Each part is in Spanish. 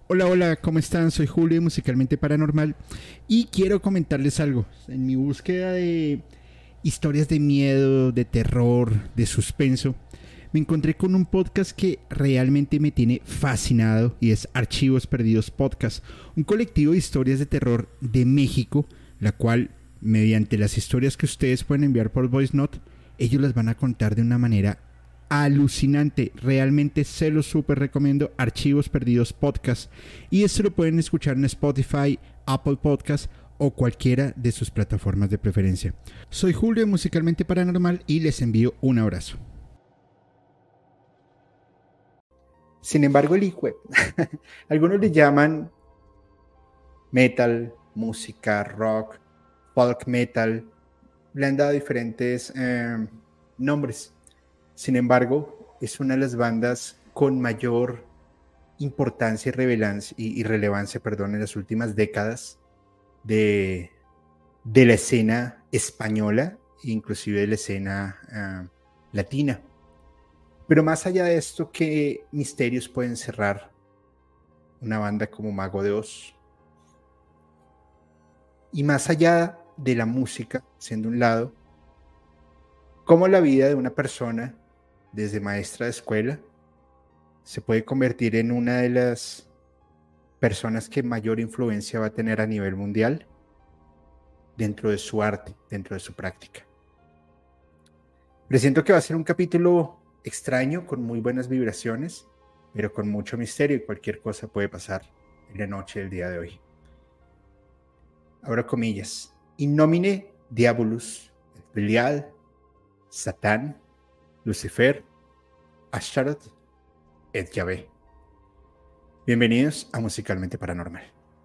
Hola, hola, ¿cómo están? Soy Julio de Musicalmente Paranormal y quiero comentarles algo. En mi búsqueda de historias de miedo, de terror, de suspenso, me encontré con un podcast que realmente me tiene fascinado y es Archivos Perdidos Podcast, un colectivo de historias de terror de México, la cual, mediante las historias que ustedes pueden enviar por Voice Note, ellos las van a contar de una manera alucinante. Realmente se los súper recomiendo. Archivos Perdidos Podcast. Y esto lo pueden escuchar en Spotify, Apple Podcast o cualquiera de sus plataformas de preferencia. Soy Julio de Musicalmente Paranormal y les envío un abrazo. Sin embargo, el hijo, algunos le llaman metal, música, rock, folk metal. Le han dado diferentes nombres. Sin embargo, es una de las bandas con mayor importancia y relevancia, en las últimas décadas de, de la escena española, inclusive de la escena latina. Pero más allá de esto, ¿qué misterios pueden cerrar una banda como Mago de Oz? Y más allá de la música, siendo un lado, ¿cómo la vida de una persona, desde maestra de escuela, se puede convertir en una de las personas que mayor influencia va a tener a nivel mundial dentro de su arte, dentro de su práctica? Presiento que va a ser un capítulo extraño, con muy buenas vibraciones, pero con mucho misterio, y cualquier cosa puede pasar en la noche del día de hoy. Abro comillas. In nomine diabolus, et Belial, Satán, Lucifer, Ashtaroth, et Yahvé. Bienvenidos a Musicalmente Paranormal.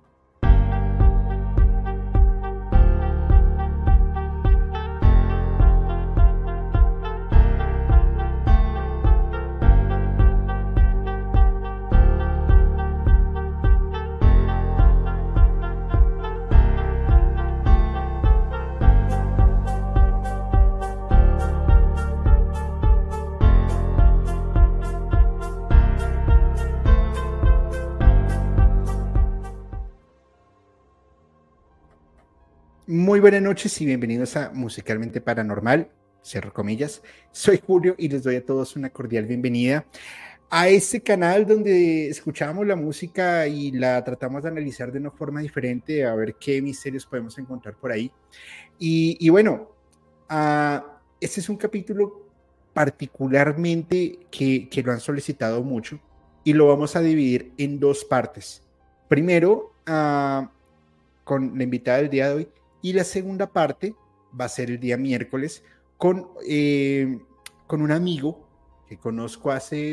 Muy buenas noches y bienvenidos a Musicalmente Paranormal, cierro comillas. Soy Julio y les doy a todos una cordial bienvenida a este canal donde escuchamos la música y la tratamos de analizar de una forma diferente, a ver qué misterios podemos encontrar por ahí. Y bueno, este es un capítulo particularmente que lo han solicitado mucho y lo vamos a dividir en dos partes. Primero, con la invitada del día de hoy, y la segunda parte va a ser el día miércoles con un amigo que conozco hace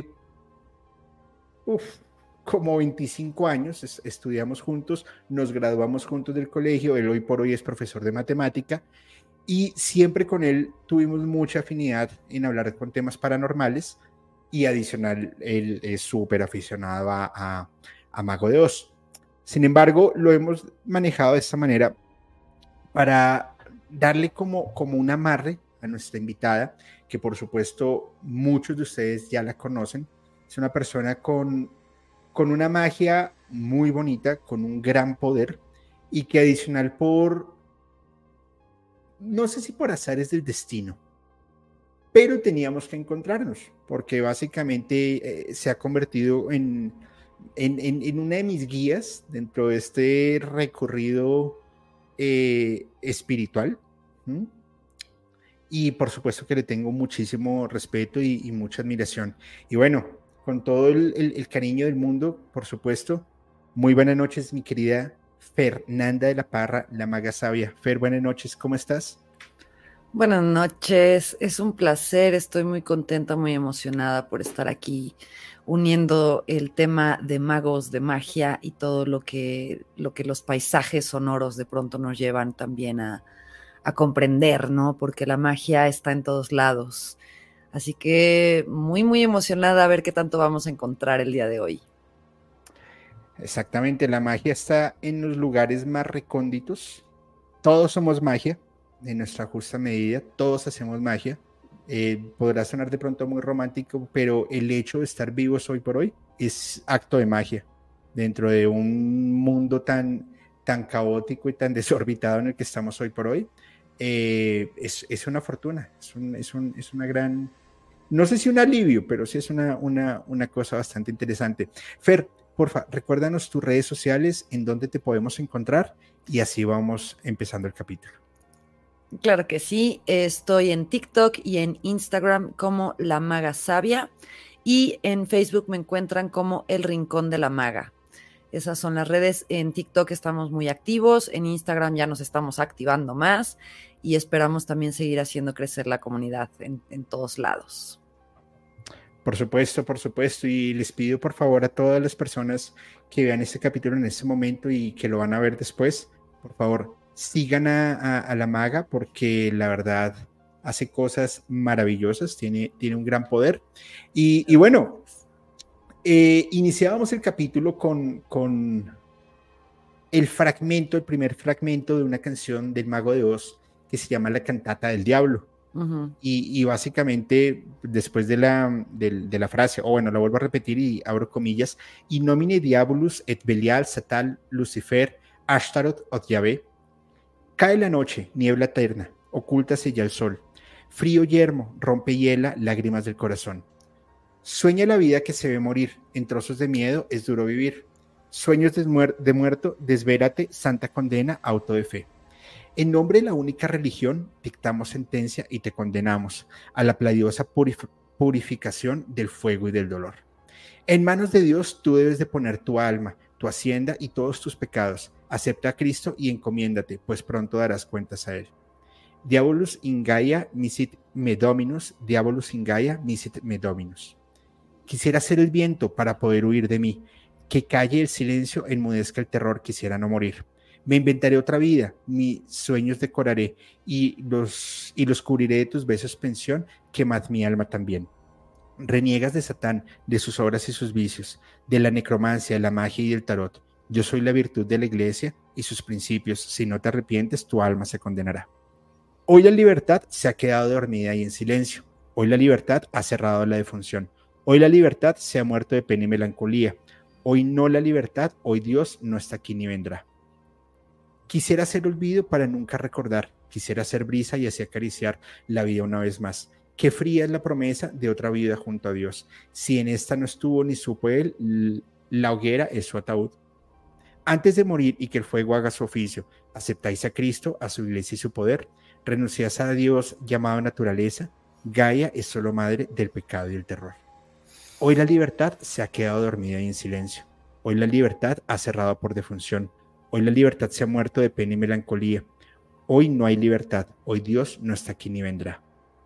como 25 años. Estudiamos juntos, nos graduamos juntos del colegio. Él hoy por hoy es profesor de matemática y siempre con él tuvimos mucha afinidad en hablar con temas paranormales, y adicional, él es súper aficionado a Mago de Oz. Sin embargo, lo hemos manejado de esta manera para darle como un amarre a nuestra invitada, que por supuesto muchos de ustedes ya la conocen. Es una persona con una magia muy bonita, con un gran poder, y que adicional no sé si por azares del destino, pero teníamos que encontrarnos, porque básicamente se ha convertido en una de mis guías dentro de este recorrido espiritual. ¿Mm? Y por supuesto que le tengo muchísimo respeto y mucha admiración. Y bueno, con todo el cariño del mundo, por supuesto. Muy buenas noches, mi querida Fernanda de la Parra, la maga sabia. Fer, buenas noches, ¿cómo estás? Buenas noches, es un placer, estoy muy contenta, muy emocionada por estar aquí uniendo el tema de magos, de magia y todo lo que los paisajes sonoros de pronto nos llevan también a comprender, ¿no? Porque la magia está en todos lados. Así que muy, muy emocionada a ver qué tanto vamos a encontrar el día de hoy. Exactamente, la magia está en los lugares más recónditos. Todos somos magia, en nuestra justa medida, todos hacemos magia. Podrá sonar de pronto muy romántico, pero el hecho de estar vivos hoy por hoy es acto de magia. dentro de un mundo tan caótico y tan desorbitado en el que estamos hoy por hoy, es una fortuna, es una gran, no sé si un alivio, pero sí es una cosa bastante interesante. Fer, porfa, recuérdanos tus redes sociales, en dónde te podemos encontrar, y así vamos empezando el capítulo. Claro que sí, estoy en TikTok y en Instagram como La Maga Sabia, y en Facebook me encuentran como El Rincón de la Maga. Esas son las redes. En TikTok estamos muy activos, en Instagram ya nos estamos activando más y esperamos también seguir haciendo crecer la comunidad en todos lados. Por supuesto, y les pido por favor a todas las personas que vean este capítulo en este momento y que lo van a ver después, por favor, sigan a la maga, porque la verdad hace cosas maravillosas, tiene un gran poder. Y bueno, iniciábamos el capítulo con el primer fragmento de una canción del Mago de Oz que se llama La Cantata del Diablo. Uh-huh. Y básicamente, después de la frase, o bueno, la vuelvo a repetir y abro comillas: in nomine diabolus et Belial Satal Lucifer Ashtaroth od Yahvé. Cae la noche, niebla eterna, ocúltase ya el sol. Frío yermo, rompe y hiela lágrimas del corazón. Sueña la vida que se ve morir, en trozos de miedo es duro vivir. Sueños de muerto, desvérate, santa condena, auto de fe. En nombre de la única religión, dictamos sentencia y te condenamos a la pladiosa purificación del fuego y del dolor. En manos de Dios tú debes de poner tu alma, tu hacienda y todos tus pecados. Acepta a Cristo y encomiéndate, pues pronto darás cuentas a Él. Diabolus in Gaia misit me dominus, diabolus in Gaia misit me dominus. Quisiera ser el viento para poder huir de mí, que calle el silencio, enmudezca el terror, quisiera no morir. Me inventaré otra vida, mis sueños decoraré y los cubriré de tus besos pensión, quemad mi alma también. Reniegas de Satán, de sus obras y sus vicios, de la necromancia, de la magia y del tarot. Yo soy la virtud de la iglesia y sus principios. Si no te arrepientes, tu alma se condenará. Hoy la libertad se ha quedado dormida y en silencio. Hoy la libertad ha cerrado la defunción. Hoy la libertad se ha muerto de pena y melancolía. Hoy no la libertad, hoy Dios no está aquí ni vendrá. Quisiera ser olvido para nunca recordar, quisiera ser brisa y así acariciar la vida una vez más. Qué fría es la promesa de otra vida junto a Dios. Si en esta no estuvo ni supo él, la hoguera es su ataúd. Antes de morir y que el fuego haga su oficio, aceptáis a Cristo, a su iglesia y su poder, renunciáis a Dios llamado naturaleza. Gaia es solo madre del pecado y el terror. Hoy la libertad se ha quedado dormida y en silencio. Hoy la libertad ha cerrado por defunción. Hoy la libertad se ha muerto de pena y melancolía. Hoy no hay libertad. Hoy Dios no está aquí ni vendrá.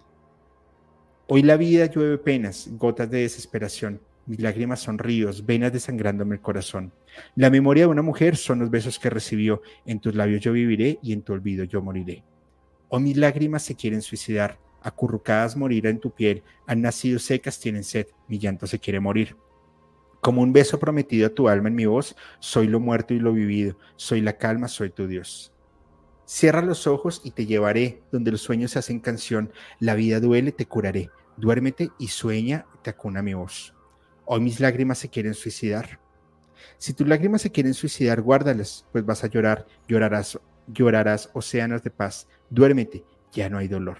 Hoy la vida llueve penas, gotas de desesperación. Mis lágrimas son ríos, venas desangrándome el corazón. La memoria de una mujer son los besos que recibió. En tus labios yo viviré y en tu olvido yo moriré. Hoy mis lágrimas se quieren suicidar. Acurrucadas morirán en tu piel. Han nacido secas, tienen sed. Mi llanto se quiere morir. Como un beso prometido a tu alma en mi voz, soy lo muerto y lo vivido, soy la calma, soy tu Dios. Cierra los ojos y te llevaré donde los sueños se hacen canción. La vida duele, te curaré. Duérmete y sueña, te acuna mi voz. Hoy mis lágrimas se quieren suicidar. Si tus lágrimas se quieren suicidar, guárdalas, pues vas a llorar, llorarás océanos de paz. Duérmete, ya no hay dolor.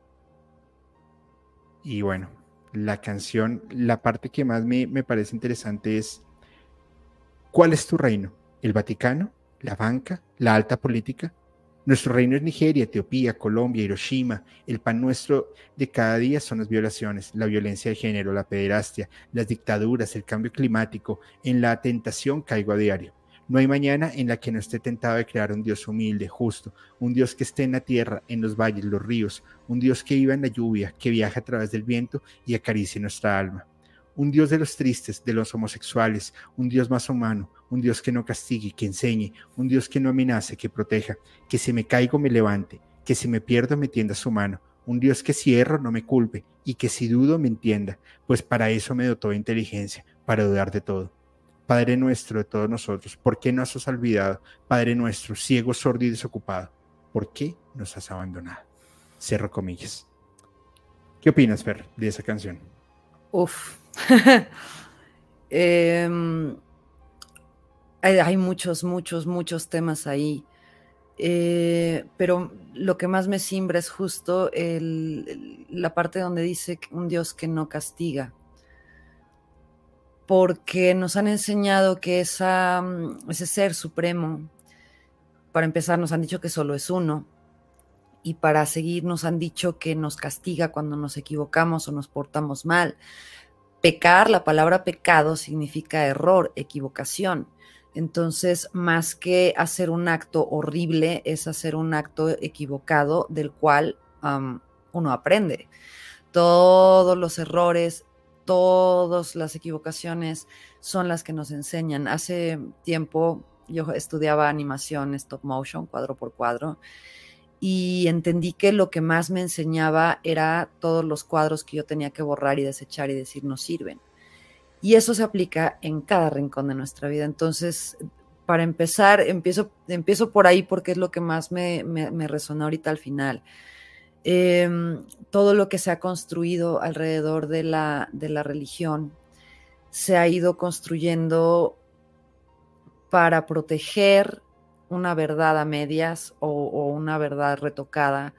Y bueno, la canción, la parte que más me parece interesante es: ¿cuál es tu reino? ¿El Vaticano? ¿La banca? ¿La alta política? Nuestro reino es Nigeria, Etiopía, Colombia, Hiroshima. El pan nuestro de cada día son las violaciones, la violencia de género, la pederastia, las dictaduras, el cambio climático. En la tentación caigo a diario. No hay mañana en la que no esté tentado de crear un Dios humilde, justo, un Dios que esté en la tierra, en los valles, los ríos, un Dios que viva en la lluvia, que viaja a través del viento y acaricie nuestra alma. Un Dios de los tristes, de los homosexuales, un Dios más humano, un Dios que no castigue, que enseñe, un Dios que no amenace, que proteja, que si me caigo me levante, que si me pierdo me tienda su mano, un Dios que si erro no me culpe y que si dudo me entienda, pues para eso me dotó de inteligencia, para dudar de todo. Padre nuestro de todos nosotros, ¿por qué nos has olvidado? Padre nuestro, ciego, sordo y desocupado, ¿por qué nos has abandonado? Cierro comillas. ¿Qué opinas, Fer, de esa canción? Uf. hay muchos, muchos, muchos temas ahí. Pero lo que más me simbra es justo la parte donde dice un Dios que no castiga, porque nos han enseñado que ese ser supremo, para empezar, nos han dicho que solo es uno, y para seguir nos han dicho que nos castiga cuando nos equivocamos o nos portamos mal. Pecar, la palabra pecado significa error, equivocación. Entonces, más que hacer un acto horrible, es hacer un acto equivocado del cual uno aprende. Todos los errores, todas las equivocaciones son las que nos enseñan. Hace tiempo yo estudiaba animación stop motion, cuadro por cuadro, y entendí que lo que más me enseñaba era todos los cuadros que yo tenía que borrar y desechar y decir no sirven. Y eso se aplica en cada rincón de nuestra vida. Entonces, para empezar, empiezo por ahí porque es lo que más me resonó ahorita al final. Todo lo que se ha construido alrededor de la religión se ha ido construyendo para proteger una verdad a medias o una verdad retocada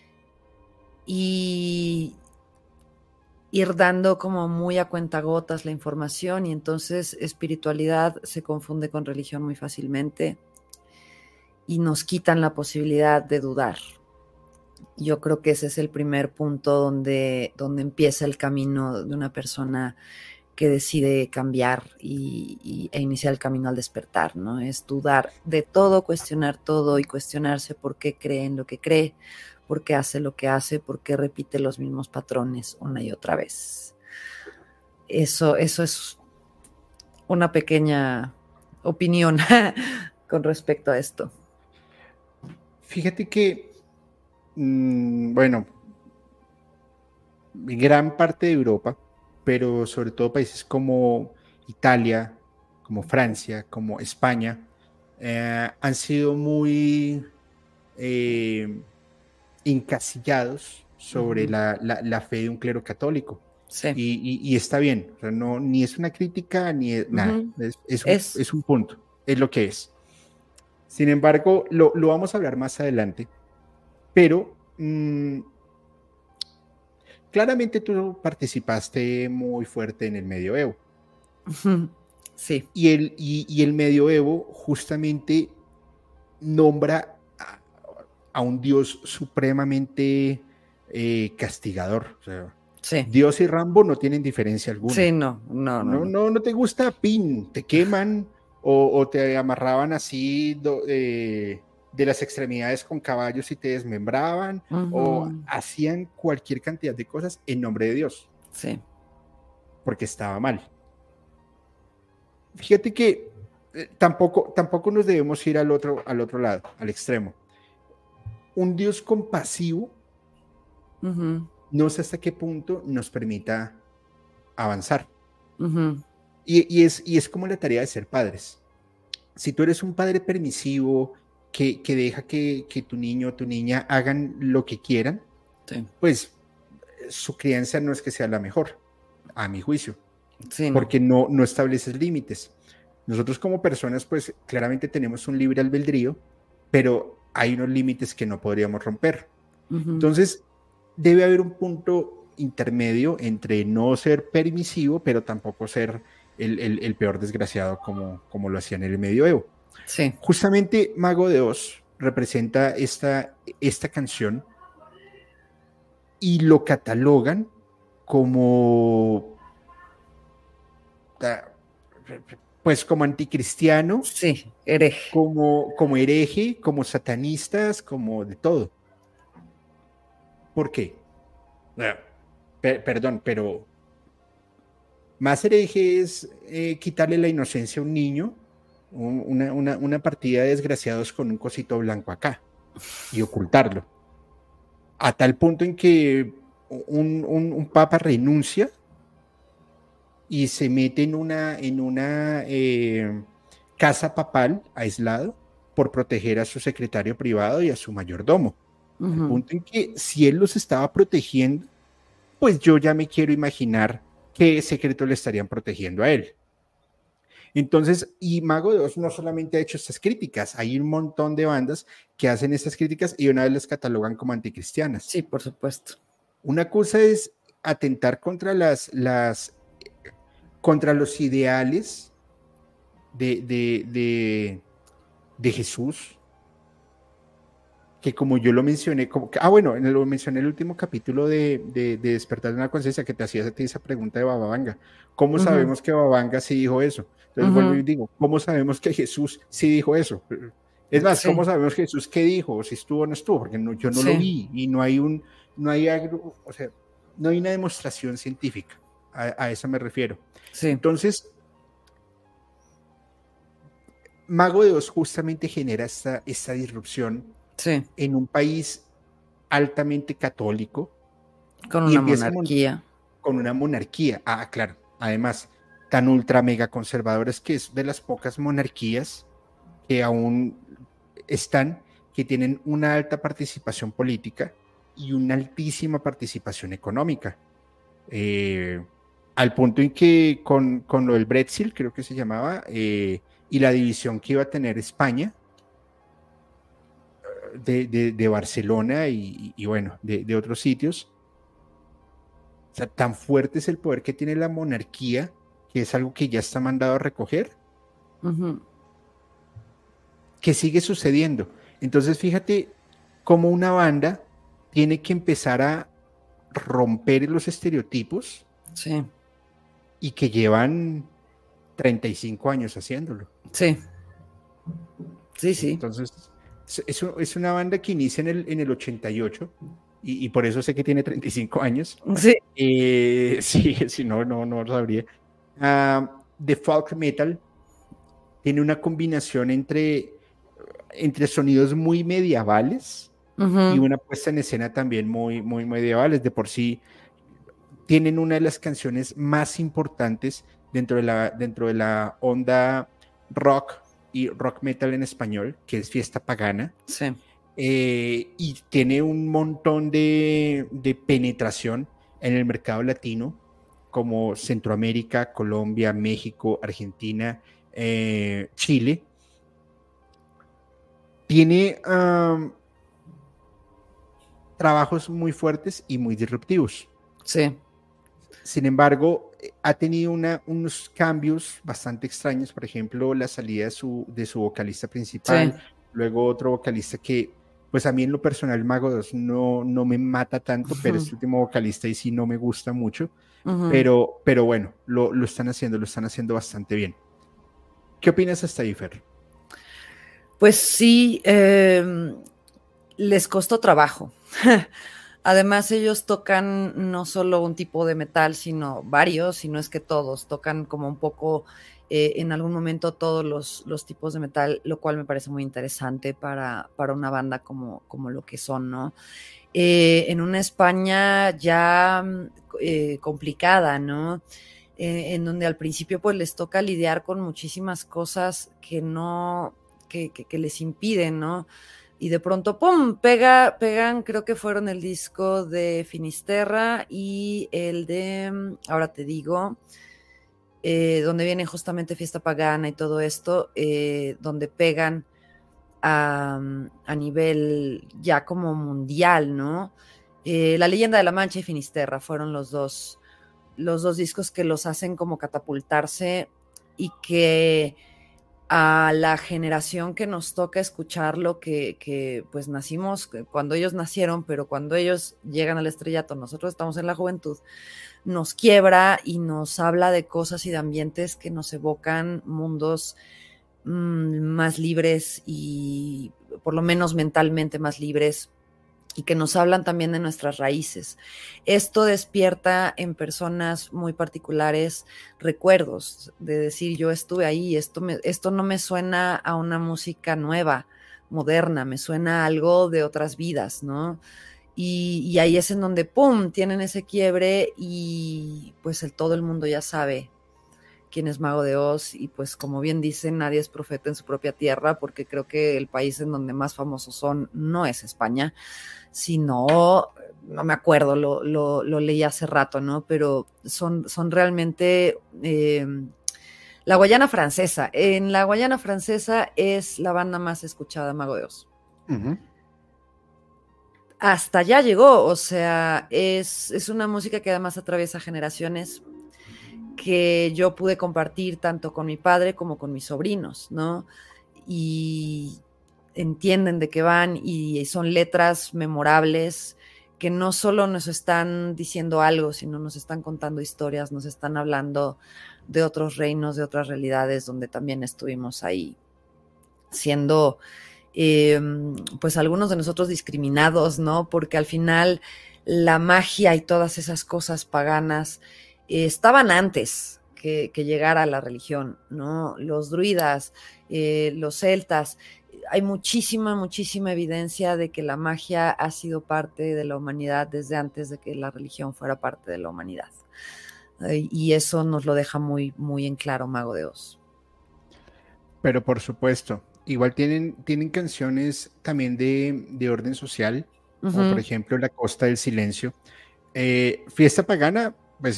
y ir dando como muy a cuentagotas la información, y entonces espiritualidad se confunde con religión muy fácilmente y nos quitan la posibilidad de dudar. Yo creo que ese es el primer punto donde empieza el camino de una persona que decide cambiar e iniciar el camino al despertar, ¿no? Es dudar de todo, cuestionar todo y cuestionarse por qué cree en lo que cree, por qué hace lo que hace, por qué repite los mismos patrones una y otra vez. Eso es una pequeña opinión con respecto a esto. Fíjate que, bueno, gran parte de Europa, pero sobre todo países como Italia, como Francia, como España, han sido muy encasillados sobre la fe de un clero católico. Sí. Y está bien, o sea, no, ni es una crítica ni es, nada, es un punto, es lo que es. Sin embargo, lo vamos a hablar más adelante, pero claramente tú participaste muy fuerte en el medioevo. Sí. Y el medioevo justamente nombra a un Dios supremamente castigador. O sea, sí. Dios y Rambo no tienen diferencia alguna. Sí, no te gusta, pin, te queman o te amarraban así de las extremidades con caballos y te desmembraban, o hacían cualquier cantidad de cosas en nombre de Dios. Sí. Porque estaba mal. Fíjate que tampoco nos debemos ir al otro lado, al extremo. Un Dios compasivo, no sé hasta qué punto nos permita avanzar. Y es como la tarea de ser padres. Si tú eres un padre permisivo que deja que tu niño o tu niña hagan lo que quieran, sí, pues su crianza no es que sea la mejor, a mi juicio, sí, porque no estableces límites. Nosotros como personas, pues claramente tenemos un libre albedrío, pero hay unos límites que no podríamos romper. Entonces, debe haber un punto intermedio entre no ser permisivo, pero tampoco ser el peor desgraciado como lo hacían en el medioevo. Sí. Justamente Mago de Oz representa esta canción y lo catalogan como pues como anticristiano, sí, hereje, como hereje, como satanistas, como de todo. ¿Por qué? Perdón, pero más hereje es quitarle la inocencia a un niño, una partida de desgraciados con un cosito blanco acá y ocultarlo. A tal punto en que un papa renuncia y se mete en una casa papal aislado por proteger a su secretario privado y a su mayordomo. Al punto en que si él los estaba protegiendo, pues yo ya me quiero imaginar qué secreto le estarían protegiendo a él. Entonces, y Mago de Oz no solamente ha hecho estas críticas, hay un montón de bandas que hacen estas críticas y una vez las catalogan como anticristianas. Sí, por supuesto. Una cosa es atentar contra contra los ideales de Jesús, que como yo lo mencioné, bueno, lo mencioné en el último capítulo de Despertar de una Conciencia, que te hacías a ti esa pregunta de Baba Vanga. ¿Cómo sabemos que Baba Vanga sí dijo eso? Entonces vuelvo y digo, ¿cómo sabemos que Jesús sí dijo eso? Es más, Sí. ¿cómo sabemos Jesús qué dijo? O si estuvo o no estuvo, porque yo no lo vi y no hay o sea, no hay una demostración científica. A eso me refiero. Sí. Entonces, Mago de Oz justamente genera esta disrupción en un país altamente católico. Con una monarquía. Con una monarquía. Ah, claro. Además, tan ultra mega conservadores que es de las pocas monarquías que aún están, que tienen una alta participación política y una altísima participación económica. Al punto en que con lo del Brexit, creo que se llamaba, y la división que iba a tener España de Barcelona y bueno, de otros sitios. O sea, tan fuerte es el poder que tiene la monarquía, que es algo que ya está mandado a recoger, que sigue sucediendo. Entonces, fíjate cómo una banda tiene que empezar a romper los estereotipos y que llevan 35 años haciéndolo. Sí. Entonces, es una banda que inicia en el 88 y por eso sé que tiene 35 años. Sí. Sí, si no lo sabría. The folk metal tiene una combinación entre sonidos muy medievales y una puesta en escena también muy, muy medievales. De por sí, tienen una de las canciones más importantes dentro de la onda rock y rock metal en español, que es Fiesta Pagana. Sí. Y tiene un montón de penetración en el mercado latino, como Centroamérica, Colombia, México, Argentina, Chile. Tiene trabajos muy fuertes y muy disruptivos. Sí. Sin embargo, ha tenido unos cambios bastante extraños. Por ejemplo, la salida de su vocalista principal, luego otro vocalista que, pues a mí en lo personal, Mago de Oz no me mata tanto, pero este último vocalista y sí no me gusta mucho. Pero bueno, lo están haciendo bastante bien. ¿Qué opinas hasta ahí, Fer? Pues sí, les costó trabajo. Además, ellos tocan no solo un tipo de metal, sino varios, si no es que todos, tocan como un poco, en algún momento todos los tipos de metal, lo cual me parece muy interesante para una banda como lo que son, ¿no? En una España ya complicada, ¿no? En donde al principio pues les toca lidiar con muchísimas cosas que les impiden, ¿no? Y de pronto, ¡pum!, pegan, creo que fueron el disco de Finisterra y el de, ahora te digo, donde viene justamente Fiesta Pagana y todo esto, donde pegan a nivel ya como mundial, ¿no? La Leyenda de la Mancha y Finisterra fueron los dos discos que los hacen como catapultarse y que a la generación que nos toca escucharlo, que pues nacimos cuando ellos nacieron, pero cuando ellos llegan al estrellato, nosotros estamos en la juventud, nos quiebra y nos habla de cosas y de ambientes que nos evocan mundos más libres y por lo menos mentalmente más libres, y que nos hablan también de nuestras raíces. Esto despierta en personas muy particulares recuerdos de decir, yo estuve ahí, esto no me suena a una música nueva, moderna, me suena a algo de otras vidas, ¿no? Y ahí es en donde, ¡pum!, tienen ese quiebre y pues todo el mundo ya sabe quién es Mago de Oz, y pues como bien dicen, nadie es profeta en su propia tierra, porque creo que el país en donde más famosos son no es España, sino, no me acuerdo, lo leí hace rato, ¿no? Pero son realmente La Guayana Francesa. En la Guayana Francesa es la banda más escuchada, Mago de Oz. Ujú. Hasta allá llegó, o sea, es una música que además atraviesa generaciones, que yo pude compartir tanto con mi padre como con mis sobrinos, ¿no? Y entienden de qué van y son letras memorables que no solo nos están diciendo algo, sino nos están contando historias, nos están hablando de otros reinos, de otras realidades donde también estuvimos ahí siendo, pues algunos de nosotros discriminados, ¿no? Porque al final la magia y todas esas cosas paganas estaban antes que llegara la religión, ¿no? Los druidas, los celtas, hay muchísima, muchísima evidencia de que la magia ha sido parte de la humanidad desde antes de que la religión fuera parte de la humanidad. Y eso nos lo deja muy, muy en claro Mago de Oz. Pero por supuesto, igual tienen canciones también de orden social, como por Uh-huh. ejemplo La Costa del Silencio. Fiesta Pagana, pues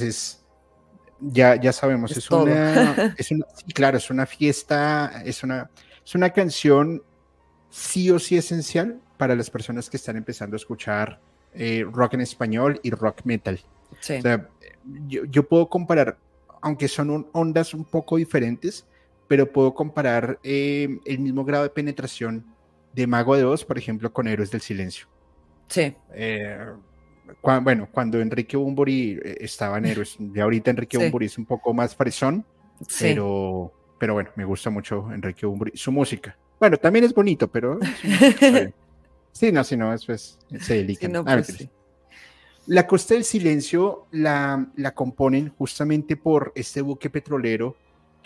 ya sabemos, Es todo. sí, claro, es una fiesta, es una canción sí o sí esencial para las personas que están empezando a escuchar rock en español y rock metal. O Sí, sea, yo puedo comparar, aunque son ondas un poco diferentes, pero puedo comparar el mismo grado de penetración de Mago de Oz, por ejemplo, con Héroes del Silencio. sí, Eh, bueno, cuando Enrique Bunbury estaba en Héroes, ya ahorita Enrique sí, Bunbury es un poco más fresón, sí. pero bueno, me gusta mucho Enrique Bunbury, su música. Bueno, también es bonito, pero su música está bien. Sí, no, si no, después se Sí, dedican. no, pues Mentiras. sí. La Costa del Silencio la componen justamente por este buque petrolero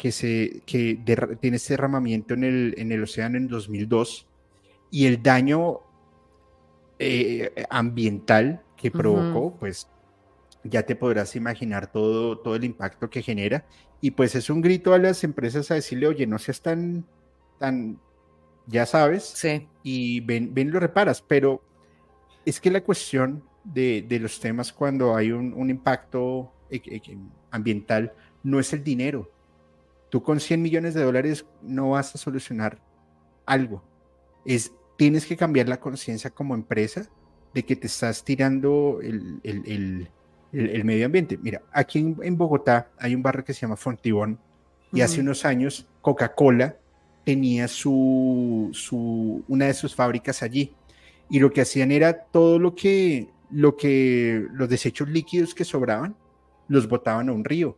que tiene ese derramamiento en el océano en 2002 y el daño ambiental que Uh-huh. provocó, pues ya te podrás imaginar todo el impacto que genera. Y pues es un grito a las empresas a decirle, oye, no seas tan, ya sabes, Sí, y ven y lo reparas. Pero es que la cuestión de los temas cuando hay un impacto ambiental no es el dinero. Tú con 100 millones de dólares no vas a solucionar algo. Tienes que cambiar la conciencia como empresa de que te estás tirando el medio ambiente. Mira, aquí en Bogotá hay un barrio que se llama Fontibón y hace uh-huh. unos años Coca-Cola tenía una de sus fábricas allí y lo que hacían era todo los desechos líquidos que sobraban los botaban a un río.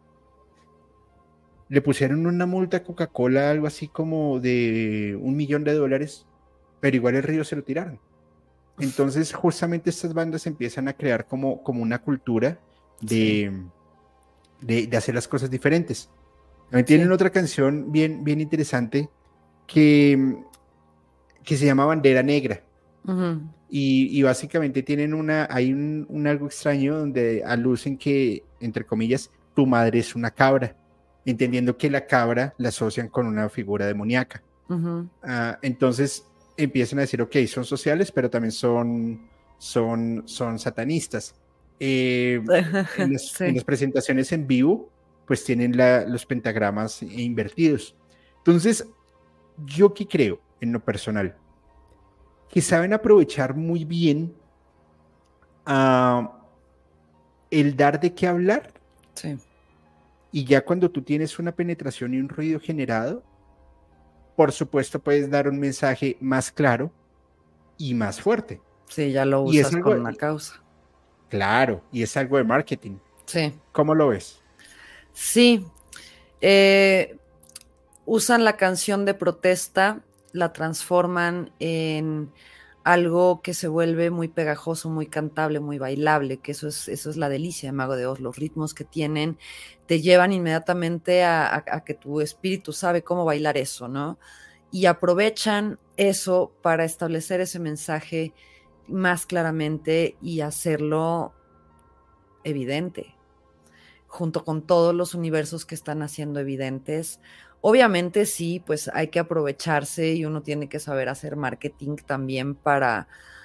Le pusieron una multa a Coca-Cola, algo así como de $1 millón, pero igual el río se lo tiraron. Entonces, justamente estas bandas empiezan a crear como una cultura Sí, de hacer las cosas diferentes. También tienen sí. otra canción bien interesante que, que se llama Bandera Negra. Uh-huh. Y básicamente hay un algo extraño donde alucen que, entre comillas, tu madre es una cabra, entendiendo que la cabra la asocian con una figura demoníaca. Uh-huh. Entonces empiezan a decir, ok, son sociales, pero también son satanistas. En Sí, las presentaciones en vivo, pues tienen los pentagramas invertidos. Entonces, yo que creo, en lo personal, que saben aprovechar muy bien uh, el dar de qué hablar sí. y ya cuando tú tienes una penetración y un ruido generado, por supuesto puedes dar un mensaje más claro y más fuerte. Sí, ya lo Y es usas algo, con una causa. claro, y es algo de marketing. Sí, ¿Cómo lo ves? sí. Eh, Usan la canción de protesta, la transforman en algo que se vuelve muy pegajoso, muy cantable, muy bailable, que eso es la delicia de Mago de Oz. Los ritmos que tienen te llevan inmediatamente a que tu espíritu sabe cómo bailar eso, ¿no? Y aprovechan eso para establecer ese mensaje más claramente y hacerlo evidente, junto con todos los universos que están haciendo evidentes. Obviamente sí, pues hay que aprovecharse y uno tiene que saber hacer marketing también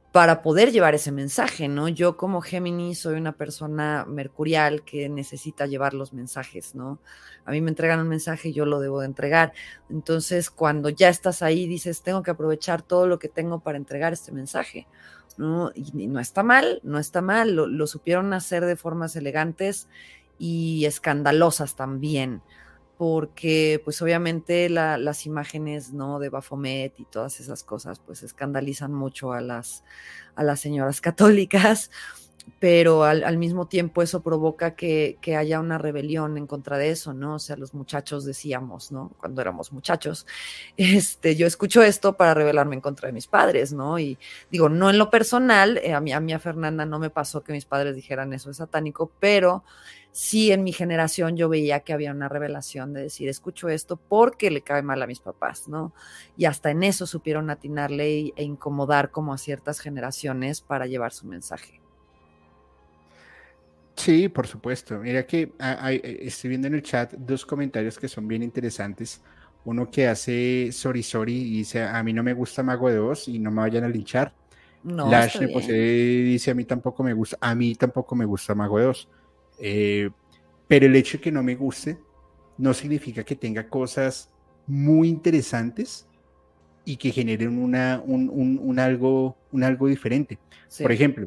para poder llevar ese mensaje, ¿no? Yo como Géminis soy una persona mercurial que necesita llevar los mensajes, ¿no? A mí me entregan un mensaje y yo lo debo de entregar. Entonces, cuando ya estás ahí, dices, tengo que aprovechar todo lo que tengo para entregar este mensaje, ¿no? Y no está mal, no está mal, lo supieron hacer de formas elegantes y escandalosas también, porque pues obviamente las imágenes, ¿no?, de Baphomet y todas esas cosas pues escandalizan mucho a las señoras católicas, pero al mismo tiempo eso provoca que haya una rebelión en contra de eso, ¿no? O sea, los muchachos decíamos, ¿no? Cuando éramos muchachos, yo escucho esto para rebelarme en contra de mis padres, ¿no? Y digo, no en lo personal, a Fernanda no me pasó que mis padres dijeran eso es satánico, pero sí en mi generación yo veía que había una revelación de decir, escucho esto porque le cae mal a mis papás, ¿no? Y hasta en eso supieron atinarle e incomodar como a ciertas generaciones para llevar su mensaje. Sí, por supuesto. Mira que estoy viendo en el chat dos comentarios que son bien interesantes. Uno que hace Sori Sori y dice, a mí no me gusta Mago de Oz y no me vayan a linchar. No, Lash está Nepose bien. dice, a mí tampoco me gusta Mago de Oz. Eh, pero el hecho de que no me guste no significa que tenga cosas muy interesantes y que generen un algo diferente. Por Sí. ejemplo,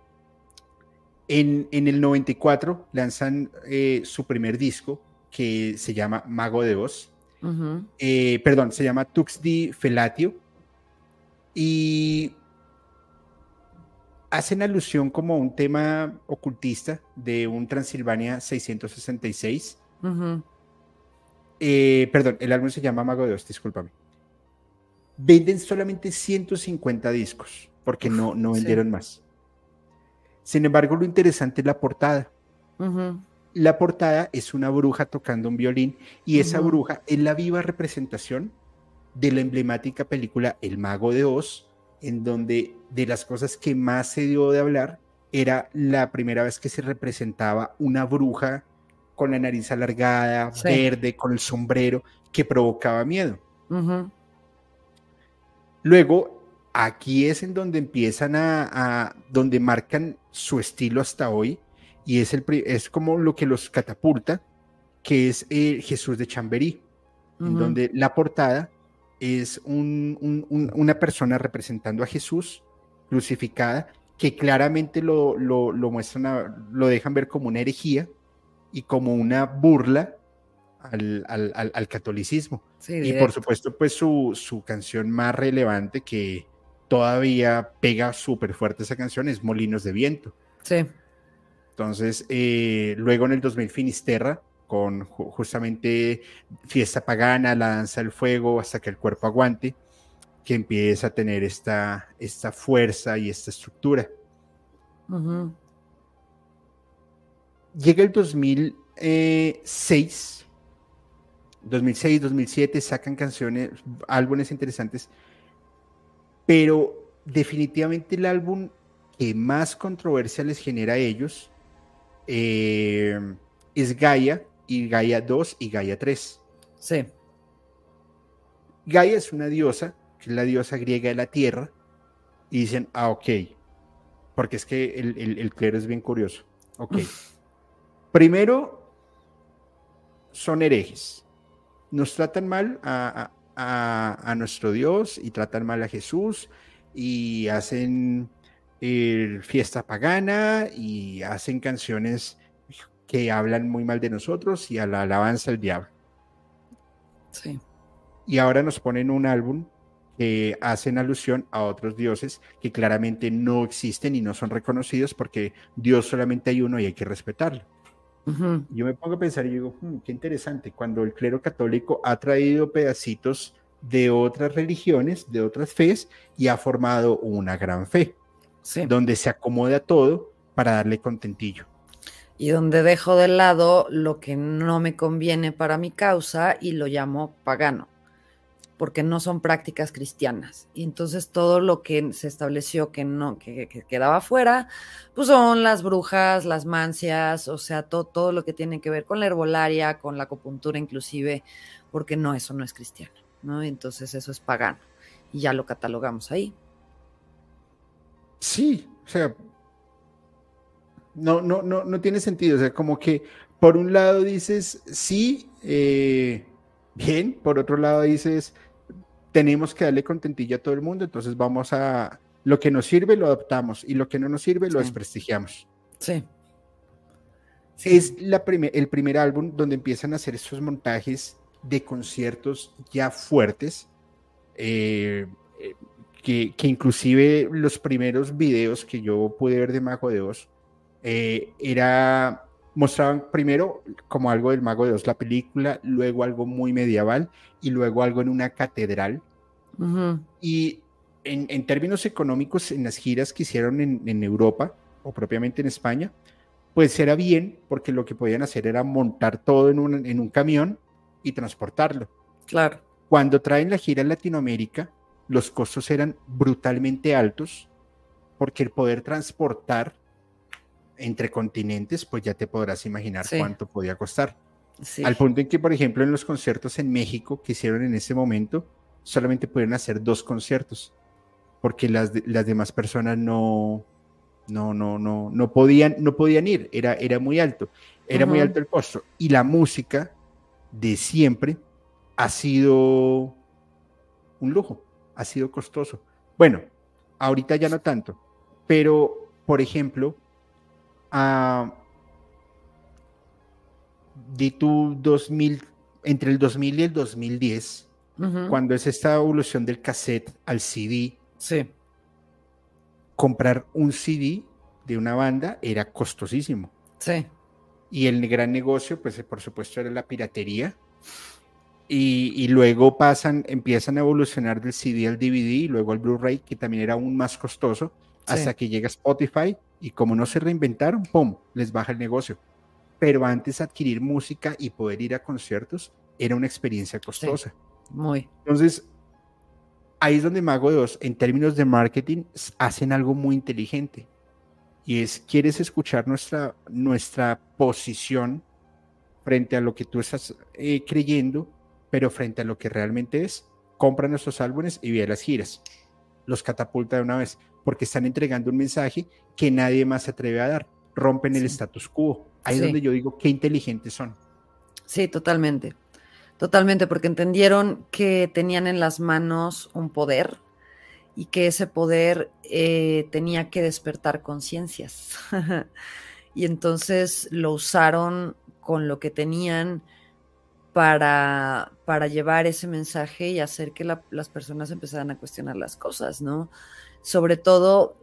en el 94 lanzan su primer disco que se llama Mago de Oz. Uh-huh. Perdón, se llama Tux di Felatio y hacen alusión como a un tema ocultista de un Transilvania 666. Uh-huh. Perdón, el álbum se llama Mago de Oz, discúlpame. Venden solamente 150 discos porque Uf, no sí. vendieron más. Sin embargo, lo interesante es la portada. Uh-huh. La portada es una bruja tocando un violín y esa Uh-huh. bruja es la viva representación de la emblemática película El Mago de Oz, en donde de las cosas que más se dio de hablar era la primera vez que se representaba una bruja con la nariz alargada, Sí. verde, con el sombrero, que provocaba miedo. Uh-huh. Luego, aquí es en donde empiezan donde marcan su estilo hasta hoy, y es como lo que los catapulta, que es Jesús de Chamberí, en Uh-huh. donde la portada es una persona representando a Jesús crucificada, que claramente lo muestran, lo dejan ver como una herejía y como una burla al catolicismo. Sí, Y por directo. supuesto, pues su canción más relevante que todavía pega súper fuerte esa canción es Molinos de Viento. Sí. Entonces, luego en el 2000 Finisterra, con justamente Fiesta Pagana, La Danza del Fuego, Hasta que el Cuerpo Aguante, que empieza a tener esta fuerza y esta estructura. Uh-huh. Llega el 2006, 2007, sacan canciones, álbumes interesantes, pero definitivamente el álbum que más controversia les genera a ellos es Gaia, y Gaia 2 y Gaia 3. Sí. Gaia es una diosa, que es la diosa griega de la tierra, y dicen, ok, porque es que el clero es bien curioso. Ok, primero son herejes, nos tratan mal a nuestro Dios y tratan mal a Jesús y hacen fiesta pagana y hacen canciones que hablan muy mal de nosotros y a la alabanza al diablo. Sí. Y ahora nos ponen un álbum que hacen alusión a otros dioses que claramente no existen y no son reconocidos porque Dios solamente hay uno y hay que respetarlo. Uh-huh. Yo me pongo a pensar y digo, qué interesante, cuando el clero católico ha traído pedacitos de otras religiones, de otras fes, y ha formado una gran fe, Sí. donde se acomoda todo para darle contentillo. Y donde dejo de lado lo que no me conviene para mi causa y lo llamo pagano, porque no son prácticas cristianas. Y entonces todo lo que se estableció que quedaba fuera, pues son las brujas, las mancias, o sea, todo lo que tiene que ver con la herbolaria, con la acupuntura inclusive, porque no, eso no es cristiano, ¿no? Entonces eso es pagano y ya lo catalogamos ahí. Sí, o sea, no tiene sentido. O sea, como que por un lado dices sí, bien, por otro lado dices tenemos que darle contentilla a todo el mundo, entonces vamos a lo que nos sirve lo adoptamos y lo que no nos sirve lo Sí, desprestigiamos. sí, sí, Es sí. el primer álbum donde empiezan a hacer estos montajes de conciertos ya fuertes, eh, eh, que inclusive los primeros videos que yo pude ver de Mago de Oz mostraban primero como algo del Mago de Oz, la película, luego algo muy medieval y luego algo en una catedral. Ujú. Y en términos económicos, en las giras que hicieron en Europa o propiamente en España, pues era bien porque lo que podían hacer era montar todo en un camión y transportarlo. Claro, Cuando traen la gira en Latinoamérica, los costos eran brutalmente altos porque el poder transportar entre continentes, pues ya te podrás imaginar sí, cuánto podía costar. Al sí, punto en que, por ejemplo, en los conciertos en México que hicieron en ese momento, solamente pudieron hacer 2 conciertos porque las demás personas no podían ir, era muy ujú, alto el costo. Y la música de siempre ha sido un lujo, ha sido costoso. Bueno, ahorita ya no tanto, pero por ejemplo, a di tú 2000, entre el 2000 y el 2010, ujú, cuando es esta evolución del cassette al CD, sí, comprar un CD de una banda era costosísimo. sí, Y el gran negocio, pues por supuesto, era la piratería. Y luego empiezan a evolucionar del CD al DVD y luego al Blu-ray, que también era aún más costoso, sí, hasta que llega Spotify y como no se reinventaron, ¡pum!, les baja el negocio. Pero antes adquirir música y poder ir a conciertos era una experiencia sí, costosa. muy. Entonces, ahí es donde Mago de Oz, en términos de marketing, hacen algo muy inteligente. Y es, ¿quieres escuchar nuestra posición frente a lo que tú estás creyendo, pero frente a lo que realmente es? Compra nuestros álbumes y ve las giras. Los catapulta de una vez, porque están entregando un mensaje que nadie más se atreve a dar. Rompen el Sí, status quo. Ahí es donde sí, yo digo, qué inteligentes son. sí, totalmente. Totalmente, porque entendieron que tenían en las manos un poder y que ese poder tenía que despertar conciencias. Y entonces lo usaron con lo que tenían para llevar ese mensaje y hacer que las personas empezaran a cuestionar las cosas, ¿no? Sobre todo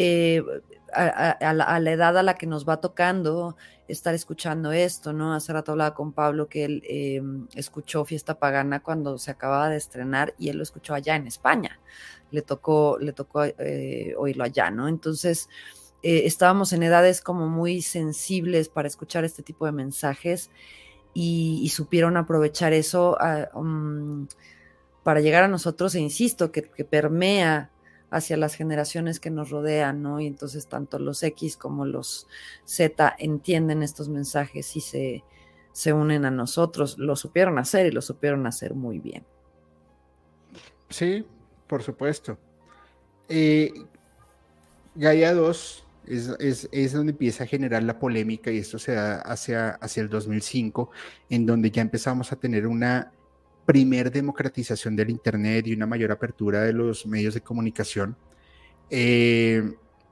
a la edad a la que nos va tocando estar escuchando esto, ¿no? Hace rato hablaba con Pablo que él escuchó Fiesta Pagana cuando se acababa de estrenar y él lo escuchó allá en España. Le tocó oírlo allá, ¿no? Entonces, estábamos en edades como muy sensibles para escuchar este tipo de mensajes y supieron aprovechar eso para llegar a nosotros, e insisto, que permea hacia las generaciones que nos rodean, ¿no? Y entonces tanto los X como los Z entienden estos mensajes y se unen a nosotros. Lo supieron hacer y lo supieron hacer muy bien. Sí, por supuesto. Eh, Gaia 2 es donde empieza a generar la polémica y esto se da hacia el 2005, en donde ya empezamos a tener una primer democratización del Internet y una mayor apertura de los medios de comunicación. Eh,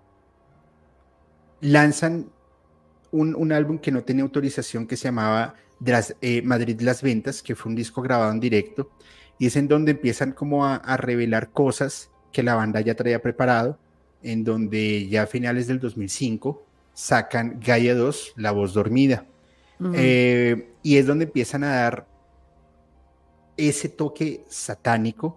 Lanzan un álbum que no tenía autorización que se llamaba Madrid Las Ventas, que fue un disco grabado en directo, y es en donde empiezan como a revelar cosas que la banda ya traía preparado, en donde ya a finales del 2005 sacan Gaia 2, La Voz Dormida, Ujú, y es donde empiezan a dar ese toque satánico,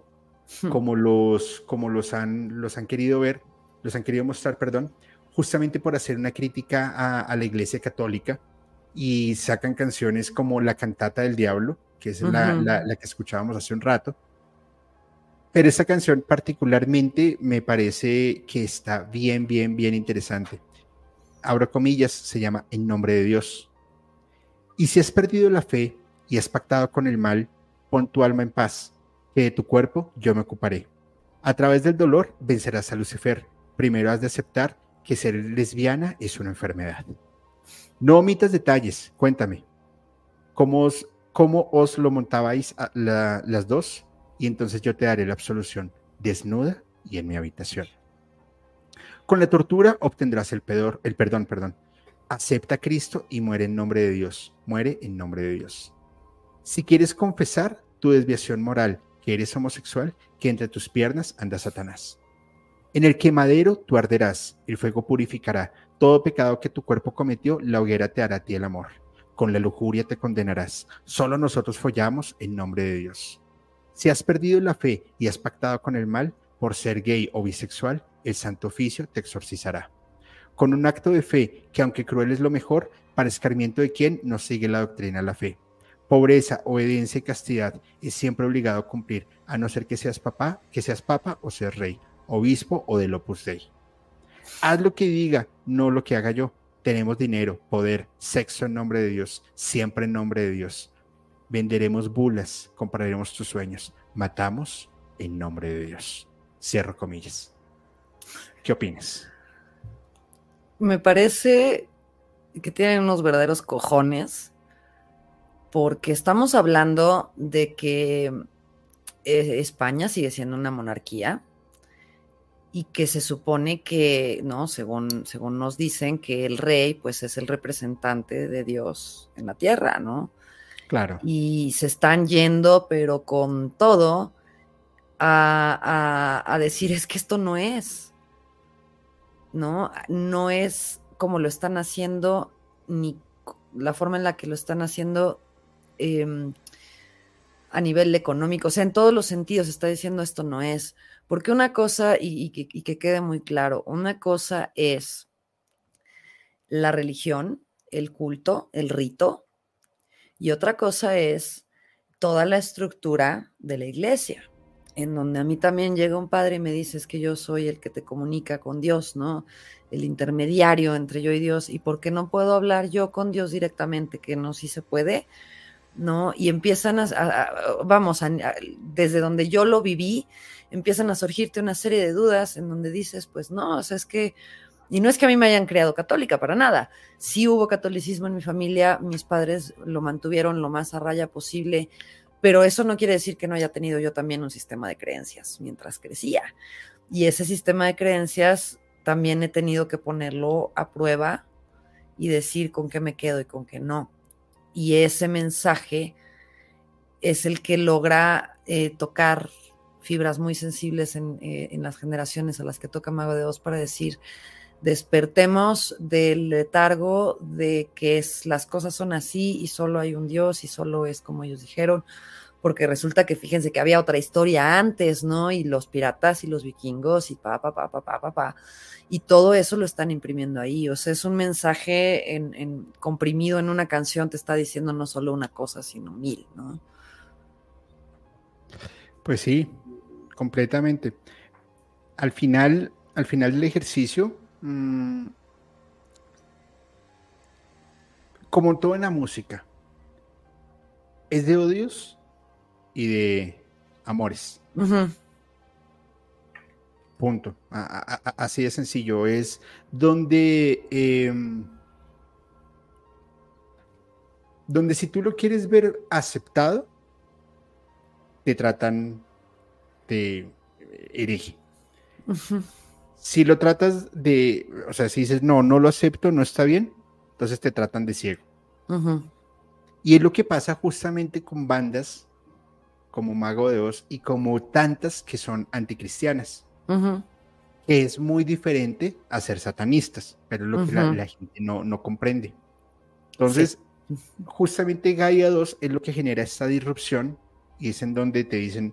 como los han querido ver, los han querido mostrar, perdón, justamente por hacer una crítica a la Iglesia Católica, y sacan canciones como La Cantata del Diablo, que es ujú. la que escuchábamos hace un rato, pero esta canción particularmente me parece que está bien, bien, bien interesante. Abro comillas, se llama En Nombre de Dios. Y si has perdido la fe y has pactado con el mal, pon tu alma en paz, que de tu cuerpo yo me ocuparé. A través del dolor vencerás a Lucifer. primero has de aceptar que ser lesbiana es una enfermedad. No omitas detalles, cuéntame, ¿cómo os lo montabais las dos? Y entonces yo te daré la absolución desnuda y en mi habitación. Con la tortura obtendrás el perdón. Acepta a Cristo y muere en nombre de Dios. Muere en nombre de Dios. Si quieres confesar tu desviación moral, que eres homosexual, que entre tus piernas anda Satanás. En el quemadero tú arderás, el fuego purificará todo pecado que tu cuerpo cometió, la hoguera te hará a ti el amor. Con la lujuria te condenarás. Solo nosotros follamos en nombre de Dios. Si has perdido la fe y has pactado con el mal por ser gay o bisexual, el Santo Oficio te exorcizará. Con un acto de fe, que aunque cruel es lo mejor, para escarmiento de quien no sigue la doctrina de la fe. Pobreza, obediencia y castidad es siempre obligado a cumplir, a no ser que seas papa o seas rey, obispo o del Opus Dei. Haz lo que diga, no lo que haga yo. Tenemos dinero, poder, sexo en nombre de Dios, siempre en nombre de Dios. Venderemos bulas, compraremos tus sueños, matamos en nombre de Dios. Cierro comillas. ¿Qué opinas? Me parece que tienen unos verdaderos cojones, porque estamos hablando de que España sigue siendo una monarquía y que se supone que, ¿no? Según nos dicen, que el rey pues es el representante de Dios en la tierra, ¿no? Claro. Y se están yendo, pero con todo, a decir, es que esto no es, ¿no? No es como lo están haciendo, ni la forma en la que lo están haciendo a nivel económico, o sea, en todos los sentidos está diciendo esto no es, porque una cosa, y que quede muy claro, una cosa es la religión, el culto, el rito, y otra cosa es toda la estructura de la iglesia, en donde a mí también llega un padre y me dice, es que yo soy el que te comunica con Dios, ¿no? El intermediario entre yo y Dios, ¿y por qué no puedo hablar yo con Dios directamente? Que no, sí se puede, ¿no? Y empiezan desde donde yo lo viví, empiezan a surgirte una serie de dudas en donde dices, pues no, o sea, es que, y no es que a mí me hayan creado católica, para nada. Sí hubo catolicismo en mi familia, mis padres lo mantuvieron lo más a raya posible, pero eso no quiere decir que no haya tenido yo también un sistema de creencias mientras crecía. Y ese sistema de creencias también he tenido que ponerlo a prueba y decir con qué me quedo y con qué no. Y ese mensaje es el que logra tocar fibras muy sensibles en las generaciones a las que toca Mago de Oz, para decir, despertemos del letargo de que las cosas son así y solo hay un Dios y solo es como ellos dijeron, porque resulta que fíjense que había otra historia antes, ¿no? Y los piratas y los vikingos y y todo eso lo están imprimiendo ahí. O sea, es un mensaje comprimido en una canción, te está diciendo no solo una cosa, sino mil, ¿no? Pues sí, completamente. Al final del ejercicio, como todo en la música, es de odios y de amores. Uh-huh. Punto. Así de sencillo. Es donde, donde si tú lo quieres ver aceptado, te tratan de hereje. Uh-huh. Si lo tratas de, o sea, si dices, no lo acepto, no está bien, entonces te tratan de ciego. Uh-huh. Y es lo que pasa justamente con bandas como Mago de Oz y como tantas que son anticristianas. Uh-huh. Que es muy diferente a ser satanistas, pero es lo que la gente no comprende. Entonces, sí, justamente Gaia 2 es lo que genera esta disrupción y es en donde te dicen,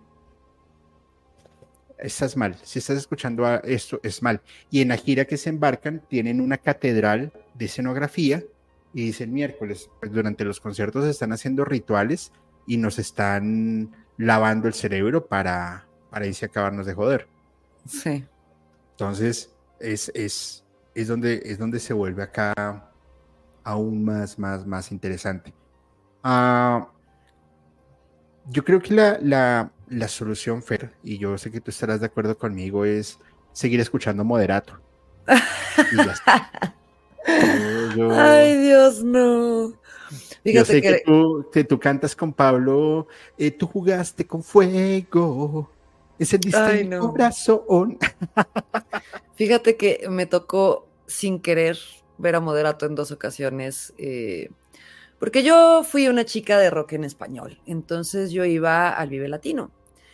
estás mal, si estás escuchando esto, es mal. Y en la gira que se embarcan, tienen una catedral de escenografía y dicen miércoles, pues durante los conciertos están haciendo rituales y nos están lavando el cerebro para irse a acabarnos de joder. Sí. Entonces, es donde se vuelve acá aún más interesante. Yo creo que la solución, Fer, y yo sé que tú estarás de acuerdo conmigo, es seguir escuchando Moderato. Y ya está. Ay, Dios, no. Fíjate yo sé que tú cantas con Pablo, tú jugaste con fuego, encendiste Ay, mi no. corazón. Fíjate que me tocó sin querer ver a Moderato en 2 ocasiones, porque yo fui una chica de rock en español, entonces yo iba al Vive Latino.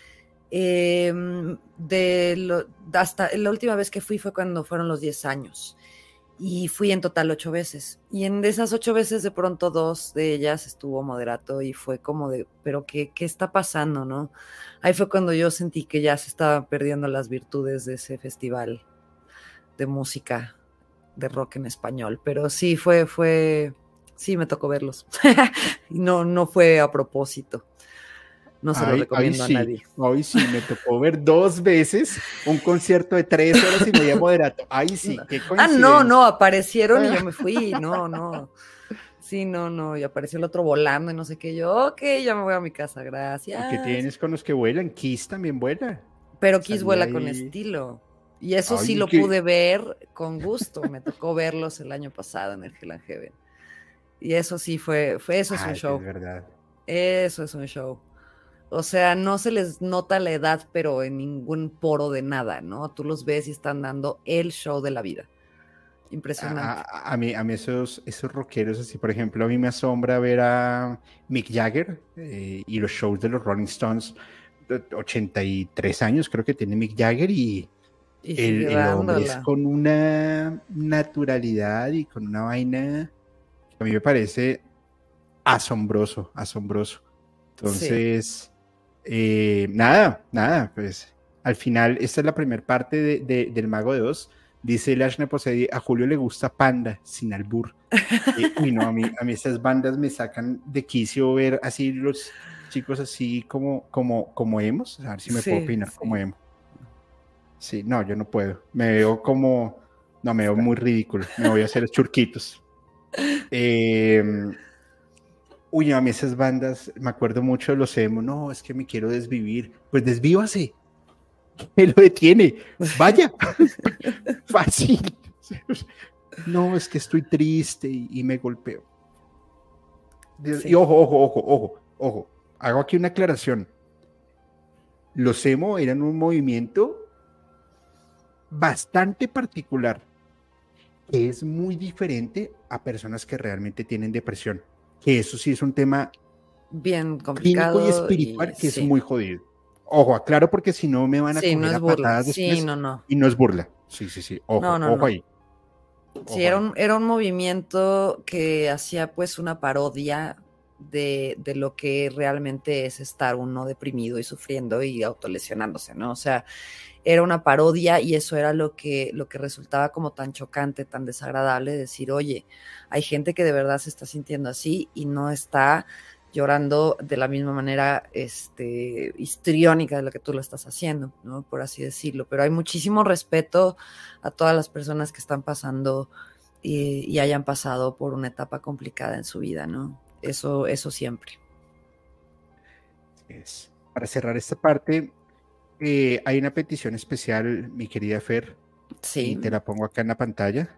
Hasta la última vez que fui fue cuando fueron los 10 años. Y fui en total 8 veces. Y en esas 8 veces, de pronto 2 de ellas estuvo Moderato y fue como de, pero ¿qué está pasando, no? Ahí fue cuando yo sentí que ya se estaban perdiendo las virtudes de ese festival de música de rock en español. Pero sí, sí me tocó verlos. Y no fue a propósito. No se lo recomiendo a nadie. Hoy sí, me tocó ver 2 veces un concierto de 3 horas y media Moderato. Ay, sí, qué coincidencia. No, aparecieron y yo me fui, no. Sí, no, y apareció el otro volando y no sé qué. Yo, ok, ya me voy a mi casa, gracias. ¿Y qué tienes con los que vuelan? Kiss también vuela. Pero Kiss vuela con estilo. Y eso sí lo pude ver con gusto. Me tocó verlos el año pasado en el Hell and Heaven. Y eso sí eso es un show. Es verdad. Eso es un show. O sea, no se les nota la edad, pero en ningún poro de nada, ¿no? Tú los ves y están dando el show de la vida. Impresionante. A mí esos rockeros así, por ejemplo, a mí me asombra ver a Mick Jagger y los shows de los Rolling Stones. 83 años creo que tiene Mick Jagger y el hombre es con una naturalidad y con una vaina que a mí me parece asombroso. Entonces, nada, pues al final esta es la primera parte del Mago de Oz. Dice Lash Neposedi, a Julio le gusta Panda, sin albur. Uy, no, a mí estas bandas me sacan de quicio ver así los chicos así como emos. A ver si me puedo opinar como emo. Sí, no, yo no puedo. Me veo muy ridículo. Me voy a hacer churquitos. Uy, a mí esas bandas, me acuerdo mucho de los emo. No, es que me quiero desvivir. Pues desvívase. ¿Qué lo detiene? Vaya. Fácil. No, es que estoy triste y me golpeo. Y ojo. Hago aquí una aclaración. Los emo eran un movimiento bastante particular, que es muy diferente a personas que realmente tienen depresión. Que eso sí es un tema bien complicado clínico y espiritual que es muy jodido. Ojo, aclaro porque si no me van a coger a patadas después. No. Y no es burla. Sí. Ojo ahí. Sí, era un movimiento que hacía pues una parodia de lo que realmente es estar uno deprimido y sufriendo y autolesionándose, ¿no? O sea, era una parodia y eso era lo que resultaba como tan chocante, tan desagradable, decir, oye, hay gente que de verdad se está sintiendo así y no está llorando de la misma manera histriónica de lo que tú lo estás haciendo, ¿no? Por así decirlo. Pero hay muchísimo respeto a todas las personas que están pasando y hayan pasado por una etapa complicada en su vida, ¿no? Eso siempre. Para cerrar esta parte, hay una petición especial, mi querida Fer. Sí. Y te la pongo acá en la pantalla.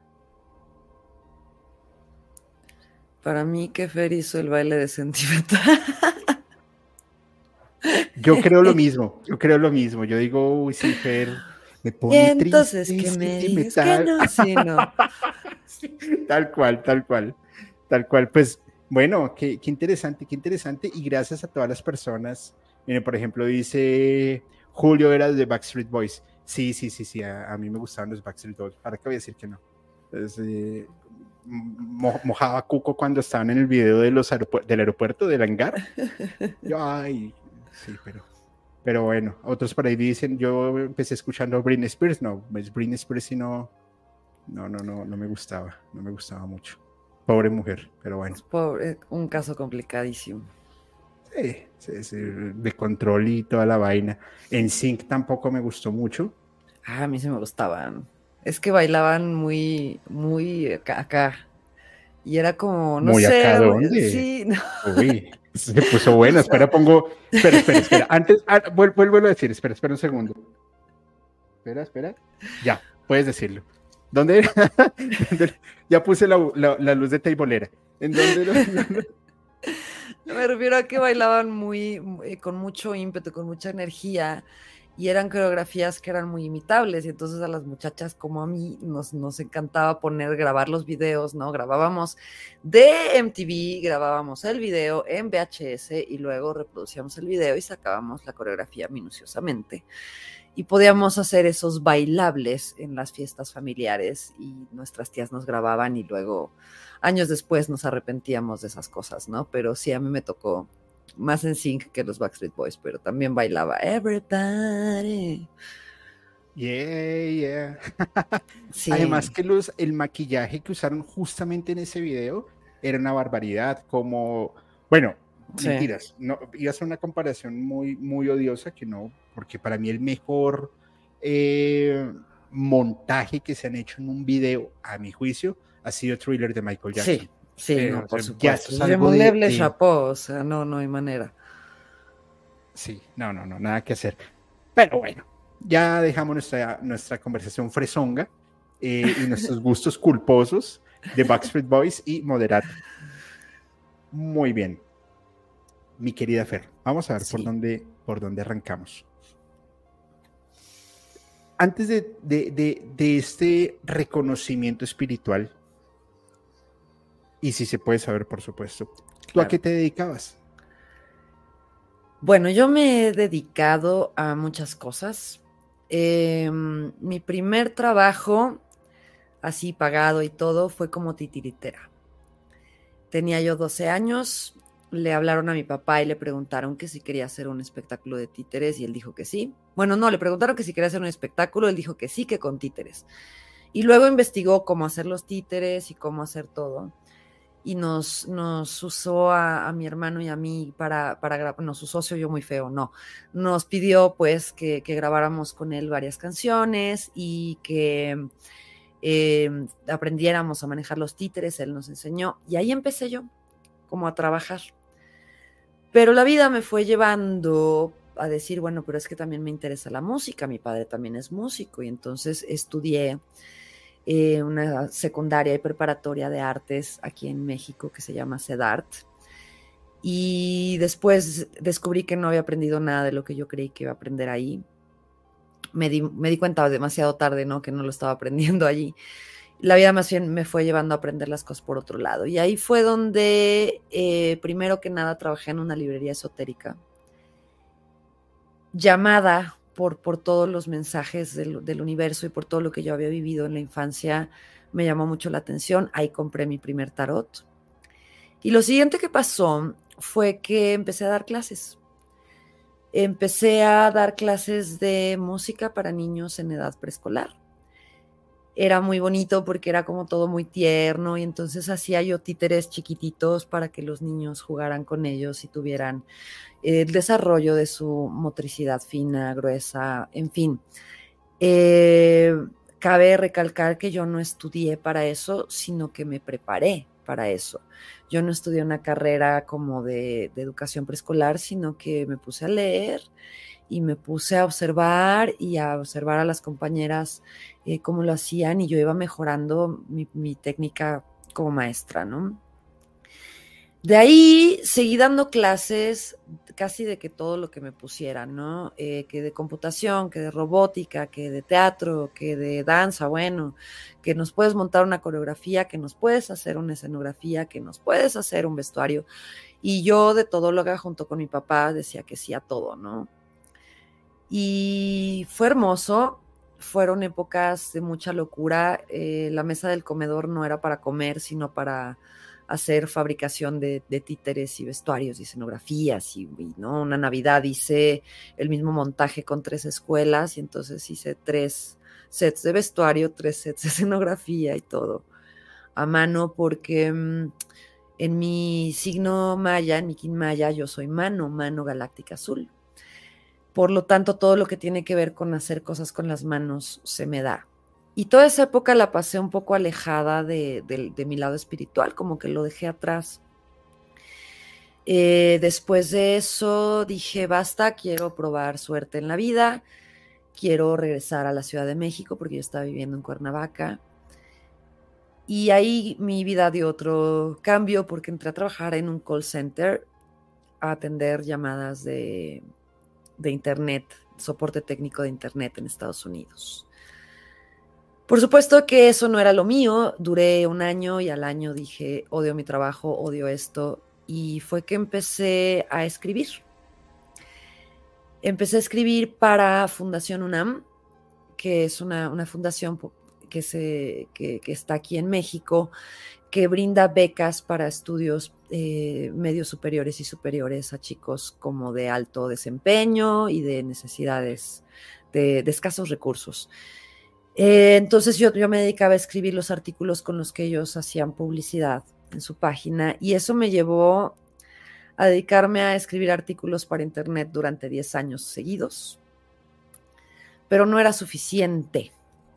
Para mí que Fer hizo el baile de sentimental. Yo creo lo mismo. Yo digo, uy, sí, Fer, me pone y entonces triste, que me digas que no, sí, no. Sí, tal cual. Pues, bueno, qué interesante. Y gracias a todas las personas. Miren, por ejemplo, dice Julio era de Backstreet Boys. Sí, a mí me gustaban los Backstreet Boys. ¿Para qué voy a decir que no? Entonces, mojaba cuco cuando estaban en el video de del aeropuerto, del hangar. Yo, ay, sí, pero bueno, otros por ahí dicen, yo empecé escuchando Britney Spears, no, pues Britney Spears y no me gustaba mucho. Pobre mujer, pero bueno. Pobre, un caso complicadísimo. Sí, de control y toda la vaina. NSYNC tampoco me gustó mucho. A mí sí me gustaban. Es que bailaban muy acá. Y era como, no muy sé. ¿Acá dónde? Sí, no. Uy, se puso bueno. Espera. Antes, vuelvo a decir, espera un segundo. Espera. Ya, puedes decirlo. ¿Dónde? Ya puse la luz de teibolera. ¿En dónde? Me refiero a que bailaban con mucho ímpetu, con mucha energía, y eran coreografías que eran muy imitables, y entonces a las muchachas como a mí nos encantaba grabar los videos, ¿no? Grabábamos de MTV, grabábamos el video en VHS y luego reproducíamos el video y sacábamos la coreografía minuciosamente. Y podíamos hacer esos bailables en las fiestas familiares y nuestras tías nos grababan y luego años después nos arrepentíamos de esas cosas, ¿no? Pero sí, a mí me tocó más en sync que los Backstreet Boys, pero también bailaba Everybody. Yeah. Sí. Además que el maquillaje que usaron justamente en ese video era una barbaridad, como, bueno, Sí. mentiras, no, iba a ser una comparación muy, muy odiosa, que no, porque para mí el mejor montaje que se han hecho en un video, a mi juicio, ha sido Thriller de Michael Jackson. Sí, no, o por sea, supuesto. ya esto es algo Remoleble chapó, o sea, no hay manera. Sí, no, nada que hacer. Pero bueno, ya dejamos nuestra conversación fresonga y nuestros gustos culposos de Backstreet Boys y Moderat. Muy bien, mi querida Fer, vamos a ver Sí. por dónde arrancamos. Antes de este reconocimiento espiritual, y si se puede saber, por supuesto, ¿tú Claro. a qué te dedicabas? Bueno, yo me he dedicado a muchas cosas. Mi primer trabajo, así pagado y todo, fue como titiritera. Tenía yo 12 años, le hablaron a mi papá y le preguntaron que si quería hacer un espectáculo de títeres y él dijo que sí. Bueno, no, le preguntaron que si quería hacer un espectáculo, él dijo que sí, que con títeres. Y luego investigó cómo hacer los títeres y cómo hacer todo. Y nos usó a mi hermano y a mí para grabar, nos usó, se oyó muy feo, no. Nos pidió pues que grabáramos con él varias canciones y que aprendiéramos a manejar los títeres, él nos enseñó. Y ahí empecé yo, como a trabajar. Pero la vida me fue llevando a decir, bueno, pero es que también me interesa la música, mi padre también es músico, y entonces estudié una secundaria y preparatoria de artes aquí en México que se llama CEDART. Y después descubrí que no había aprendido nada de lo que yo creí que iba a aprender ahí. Me di cuenta demasiado tarde, ¿no? Que no lo estaba aprendiendo allí. La vida más bien me fue llevando a aprender las cosas por otro lado. Y ahí fue donde, primero que nada, trabajé en una librería esotérica, llamada por todos los mensajes del universo y por todo lo que yo había vivido en la infancia. Me llamó mucho la atención. Ahí compré mi primer tarot. Y lo siguiente que pasó fue que empecé a dar clases. Empecé a dar clases de música para niños en edad preescolar. Era muy bonito porque era como todo muy tierno y entonces hacía yo títeres chiquititos para que los niños jugaran con ellos y tuvieran el desarrollo de su motricidad fina, gruesa, en fin. Cabe recalcar que yo no estudié para eso, sino que me preparé para eso. Yo no estudié una carrera como de educación preescolar, sino que me puse a leer y me puse a observar a las compañeras cómo lo hacían y yo iba mejorando mi técnica como maestra, ¿no? De ahí seguí dando clases casi de que todo lo que me pusieran, ¿no? Que de computación, que de robótica, que de teatro, que de danza, bueno, que nos puedes montar una coreografía, que nos puedes hacer una escenografía, que nos puedes hacer un vestuario. Y yo de todóloga junto con mi papá decía que sí a todo, ¿no? Y fue hermoso, fueron épocas de mucha locura. La mesa del comedor no era para comer, sino para hacer fabricación de títeres y vestuarios y escenografías. Y ¿no? Una Navidad hice el mismo montaje con 3 escuelas y entonces hice 3 sets de vestuario, 3 sets de escenografía y todo a mano porque en mi signo maya, en mi kin maya, yo soy mano galáctica azul. Por lo tanto, todo lo que tiene que ver con hacer cosas con las manos se me da. Y toda esa época la pasé un poco alejada de mi lado espiritual, como que lo dejé atrás. Después de eso dije, basta, quiero probar suerte en la vida. quiero regresar a la Ciudad de México porque yo estaba viviendo en Cuernavaca. Y ahí mi vida dio otro cambio porque entré a trabajar en un call center a atender llamadas de internet, soporte técnico de internet en Estados Unidos. Por supuesto que eso no era lo mío, duré un año y al año dije, odio mi trabajo, odio esto, y fue que empecé a escribir. Empecé a escribir para Fundación UNAM, que es una fundación que está aquí en México, que brinda becas para estudios medios superiores y superiores a chicos como de alto desempeño y de necesidades de escasos recursos. Entonces yo me dedicaba a escribir los artículos con los que ellos hacían publicidad en su página y eso me llevó a dedicarme a escribir artículos para internet durante 10 años seguidos, pero no era suficiente.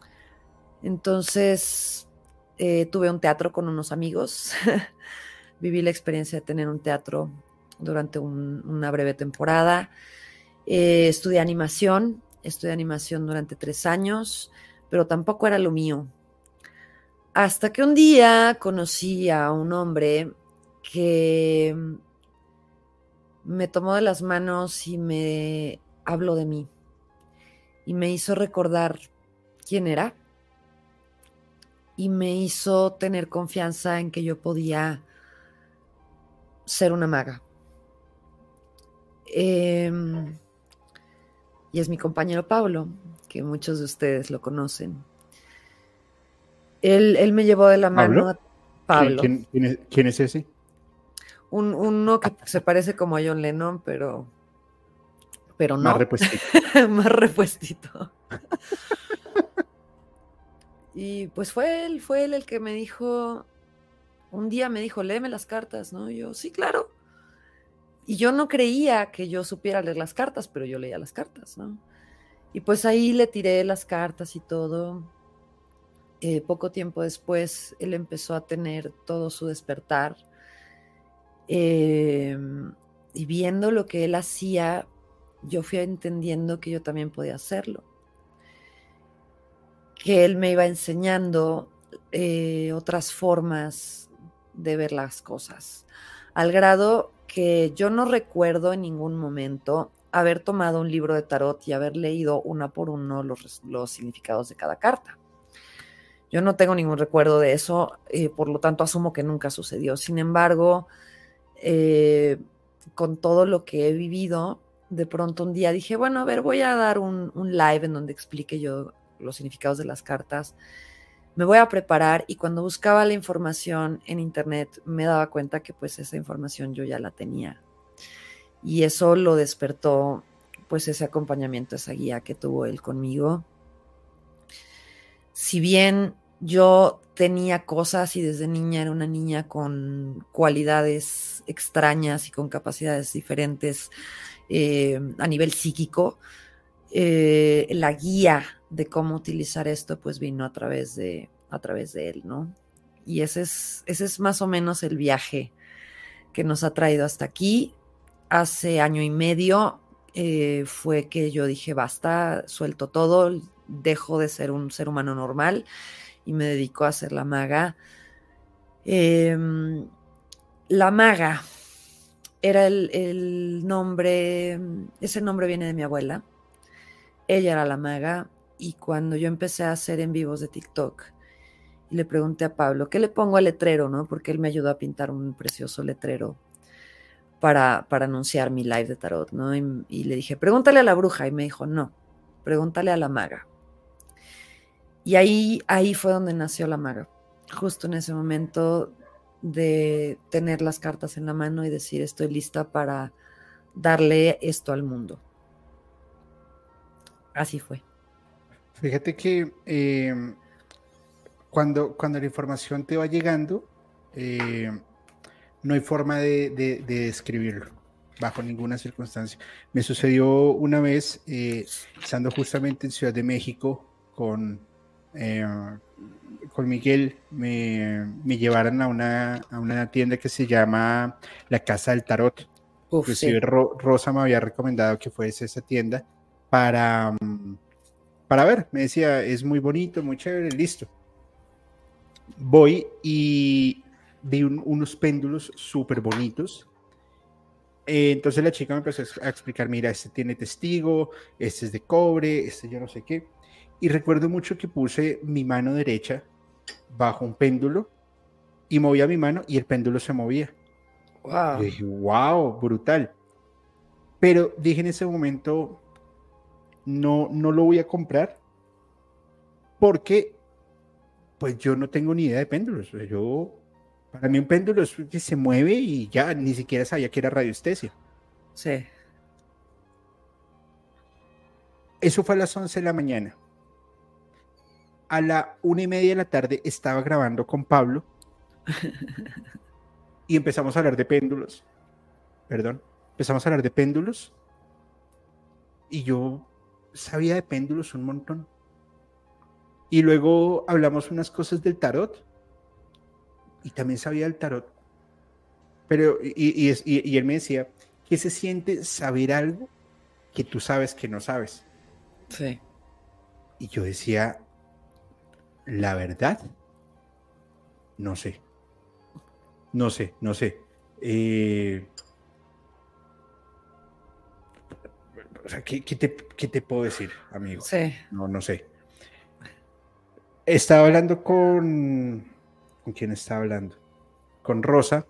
Entonces tuve un teatro con unos amigos, viví la experiencia de tener un teatro durante una breve temporada, estudié animación durante 3 años, pero tampoco era lo mío. Hasta que un día conocí a un hombre que me tomó de las manos y me habló de mí y me hizo recordar quién era y me hizo tener confianza en que yo podía ser una maga. Y es mi compañero Pablo, que muchos de ustedes lo conocen. Él me llevó de la mano a Pablo. ¿Quién es ese? Uno que se parece como a John Lennon, pero no. Más repuestito. Más repuestito. Y pues fue él el que me dijo, un día me dijo, léeme las cartas, ¿no? Y yo, sí, claro. Y yo no creía que yo supiera leer las cartas, pero yo leía las cartas, ¿no? Y pues ahí le tiré las cartas y todo. Poco tiempo después, él empezó a tener todo su despertar. Y viendo lo que él hacía, yo fui entendiendo que yo también podía hacerlo. Que él me iba enseñando otras formas de ver las cosas. Al grado que yo no recuerdo en ningún momento haber tomado un libro de tarot y haber leído uno por uno los significados de cada carta. Yo no tengo ningún recuerdo de eso, por lo tanto asumo que nunca sucedió. Sin embargo, con todo lo que he vivido, de pronto un día dije, bueno, a ver, voy a dar un live en donde explique yo los significados de las cartas. Me voy a preparar y cuando buscaba la información en internet me daba cuenta que pues esa información yo ya la tenía. Y eso lo despertó pues ese acompañamiento, esa guía que tuvo él conmigo. Si bien yo tenía cosas y desde niña era una niña con cualidades extrañas y con capacidades diferentes a nivel psíquico, la guía de cómo utilizar esto pues vino a través de él, ¿no? Y ese es más o menos el viaje que nos ha traído hasta aquí. Hace 1 año y medio fue que yo dije basta, suelto todo, dejo de ser un ser humano normal y me dedico a ser la maga. La maga era el nombre, ese nombre viene de mi abuela. Ella era la maga y cuando yo empecé a hacer en vivos de TikTok y le pregunté a Pablo, ¿qué le pongo al letrero, no? Porque él me ayudó a pintar un precioso letrero para anunciar mi live de tarot, ¿no? Y le dije, pregúntale a la bruja y me dijo, no, pregúntale a la maga. Y ahí fue donde nació la maga, justo en ese momento de tener las cartas en la mano y decir, estoy lista para darle esto al mundo. Así fue. Fíjate que cuando la información te va llegando, no hay forma de describirlo bajo ninguna circunstancia. Me sucedió una vez, estando justamente en Ciudad de México con Miguel, me llevaron a una tienda que se llama La Casa del Tarot. Inclusive sí. Rosa me había recomendado que fuese esa tienda para para ver. Me decía, es muy bonito, muy chévere, listo. Voy y vi unos péndulos súper bonitos. Entonces la chica me empezó a explicar, mira, este tiene testigo, este es de cobre, este yo no sé qué. Y recuerdo mucho que puse mi mano derecha bajo un péndulo y movía mi mano y el péndulo se movía. Y yo Wow. dije, wow, brutal. Pero dije en ese momento, no, no lo voy a comprar porque pues yo no tengo ni idea de péndulos. O sea, para mí un péndulo es que se mueve y ya, ni siquiera sabía que era radiestesia. Sí. Eso fue a las 11 de la mañana. A la 1:30 de la tarde estaba grabando con Pablo y empezamos a hablar de péndulos. Perdón, empezamos a hablar de péndulos y yo sabía de péndulos un montón. Y luego hablamos unas cosas del tarot y también sabía del tarot. Pero, y él me decía, ¿qué se siente saber algo que tú sabes que no sabes? Sí. Y yo decía, la verdad, no sé, no sé, no sé. O sea, ¿qué te puedo decir, amigo? Sí. No, no sé. Estaba hablando ¿con quién estaba hablando? Con Rosa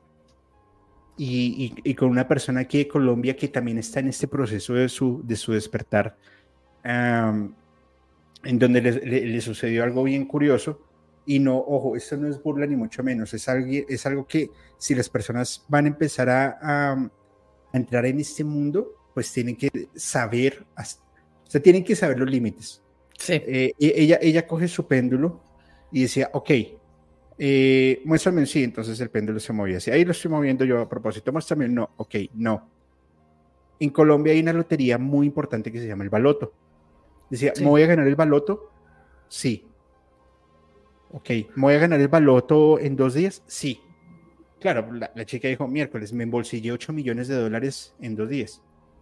y con una persona aquí de Colombia que también está en este proceso de su despertar, um, en donde le sucedió algo bien curioso. Y no, ojo, esto no es burla ni mucho menos, es algo que si las personas van a empezar a entrar en este mundo, pues tienen que saber, o sea, tienen que saber los límites. Sí. Ella coge su péndulo y decía, ok, muéstrame un sí, entonces el péndulo se movía así. Ahí lo estoy moviendo yo a propósito, muéstrame un no, ok, no. En Colombia hay una lotería muy importante que se llama el baloto. Decía, ¿me Sí. voy a ganar el baloto? Sí. Ok, ¿me voy a ganar el baloto en 2 días? Sí. Claro, la chica dijo, miércoles, me embolsillé $8 millones en 2 días.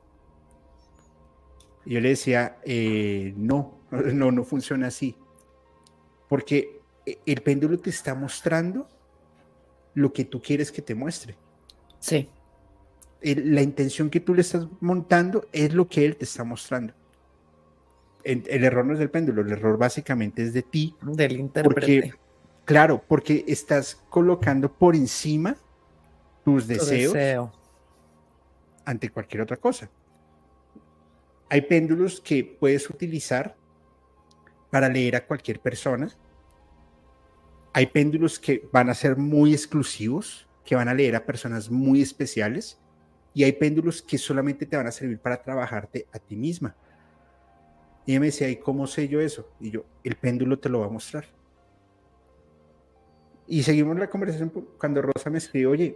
Y yo le decía, no, no, no funciona así. Porque el péndulo te está mostrando lo que tú quieres que te muestre. Sí. La intención que tú le estás montando es lo que él te está mostrando. El error no es del péndulo, el error básicamente es de ti, Del intérprete. porque, claro, porque estás colocando por encima tus Tu deseos deseo. ante cualquier otra cosa. Hay péndulos que puedes utilizar para leer a cualquier persona. Hay péndulos que van a ser muy exclusivos, que van a leer a personas muy especiales, y hay péndulos que solamente te van a servir para trabajarte a ti misma. Y ella me decía, ¿y cómo sé yo eso? Y yo, el péndulo te lo va a mostrar. Y seguimos la conversación cuando Rosa me escribe, oye,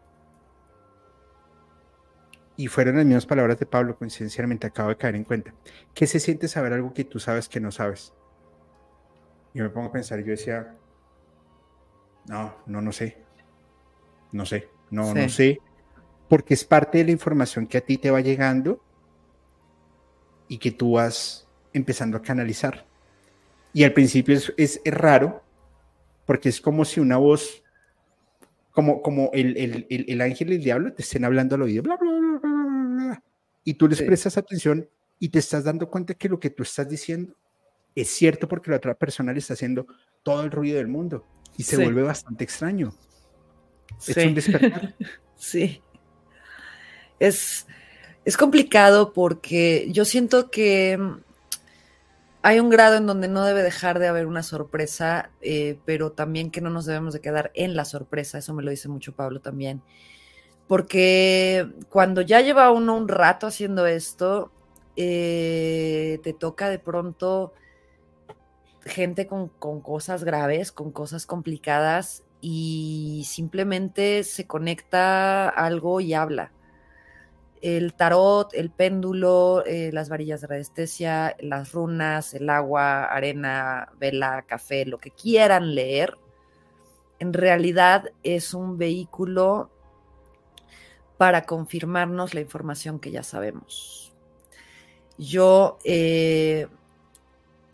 y fueron las mismas palabras de Pablo, coincidencialmente acabo de caer en cuenta. ¿Qué se siente saber algo que tú sabes que no sabes? Y yo me pongo a pensar, y yo decía, no, no, no sé, no sé, no, no Sí. sé, porque es parte de la información que a ti te va llegando y que tú vas empezando a canalizar. Y al principio es raro, porque es como si una voz, como el ángel y el diablo te estén hablando al oído, bla, bla, bla, bla, bla, bla, y tú les Sí. prestas atención y te estás dando cuenta que lo que tú estás diciendo es cierto porque la otra persona le está haciendo todo el ruido del mundo y se Sí. vuelve bastante extraño. Es un Sí. despertar. Sí. Es, es complicado porque yo siento que hay un grado en donde no debe dejar de haber una sorpresa, pero también que no nos debemos de quedar en la sorpresa. Eso me lo dice mucho Pablo también. Porque cuando ya lleva uno un rato haciendo esto, te toca de pronto gente con cosas graves, con cosas complicadas y simplemente se conecta algo y habla. El tarot, el péndulo, las varillas de radiestesia, las runas, el agua, arena, vela, café, lo que quieran leer, en realidad es un vehículo para confirmarnos la información que ya sabemos. Yo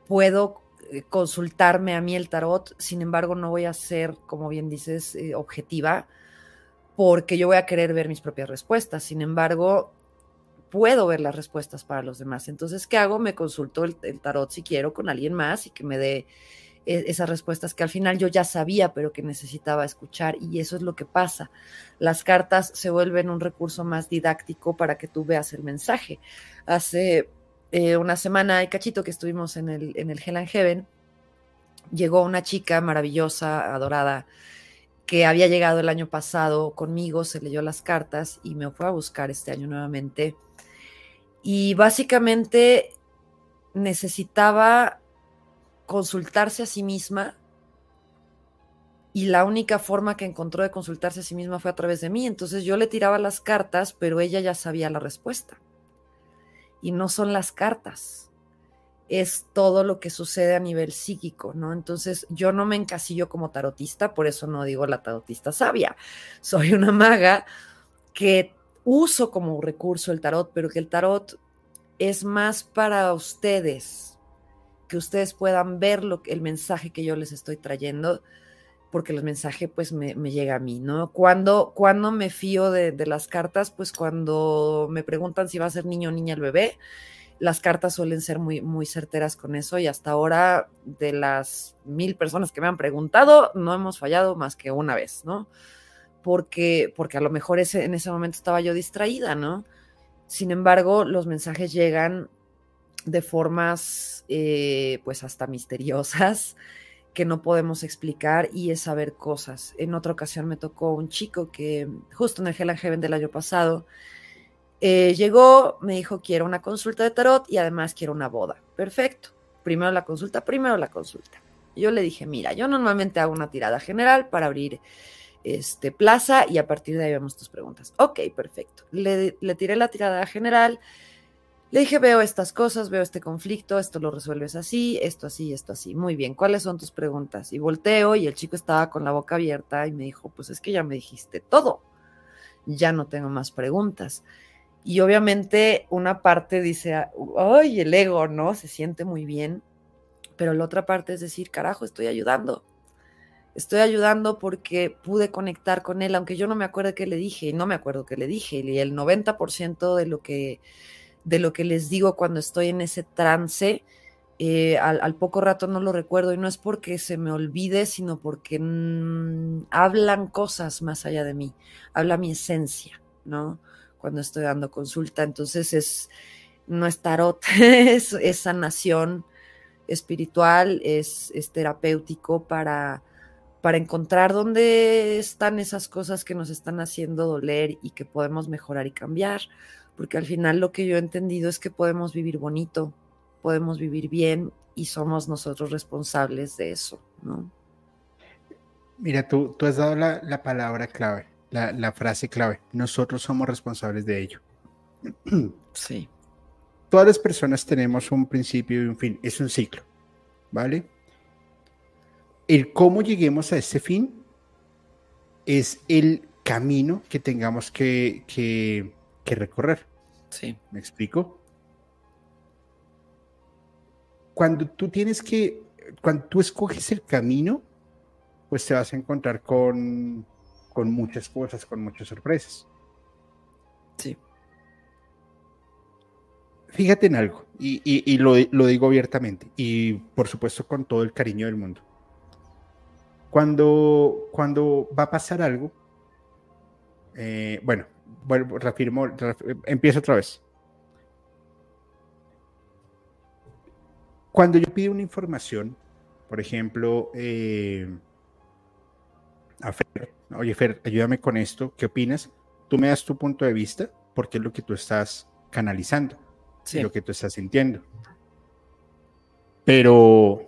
puedo consultarme a mí el tarot, sin embargo no voy a ser, como bien dices, objetiva, porque yo voy a querer ver mis propias respuestas. Sin embargo, puedo ver las respuestas para los demás. Entonces, ¿qué hago? Me consulto el tarot si quiero con alguien más y que me dé esas respuestas que al final yo ya sabía, pero que necesitaba escuchar. Y eso es lo que pasa. Las cartas se vuelven un recurso más didáctico para que tú veas el mensaje. Hace una semana y cachito que estuvimos en el Hell and Heaven, llegó una chica maravillosa, adorada, que había llegado el año pasado conmigo, se leyó las cartas y me fue a buscar este año nuevamente. Y básicamente necesitaba consultarse a sí misma, y la única forma que encontró de consultarse a sí misma fue a través de mí. Entonces yo le tiraba las cartas, pero ella ya sabía la respuesta. Y no son las cartas, es todo lo que sucede a nivel psíquico, ¿no? Entonces yo no me encasillo como tarotista, por eso no digo la tarotista sabia. Soy una maga que uso como recurso el tarot, pero que el tarot es más para ustedes, que ustedes puedan ver el mensaje que yo les estoy trayendo, porque el mensaje pues me llega a mí, ¿no? Cuando me fío de las cartas, pues cuando me preguntan si va a ser niño o niña el bebé, las cartas suelen ser muy, muy certeras con eso, y hasta ahora de las 1000 personas que me han preguntado, no hemos fallado más que una vez, ¿no? Porque a lo mejor en ese momento estaba yo distraída, ¿no? Sin embargo, los mensajes llegan de formas pues hasta misteriosas, que no podemos explicar, y es saber cosas. En otra ocasión me tocó un chico que justo en el Hell and Heaven del año pasado llegó, me dijo quiero una consulta de tarot y además quiero una boda. Perfecto, primero la consulta. Yo le dije, mira, yo normalmente hago una tirada general para abrir plaza y a partir de ahí vemos tus preguntas. Ok, perfecto. Le tiré la tirada general. Le dije, veo estas cosas, veo este conflicto, esto lo resuelves así, esto así, esto así. Muy bien, ¿cuáles son tus preguntas? Y volteo y el chico estaba con la boca abierta y me dijo, pues es que ya me dijiste todo, ya no tengo más preguntas. Y obviamente una parte dice, ay, el ego, ¿no? Se siente muy bien, pero la otra parte es decir, carajo, estoy ayudando porque pude conectar con él, aunque yo no me acuerdo qué le dije, y no me acuerdo qué le dije, y el 90% de lo que les digo cuando estoy en ese trance, al poco rato no lo recuerdo, y no es porque se me olvide, sino porque hablan cosas más allá de mí, habla mi esencia, ¿no? Cuando estoy dando consulta. Entonces no es tarot, es sanación espiritual, es terapéutico para encontrar dónde están esas cosas que nos están haciendo doler y que podemos mejorar y cambiar. Porque al final lo que yo he entendido es que podemos vivir bonito, podemos vivir bien, y somos nosotros responsables de eso, ¿no? Mira, tú has dado la palabra clave, la frase clave. Nosotros somos responsables de ello. Sí. Todas las personas tenemos un principio y un fin. Es un ciclo, ¿vale? El cómo lleguemos a ese fin es el camino que tengamos que recorrer. Sí. ¿Me explico? Cuando tú escoges el camino, pues te vas a encontrar con muchas cosas, con muchas sorpresas. Sí. Fíjate en algo, y lo digo abiertamente, y por supuesto con todo el cariño del mundo. Cuando va a pasar algo, bueno, empiezo otra vez. Cuando yo pido una información, por ejemplo, a Fer, oye Fer, ayúdame con esto, ¿qué opinas? Tú me das tu punto de vista porque es lo que tú estás canalizando, Sí. lo que tú estás sintiendo. Pero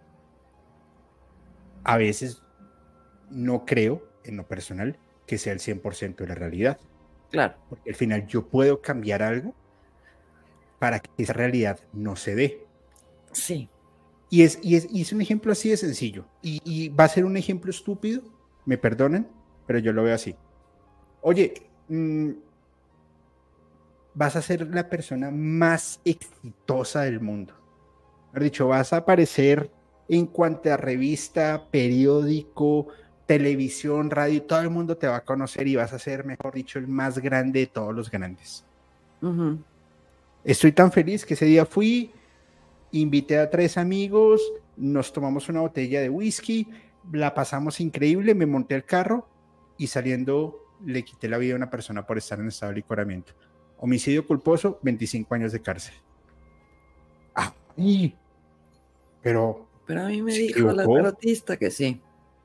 a veces no creo, en lo personal, que sea el 100% de la realidad. Claro. Porque al final yo puedo cambiar algo para que esa realidad no se dé. Sí. Y es un ejemplo así de sencillo. Y va a ser un ejemplo estúpido, me perdonan, pero yo lo veo así. Oye, vas a ser la persona más exitosa del mundo. Mejor dicho, vas a aparecer en cuanta revista, periódico, televisión, radio, todo el mundo te va a conocer y vas a ser, mejor dicho, el más grande de todos los grandes. Ujú. Estoy tan feliz que ese día fui, invité a 3 amigos, nos tomamos una botella de whisky, la pasamos increíble, me monté al carro y saliendo le quité la vida a una persona por estar en estado de licoramiento. Homicidio culposo, 25 años de cárcel. Ay, pero Pero a mí me se dijo la equivocó. tarotista que sí.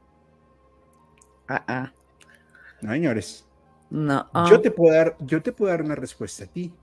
No, señores. No. Yo te puedo dar una respuesta a ti.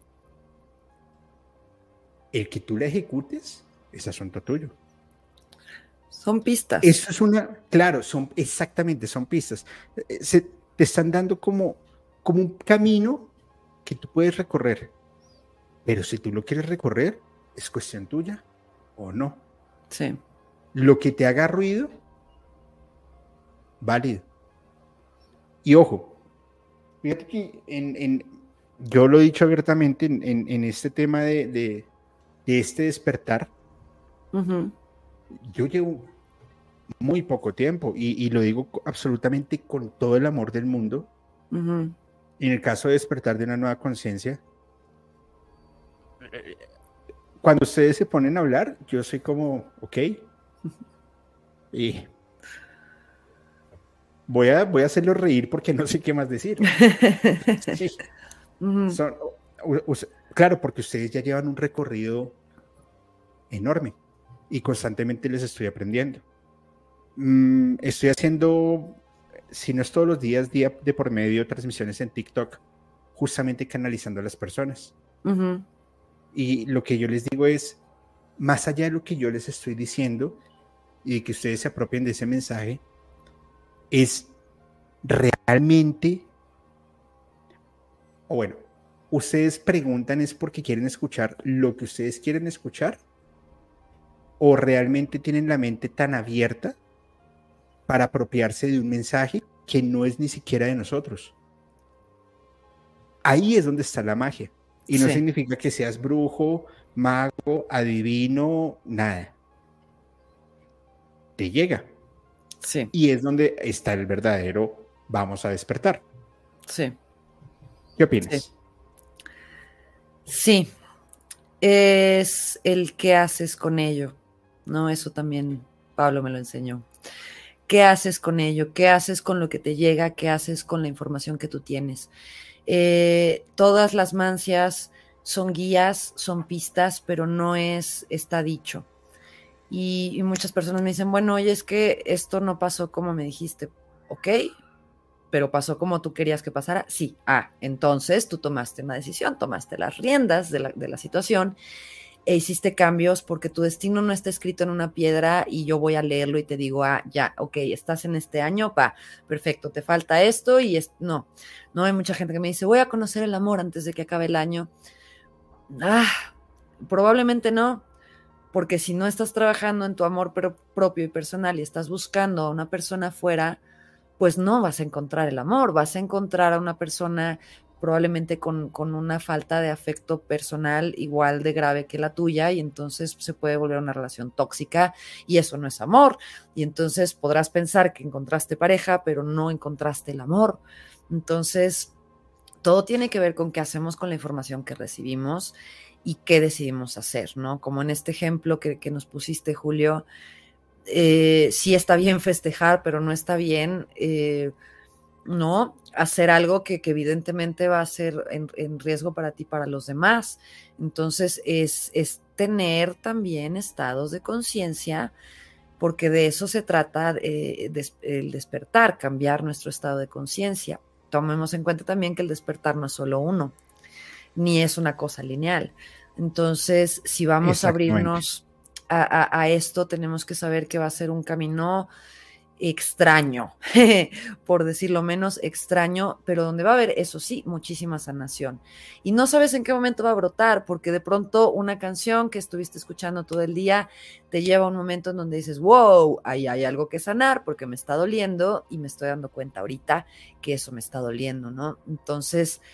El que tú la ejecutes es asunto tuyo. Son pistas. Eso es claro, exactamente, son pistas. Te están dando como un camino que tú puedes recorrer. Pero si tú lo quieres recorrer, es cuestión tuya o no. Sí. Lo que te haga ruido, válido. Y ojo, fíjate que yo lo he dicho abiertamente en este tema de este despertar. Uh-huh. Yo llevo muy poco tiempo y lo digo absolutamente con todo el amor del mundo. Uh-huh. En el caso de despertar de una nueva conciencia, cuando ustedes se ponen a hablar, yo soy como, ok, y voy a hacerlo reír porque no sé qué más decir. Sí. Uh-huh. Claro, porque ustedes ya llevan un recorrido enorme y constantemente les estoy aprendiendo. Estoy haciendo, si no es todos los días, día de por medio, transmisiones en TikTok, justamente canalizando a las personas. Uh-huh. Y lo que yo les digo es, más allá de lo que yo les estoy diciendo y que ustedes se apropien de ese mensaje, es realmente, o bueno, ustedes preguntan es porque quieren escuchar lo que ustedes quieren escuchar o realmente tienen la mente tan abierta para apropiarse de un mensaje que no es ni siquiera de nosotros. Ahí es donde está la magia. Y no significa que seas brujo, mago, adivino, nada. Te llega. Sí. Y es donde está el verdadero vamos a despertar. Sí. ¿Qué opinas? Sí. Es el qué haces con ello, ¿no? Eso también Pablo me lo enseñó. ¿Qué haces con ello? ¿Qué haces con lo que te llega? ¿Qué haces con la información que tú tienes? Todas las mancias son guías, son pistas, pero no está dicho. Y muchas personas me dicen, bueno, oye, es que esto no pasó como me dijiste. Ok, pero pasó como tú querías que pasara. Sí, entonces tú tomaste una decisión, tomaste las riendas de la situación e hiciste cambios porque tu destino no está escrito en una piedra y yo voy a leerlo y te digo, ya, ok, estás en este año, perfecto, te falta esto y no hay mucha gente que me dice, voy a conocer el amor antes de que acabe el año. Probablemente no, porque si no estás trabajando en tu amor propio y personal y estás buscando a una persona afuera, pues no vas a encontrar el amor, vas a encontrar a una persona probablemente con una falta de afecto personal igual de grave que la tuya y entonces se puede volver una relación tóxica y eso no es amor. Y entonces podrás pensar que encontraste pareja, pero no encontraste el amor. Entonces, todo tiene que ver con qué hacemos con la información que recibimos y qué decidimos hacer, ¿no? Como en este ejemplo que nos pusiste, Julio, sí está bien festejar, pero no está bien no hacer algo que evidentemente va a ser en riesgo para ti, para los demás. Entonces es tener también estados de conciencia, porque de eso se trata el despertar, cambiar nuestro estado de conciencia. Tomemos en cuenta también que el despertar no es solo uno, ni es una cosa lineal. Entonces, si vamos a abrirnos a esto, tenemos que saber que va a ser un camino extraño, por decirlo menos, extraño, pero donde va a haber, eso sí, muchísima sanación. Y no sabes en qué momento va a brotar, porque de pronto una canción que estuviste escuchando todo el día te lleva a un momento en donde dices, wow, ahí hay algo que sanar porque me está doliendo y me estoy dando cuenta ahorita que eso me está doliendo, ¿no? Entonces,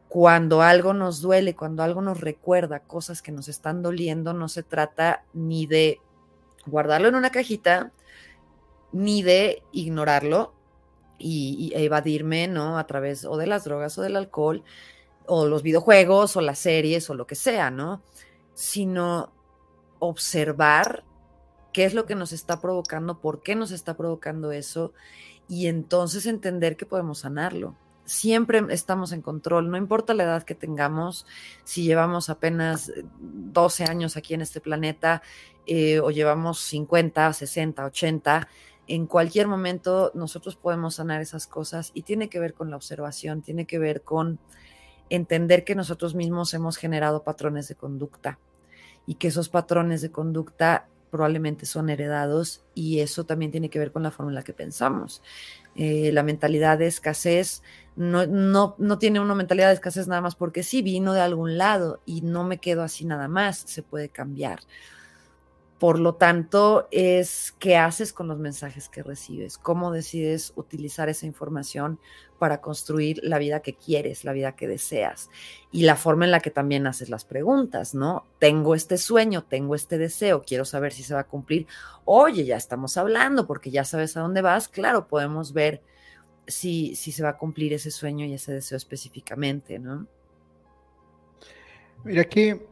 Cuando algo nos duele, cuando algo nos recuerda cosas que nos están doliendo, no se trata ni de guardarlo en una cajita, ni de ignorarlo y evadirme, ¿no? A través o de las drogas o del alcohol, o los videojuegos, o las series, o lo que sea, ¿no? Sino observar qué es lo que nos está provocando, por qué nos está provocando eso, y entonces entender que podemos sanarlo. Siempre estamos en control, no importa la edad que tengamos, si llevamos apenas 12 años aquí en este planeta, o llevamos 50, 60, 80, en cualquier momento nosotros podemos sanar esas cosas, y tiene que ver con la observación, tiene que ver con entender que nosotros mismos hemos generado patrones de conducta y que esos patrones de conducta probablemente son heredados, y eso también tiene que ver con la forma en la que pensamos. La mentalidad de escasez, no tiene una mentalidad de escasez nada más porque sí, vino de algún lado y no me quedo así nada más, se puede cambiar. Por lo tanto, es qué haces con los mensajes que recibes, cómo decides utilizar esa información para construir la vida que quieres, la vida que deseas, y la forma en la que también haces las preguntas, ¿no? Tengo este sueño, tengo este deseo, quiero saber si se va a cumplir. Oye, ya estamos hablando porque ya sabes a dónde vas. Claro, podemos ver si se va a cumplir ese sueño y ese deseo específicamente, ¿no? Mira que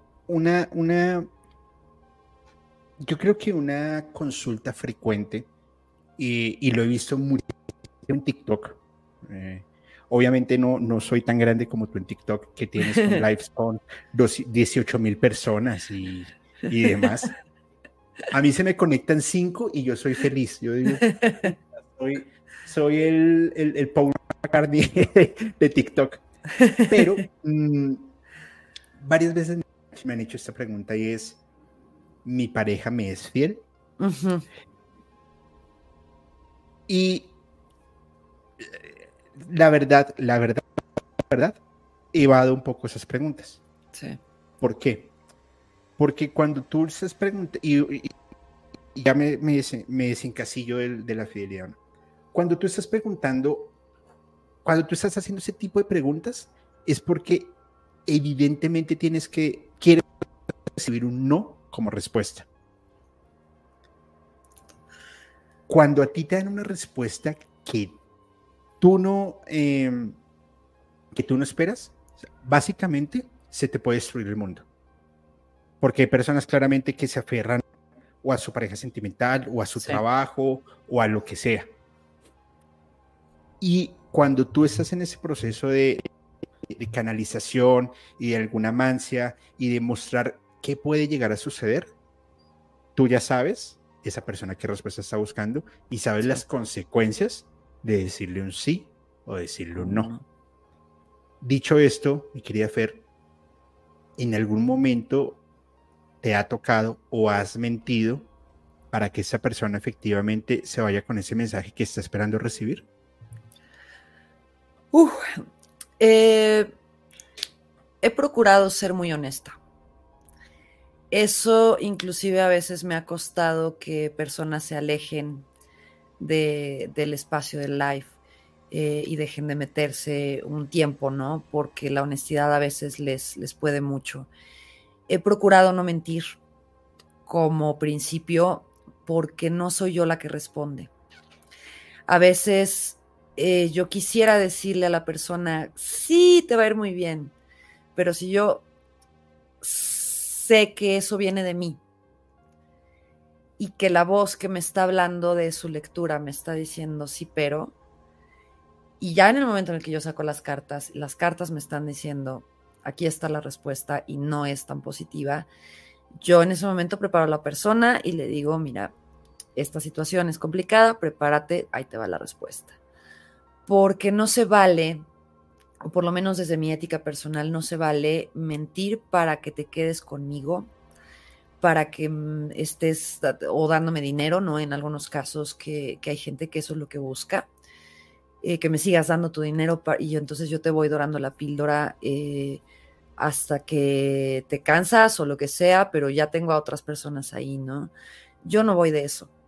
yo creo que una consulta frecuente, y lo he visto mucho en TikTok. Obviamente no soy tan grande como tú en TikTok, que tienes con lives con 18,000 personas y demás. A mí se me conectan 5 y yo soy feliz. Yo digo, soy el Paul McCartney de TikTok. Pero varias veces me han hecho esta pregunta, y es: ¿mi pareja me es fiel? Uh-huh. Y la verdad, evado un poco esas preguntas. Sí. ¿Por qué? Porque cuando tú estás preguntando, y ya me desencasillo de la fidelidad, ¿no? Cuando tú estás preguntando, cuando tú estás haciendo ese tipo de preguntas, es porque evidentemente quieres recibir un no como respuesta. Cuando a ti te dan una respuesta que tú no esperas, básicamente se te puede destruir el mundo. Porque hay personas claramente que se aferran o a su pareja sentimental, o a su trabajo, o a lo que sea. Y cuando tú estás en ese proceso de canalización y de alguna mancia y de mostrar qué puede llegar a suceder, tú ya sabes esa persona qué respuesta está buscando, y sabes las consecuencias de decirle un sí o decirle un no. Dicho esto, mi querida Fer, ¿en algún momento te ha tocado o has mentido para que esa persona efectivamente se vaya con ese mensaje que está esperando recibir? He procurado ser muy honesta. Eso inclusive a veces me ha costado que personas se alejen del espacio del live, y dejen de meterse un tiempo, ¿no? Porque la honestidad a veces les puede mucho. He procurado no mentir como principio, porque no soy yo la que responde. A veces yo quisiera decirle a la persona, sí, te va a ir muy bien, pero si yo sé que eso viene de mí y que la voz que me está hablando de su lectura me está diciendo sí, pero, y ya en el momento en el que yo saco las cartas me están diciendo, aquí está la respuesta y no es tan positiva, yo en ese momento preparo a la persona y le digo, mira, esta situación es complicada, prepárate, ahí te va la respuesta. Porque no se vale, o por lo menos desde mi ética personal, no se vale mentir para que te quedes conmigo, para que estés o dándome dinero, ¿no? En algunos casos que hay gente que eso es lo que busca, que me sigas dando tu dinero y entonces yo te voy dorando la píldora hasta que te cansas o lo que sea, pero ya tengo a otras personas ahí, ¿no? Yo no voy de eso.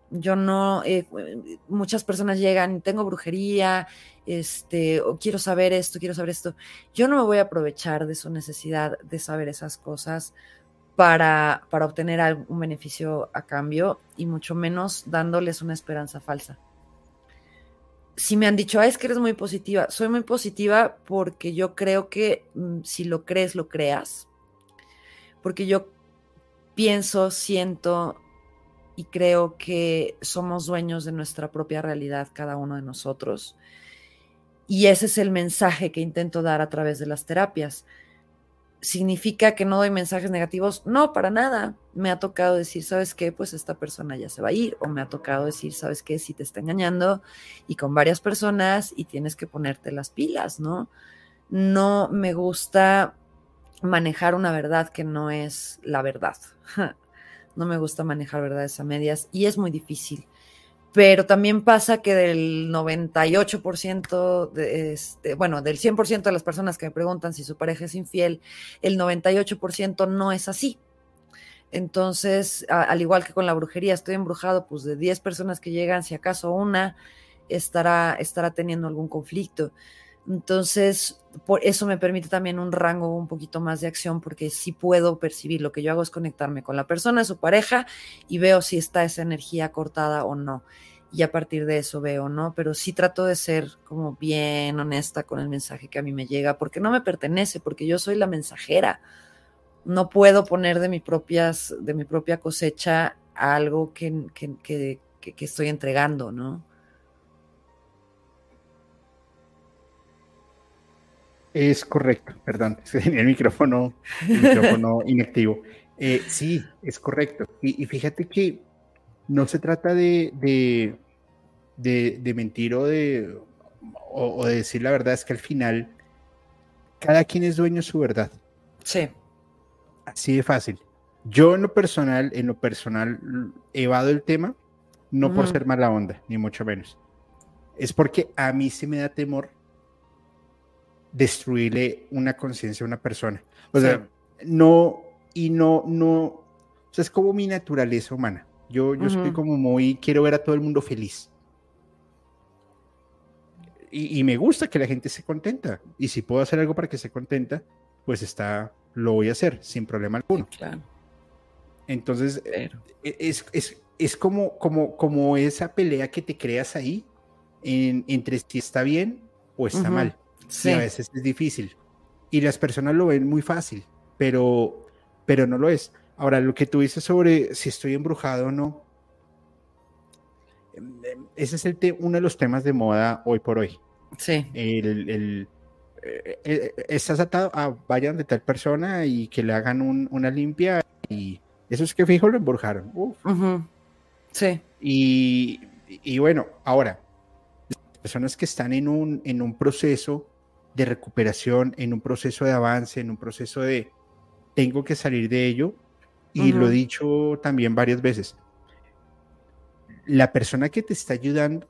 Yo no, muchas personas llegan, tengo brujería, o quiero saber esto, quiero saber esto. Yo no me voy a aprovechar de su necesidad de saber esas cosas para obtener algún beneficio a cambio, y mucho menos dándoles una esperanza falsa. Si me han dicho, es que eres muy positiva, soy muy positiva porque yo creo que si lo crees, lo creas, porque yo pienso, siento y creo que somos dueños de nuestra propia realidad, cada uno de nosotros. Y ese es el mensaje que intento dar a través de las terapias. ¿Significa que no doy mensajes negativos? No, para nada. Me ha tocado decir, ¿sabes qué? Pues esta persona ya se va a ir. O me ha tocado decir, ¿sabes qué? Si te está engañando y con varias personas y tienes que ponerte las pilas, ¿no? No me gusta manejar una verdad que no es la verdad. No me gusta manejar verdades a medias y es muy difícil. Pero también pasa que del 98% del 100% de las personas que me preguntan si su pareja es infiel, el 98% no es así. Entonces, al igual que con la brujería, estoy embrujado, pues de 10 personas que llegan, si acaso una estará teniendo algún conflicto. Entonces, por eso me permite también un rango un poquito más de acción, porque sí puedo percibir. Lo que yo hago es conectarme con la persona, su pareja, y veo si está esa energía cortada o no. Y a partir de eso veo, ¿no? Pero sí trato de ser como bien honesta con el mensaje que a mí me llega, porque no me pertenece, porque yo soy la mensajera. No puedo poner de mi propia cosecha algo que estoy entregando, ¿no? Es correcto, perdón, tenía el micrófono inactivo. Sí, es correcto. Y fíjate que no se trata de mentir o de decir la verdad, es que al final cada quien es dueño de su verdad. Sí. Así de fácil. Yo en lo personal evado el tema, no por ser mala onda, ni mucho menos. Es porque a mí sí me da temor destruirle una conciencia a una persona. O sea, no, o sea, es como mi naturaleza humana. Yo estoy como quiero ver a todo el mundo feliz. Y me gusta que la gente esté contenta. Y si puedo hacer algo para que esté contenta, pues lo voy a hacer sin problema alguno. Sí, claro. Entonces, es como esa pelea que te creas ahí entre si está bien o está mal. Sí. Y a veces es difícil. Y las personas lo ven muy fácil, pero no lo es. Ahora, lo que tú dices sobre si estoy embrujado o no, ese es uno de los temas de moda hoy por hoy. Sí. Estás atado a vayan de tal persona y que le hagan una limpia y eso es que fijo lo embrujaron. Sí. Y bueno, ahora, las personas que están en un proceso de recuperación, en un proceso de avance, en un proceso de tengo que salir de ello, y lo he dicho también varias veces, la persona que te está ayudando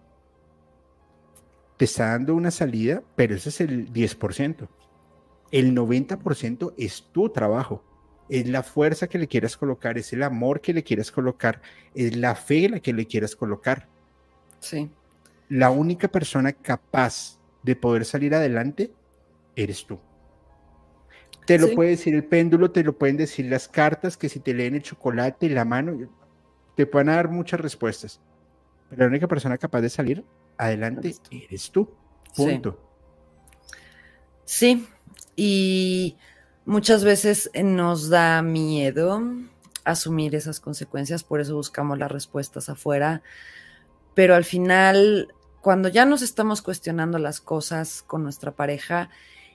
te está dando una salida, pero ese es el 10%. El 90% es tu trabajo. Es la fuerza que le quieras colocar, es el amor que le quieras colocar, es la fe la que le quieras colocar. Sí. La única persona capaz de poder salir adelante eres tú. Te lo puede decir el péndulo, te lo pueden decir las cartas, que si te leen el chocolate, la mano, te pueden dar muchas respuestas. Pero la única persona capaz de salir adelante eres tú. Punto. Sí. Y muchas veces nos da miedo asumir esas consecuencias, por eso buscamos las respuestas afuera. Pero al final, cuando ya nos estamos cuestionando las cosas con nuestra pareja,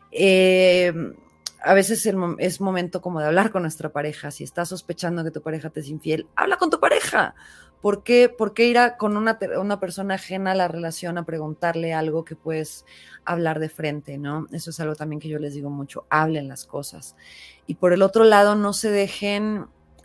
a veces es momento como de hablar con nuestra pareja. Si estás sospechando que tu pareja te es infiel, habla con tu pareja. ¿Por qué ir con una persona ajena a la relación a preguntarle algo que puedes hablar de frente, ¿no? Eso es algo también que yo les digo mucho, hablen las cosas. Y por el otro lado, no se dejen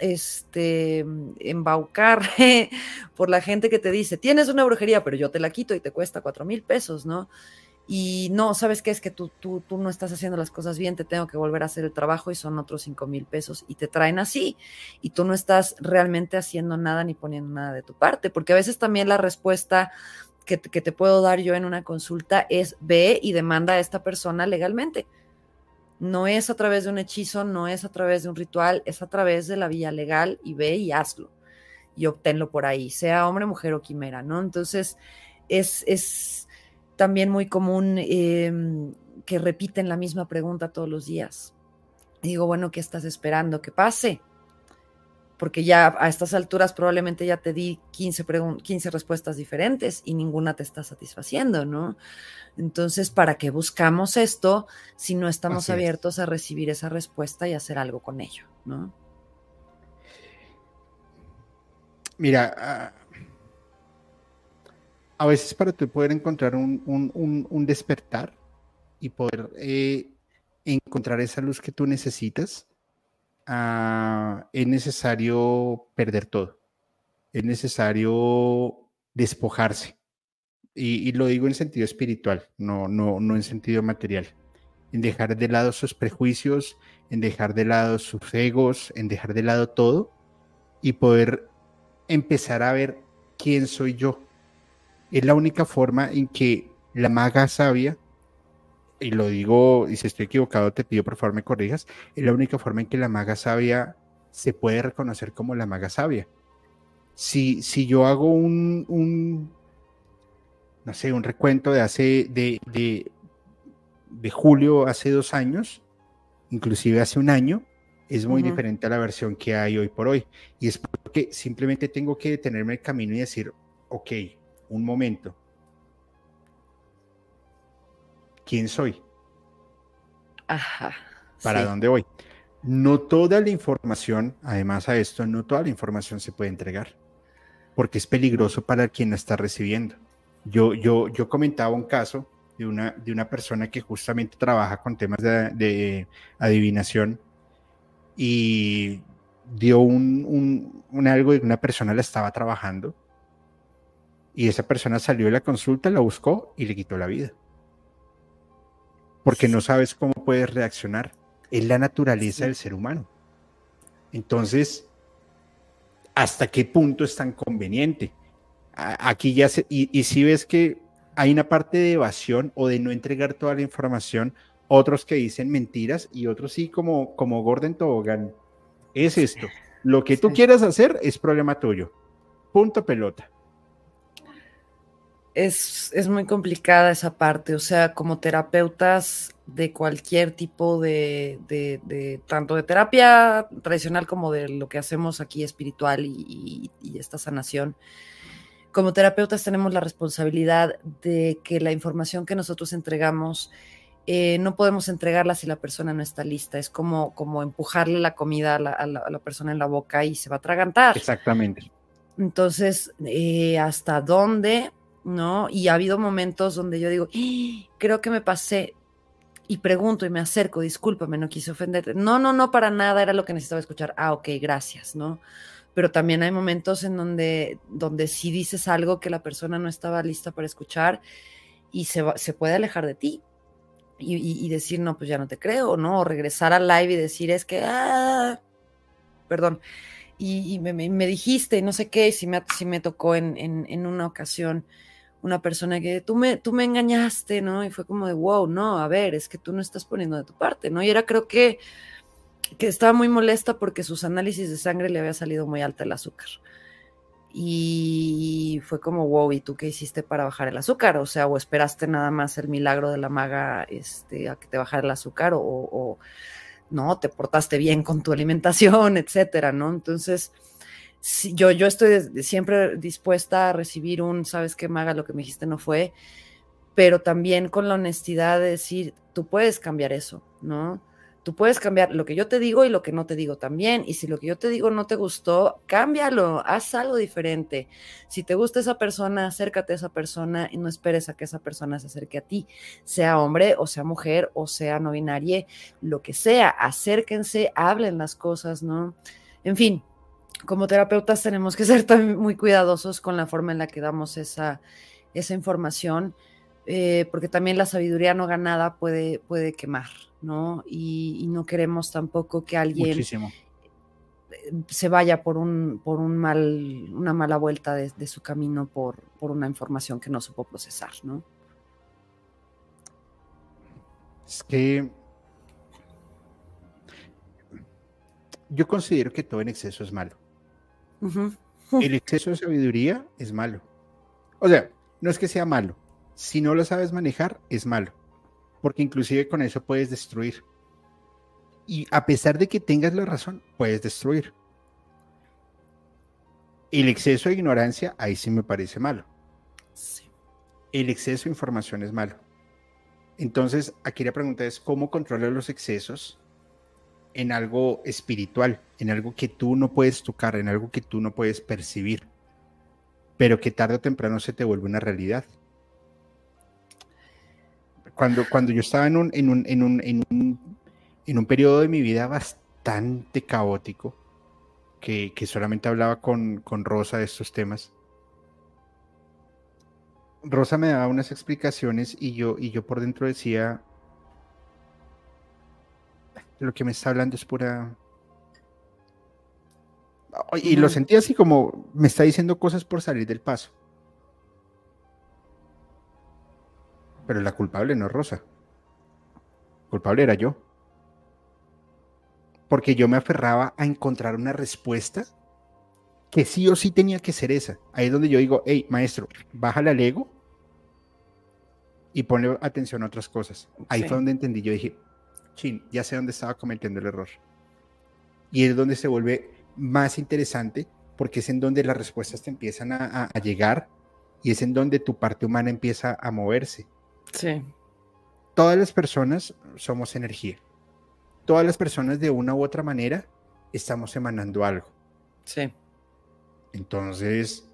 embaucar por la gente que te dice, tienes una brujería, pero yo te la quito y te cuesta 4,000 pesos, ¿no? y no, ¿sabes qué? Es que tú no estás haciendo las cosas bien, te tengo que volver a hacer el trabajo y son otros 5,000 pesos y te traen así y tú no estás realmente haciendo nada ni poniendo nada de tu parte, porque a veces también la respuesta que te puedo dar yo en una consulta es ve y demanda a esta persona legalmente. No es a través de un hechizo, no es a través de un ritual, es a través de la vía legal y ve y hazlo y obténlo por ahí, sea hombre, mujer o quimera, ¿no? Entonces, es también muy común que repiten la misma pregunta todos los días. Y digo, bueno, ¿qué estás esperando que pase? Porque ya a estas alturas probablemente ya te di 15 respuestas diferentes y ninguna te está satisfaciendo, ¿no? Entonces, ¿para qué buscamos esto si no estamos Así es. abiertos a recibir esa respuesta y hacer algo con ello, ¿no? Mira, a veces para tú poder encontrar un despertar y poder encontrar esa luz que tú necesitas, es necesario perder todo. Es necesario despojarse. Y lo digo en sentido espiritual, no en sentido material. En dejar de lado sus prejuicios, en dejar de lado sus egos, en dejar de lado todo y poder empezar a ver quién soy yo. Es la única forma en que la maga sabia, y lo digo, y si estoy equivocado te pido por favor me corrijas, es la única forma en que la maga sabia se puede reconocer como la maga sabia. Si yo hago no sé, un recuento de julio hace 2 años, inclusive hace un año, es muy Uh-huh. diferente a la versión que hay hoy por hoy. Y es porque simplemente tengo que detenerme el camino y decir, ok, un momento, ¿quién soy? Ajá, ¿Para sí. dónde voy? No toda la información, además a esto, no toda la información se puede entregar, porque es No. peligroso para quien la está recibiendo. Yo comentaba un caso de una persona que justamente trabaja con temas de adivinación y dio un algo de una persona la estaba trabajando y esa persona salió de la consulta, la buscó y le quitó la vida. Porque no sabes cómo puedes reaccionar. Es la naturaleza Sí. del ser humano. Entonces, ¿hasta qué punto es tan conveniente? Aquí ya y si ves que hay una parte de evasión o de no entregar toda la información, otros que dicen mentiras y otros sí como Gordon Tobogán. Es esto. Lo que tú Sí. quieras hacer es problema tuyo. Punto pelota. Es muy complicada esa parte, o sea, como terapeutas de cualquier tipo tanto de terapia tradicional como de lo que hacemos aquí espiritual y esta sanación, como terapeutas tenemos la responsabilidad de que la información que nosotros entregamos no podemos entregarla si la persona no está lista. Es como empujarle la comida a la persona en la boca y se va a atragantar. Exactamente. Entonces, ¿hasta dónde? ¿No? Y ha habido momentos donde yo digo, creo que me pasé y pregunto y me acerco, discúlpame, no quise ofenderte. No, para nada, era lo que necesitaba escuchar. Ah, ok, gracias, ¿no? Pero también hay momentos en donde sí dices algo que la persona no estaba lista para escuchar y se puede alejar de ti y decir, no, pues ya no te creo, ¿no? O regresar al live y decir, es que, perdón, y me dijiste, no sé qué, si me tocó en una ocasión una persona que tú me engañaste, ¿no? Y fue como de, wow, no, a ver, es que tú no estás poniendo de tu parte, ¿no? Y era creo que estaba muy molesta porque sus análisis de sangre le había salido muy alta el azúcar. Y fue como, wow, ¿y tú qué hiciste para bajar el azúcar? O sea, o esperaste nada más el milagro de la maga a que te bajara el azúcar o no, te portaste bien con tu alimentación, etcétera, ¿no? Entonces, sí, yo estoy siempre dispuesta a recibir ¿sabes qué, maga? Lo que me dijiste no fue, pero también con la honestidad de decir, tú puedes cambiar eso, ¿no? Tú puedes cambiar lo que yo te digo y lo que no te digo también. Y si lo que yo te digo no te gustó, cámbialo, haz algo diferente. Si te gusta esa persona, acércate a esa persona y no esperes a que esa persona se acerque a ti, sea hombre o sea mujer o sea no binaria, lo que sea, acérquense, hablen las cosas, ¿no? En fin, como terapeutas tenemos que ser también muy cuidadosos con la forma en la que damos esa información, porque también la sabiduría no ganada puede quemar, ¿no? Y no queremos tampoco que alguien Muchísimo. se vaya por una mala vuelta de su camino por una información que no supo procesar, ¿no? Es que yo considero que todo en exceso es malo. Uh-huh. El exceso de sabiduría es malo. O sea, no es que sea malo. Si no lo sabes manejar, es malo. Porque inclusive con eso puedes destruir. Y a pesar de que tengas la razón, puedes destruir. El exceso de ignorancia, ahí sí me parece malo. Sí. El exceso de información es malo. Entonces, aquí la pregunta es, ¿cómo controlar los excesos en algo espiritual, en algo que tú no puedes tocar, en algo que tú no puedes percibir, pero que tarde o temprano se te vuelve una realidad? Cuando yo estaba en un periodo de mi vida bastante caótico, que solamente hablaba con Rosa de estos temas, Rosa me daba unas explicaciones y yo por dentro decía, lo que me está hablando es pura... Y lo sentía así como, me está diciendo cosas por salir del paso. Pero la culpable no es Rosa. El culpable era yo. Porque yo me aferraba a encontrar una respuesta que sí o sí tenía que ser esa. Ahí es donde yo digo, hey, maestro, bájale al ego y ponle atención a otras cosas. Ahí Sí. fue donde entendí. Yo dije, chin, ya sé dónde estaba cometiendo el error. Y es donde se vuelve más interesante, porque es en donde las respuestas te empiezan a llegar y es en donde tu parte humana empieza a moverse. Sí. Todas las personas somos energía. Todas las personas de una u otra manera estamos emanando algo. Sí. Entonces,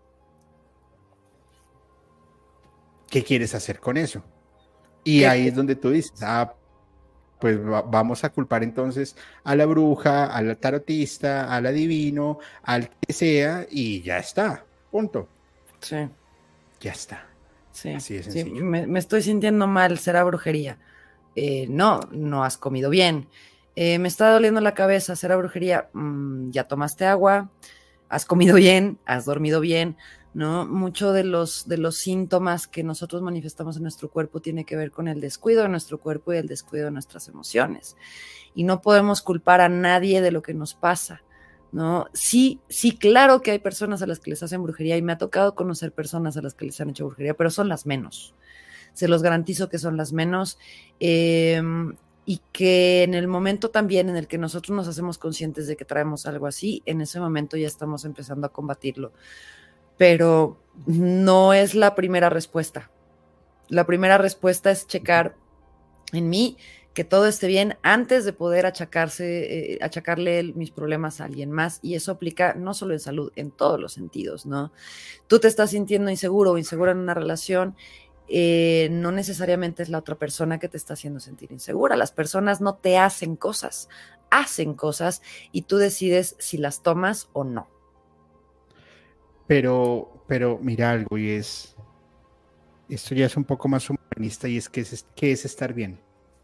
¿qué quieres hacer con eso? Y ahí es donde tú dices, pues vamos a culpar entonces a la bruja, al tarotista, al adivino, al que sea, y ya está, punto. Sí. Ya está. Sí. Así de Sí. sencillo. Me estoy sintiendo mal, será brujería. No has comido bien. Me está doliendo la cabeza, será brujería. Ya tomaste agua, has comido bien, has dormido bien, ¿no? Mucho de los síntomas que nosotros manifestamos en nuestro cuerpo tiene que ver con el descuido de nuestro cuerpo y el descuido de nuestras emociones. Y no podemos culpar a nadie de lo que nos pasa, ¿no? Sí, claro que hay personas a las que les hacen brujería y me ha tocado conocer personas a las que les han hecho brujería, pero son las menos. Se los garantizo que son las menos. Y que en el momento también en el que nosotros nos hacemos conscientes de que traemos algo así, en ese momento ya estamos empezando a combatirlo. Pero no es la primera respuesta. La primera respuesta es checar en mí que todo esté bien antes de poder achacarle mis problemas a alguien más. Y eso aplica no solo en salud, en todos los sentidos, ¿no? Tú te estás sintiendo inseguro o insegura en una relación, no necesariamente es la otra persona que te está haciendo sentir insegura. Las personas no te hacen cosas y tú decides si las tomas o no. Pero mira algo, y esto ya es un poco más humanista, y es que es estar bien.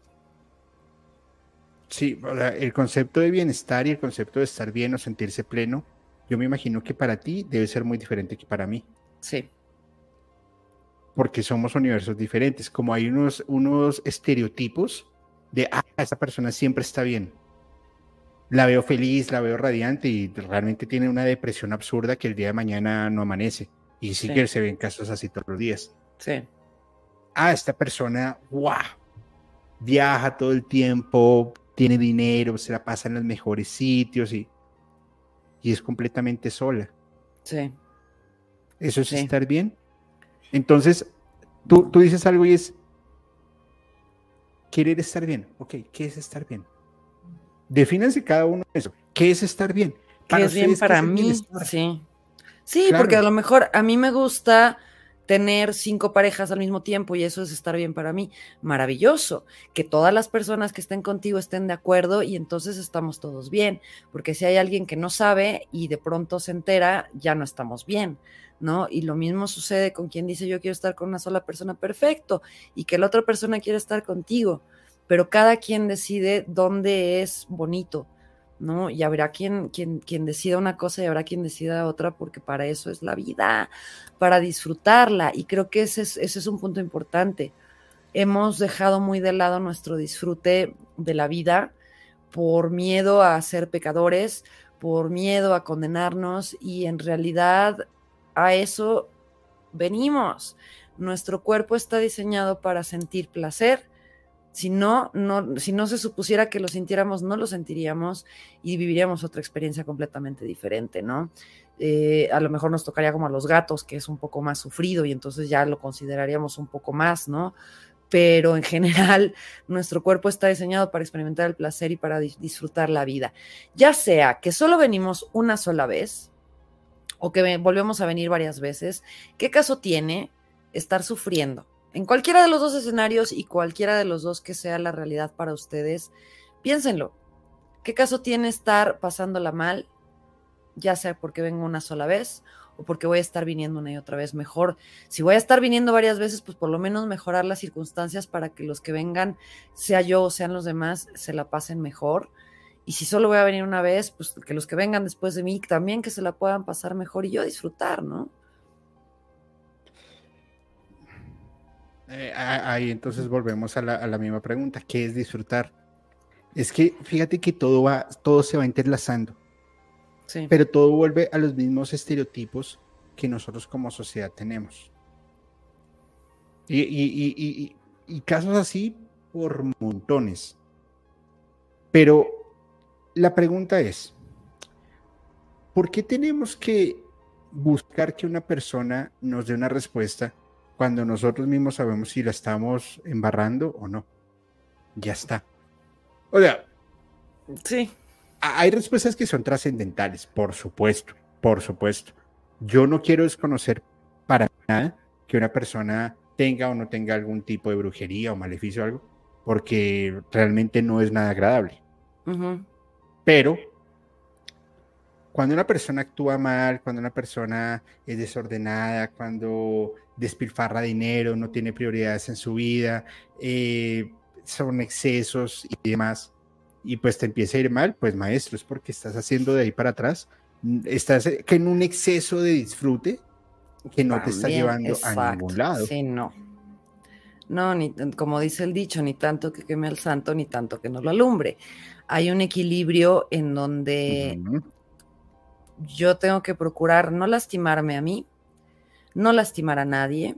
Sí, o sea, el concepto de bienestar y el concepto de estar bien o sentirse pleno, yo me imagino que para ti debe ser muy diferente que para mí. Sí. Porque somos universos diferentes, como hay unos estereotipos de, esa persona siempre está bien. La veo feliz, la veo radiante y realmente tiene una depresión absurda que el día de mañana no amanece. Y sí que se ven casos así todos los días. Sí. Esta persona, ¡guau! Viaja todo el tiempo, tiene dinero, se la pasa en los mejores sitios y es completamente sola. Sí. ¿Eso es estar bien? Entonces, tú dices algo y es querer estar bien. Ok, ¿qué es estar bien? Defínanse cada uno eso. ¿Qué es estar bien? ¿Qué es bien para mí? Sí. Sí, claro. Porque a lo mejor a mí me gusta tener 5 parejas al mismo tiempo y eso es estar bien para mí. Maravilloso. Que todas las personas que estén contigo estén de acuerdo y entonces estamos todos bien. Porque si hay alguien que no sabe y de pronto se entera, ya no estamos bien, ¿no? Y lo mismo sucede con quien dice yo quiero estar con una sola persona, perfecto, y que la otra persona quiere estar contigo. Pero cada quien decide dónde es bonito, ¿no? Y habrá quien decida una cosa y habrá quien decida otra, porque para eso es la vida, para disfrutarla. Y creo que ese es un punto importante. Hemos dejado muy de lado nuestro disfrute de la vida por miedo a ser pecadores, por miedo a condenarnos, y en realidad a eso venimos. Nuestro cuerpo está diseñado para sentir placer. Si no se supusiera que lo sintiéramos, no lo sentiríamos y viviríamos otra experiencia completamente diferente, ¿no? A lo mejor nos tocaría como a los gatos, que es un poco más sufrido y entonces ya lo consideraríamos un poco más, ¿no? Pero en general nuestro cuerpo está diseñado para experimentar el placer y para disfrutar la vida. Ya sea que solo venimos una sola vez o que volvemos a venir varias veces, ¿qué caso tiene estar sufriendo? En cualquiera de los dos escenarios y cualquiera de los dos que sea la realidad para ustedes, piénsenlo. ¿Qué caso tiene estar pasándola mal, ya sea porque vengo una sola vez o porque voy a estar viniendo una y otra vez? Mejor, si voy a estar viniendo varias veces, pues por lo menos mejorar las circunstancias para que los que vengan, sea yo o sean los demás, se la pasen mejor. Y si solo voy a venir una vez, pues que los que vengan después de mí también que se la puedan pasar mejor y yo disfrutar, ¿no? Ahí entonces volvemos a la misma pregunta, ¿qué es disfrutar? Es que fíjate que todo se va entrelazando, Sí. pero todo vuelve a los mismos estereotipos que nosotros como sociedad tenemos. Y casos así por montones. Pero la pregunta es, ¿por qué tenemos que buscar que una persona nos dé una respuesta cuando nosotros mismos sabemos si la estamos embarrando o no? Ya está. O sea, Sí. hay respuestas que son trascendentales, por supuesto, por supuesto. Yo no quiero desconocer para nada que una persona tenga o no tenga algún tipo de brujería o maleficio o algo, porque realmente no es nada agradable. Uh-huh. Pero cuando una persona actúa mal, cuando una persona es desordenada, cuando despilfarra dinero, no tiene prioridades en su vida, son excesos y demás, y pues te empieza a ir mal, pues maestro, es porque estás haciendo de ahí para atrás, estás que en un exceso de disfrute que no te está También, llevando a ningún exacto. lado. Sí, no. No, ni, como dice el dicho, ni tanto que queme al santo, ni tanto que no lo alumbre. Hay un equilibrio en donde yo tengo que procurar no lastimarme a mí, no lastimar a nadie,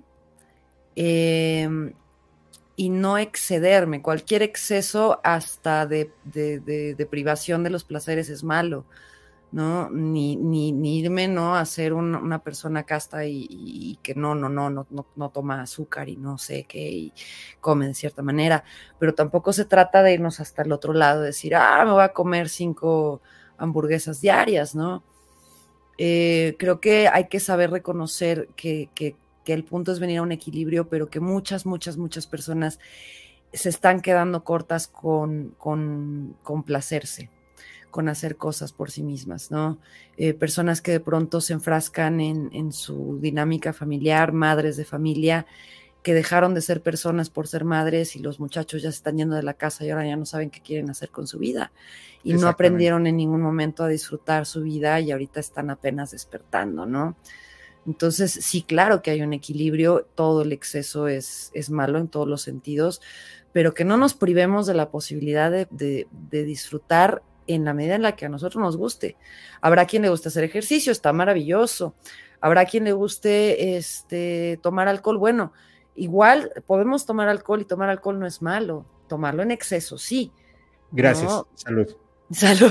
y no excederme. Cualquier exceso hasta de privación de los placeres es malo, ¿no? Ni irme, ¿no? A ser una persona casta y que no toma azúcar y no sé qué, y come de cierta manera, pero tampoco se trata de irnos hasta el otro lado, decir, me voy a comer 5 hamburguesas diarias, ¿no? Creo que hay que saber reconocer que el punto es venir a un equilibrio, pero que muchas personas se están quedando cortas con complacerse, con hacer cosas por sí mismas, ¿no? Personas que de pronto se enfrascan en su dinámica familiar, madres de familia, que dejaron de ser personas por ser madres y los muchachos ya se están yendo de la casa y ahora ya no saben qué quieren hacer con su vida y no aprendieron en ningún momento a disfrutar su vida y ahorita están apenas despertando, ¿no? Entonces, sí, claro que hay un equilibrio, todo el exceso es malo en todos los sentidos, pero que no nos privemos de la posibilidad de disfrutar en la medida en la que a nosotros nos guste. Habrá quien le guste hacer ejercicio, está maravilloso. Habrá quien le guste tomar alcohol, bueno, igual podemos tomar alcohol y tomar alcohol no es malo, tomarlo en exceso, sí. Gracias, ¿no? salud. Salud.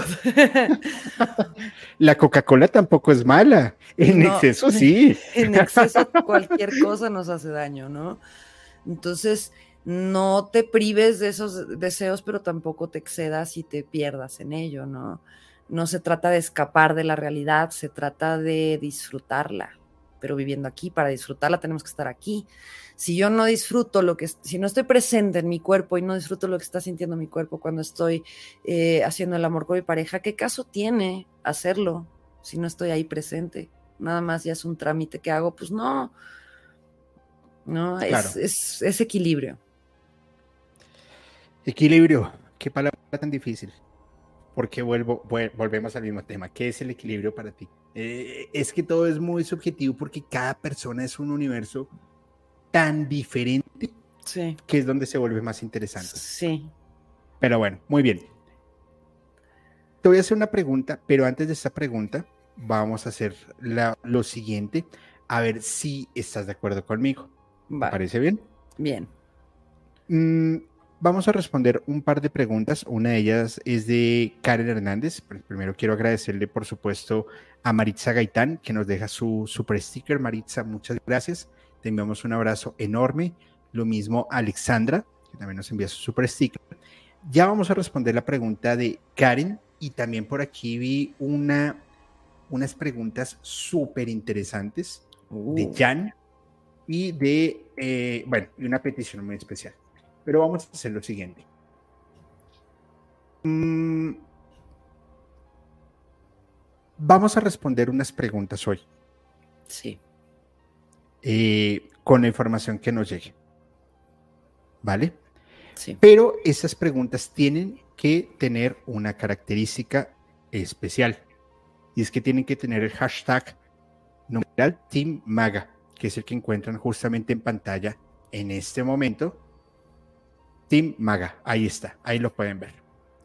La Coca-Cola tampoco es mala, en exceso sí. En exceso cualquier cosa nos hace daño, ¿no? Entonces, no te prives de esos deseos, pero tampoco te excedas y te pierdas en ello, ¿no? No se trata de escapar de la realidad, se trata de disfrutarla, pero viviendo aquí, para disfrutarla tenemos que estar aquí. Si yo no disfruto si no estoy presente en mi cuerpo y no disfruto lo que está sintiendo mi cuerpo cuando estoy haciendo el amor con mi pareja, ¿qué caso tiene hacerlo si no estoy ahí presente? Nada más ya es un trámite que hago, pues no, Claro. es equilibrio. Equilibrio, qué palabra tan difícil. Porque volvemos al mismo tema. ¿Qué es el equilibrio para ti? Es que todo es muy subjetivo porque cada persona es un universo tan diferente, sí, que es donde se vuelve más interesante. Sí. Pero bueno, muy bien. Te voy a hacer una pregunta, pero antes de esta pregunta vamos a hacer lo siguiente, a ver si estás de acuerdo conmigo. ¿Te parece bien? Bien. Vamos a responder un par de preguntas. Una de ellas es de Karen Hernández. Primero quiero agradecerle, por supuesto, a Maritza Gaitán, que nos deja su super sticker. Maritza, muchas gracias. Te enviamos un abrazo enorme. Lo mismo a Alexandra, que también nos envía su super sticker. Ya vamos a responder la pregunta de Karen, y también por aquí vi unas preguntas súper interesantes de Jan y de, y una petición muy especial. Pero vamos a hacer lo siguiente. Vamos a responder unas preguntas hoy. Sí. Con la información que nos llegue. ¿Vale? Sí. Pero esas preguntas tienen que tener una característica especial. Y es que tienen que tener el hashtag numeral Team Maga, que es el que encuentran justamente en pantalla en este momento. Team Maga, ahí está, ahí lo pueden ver.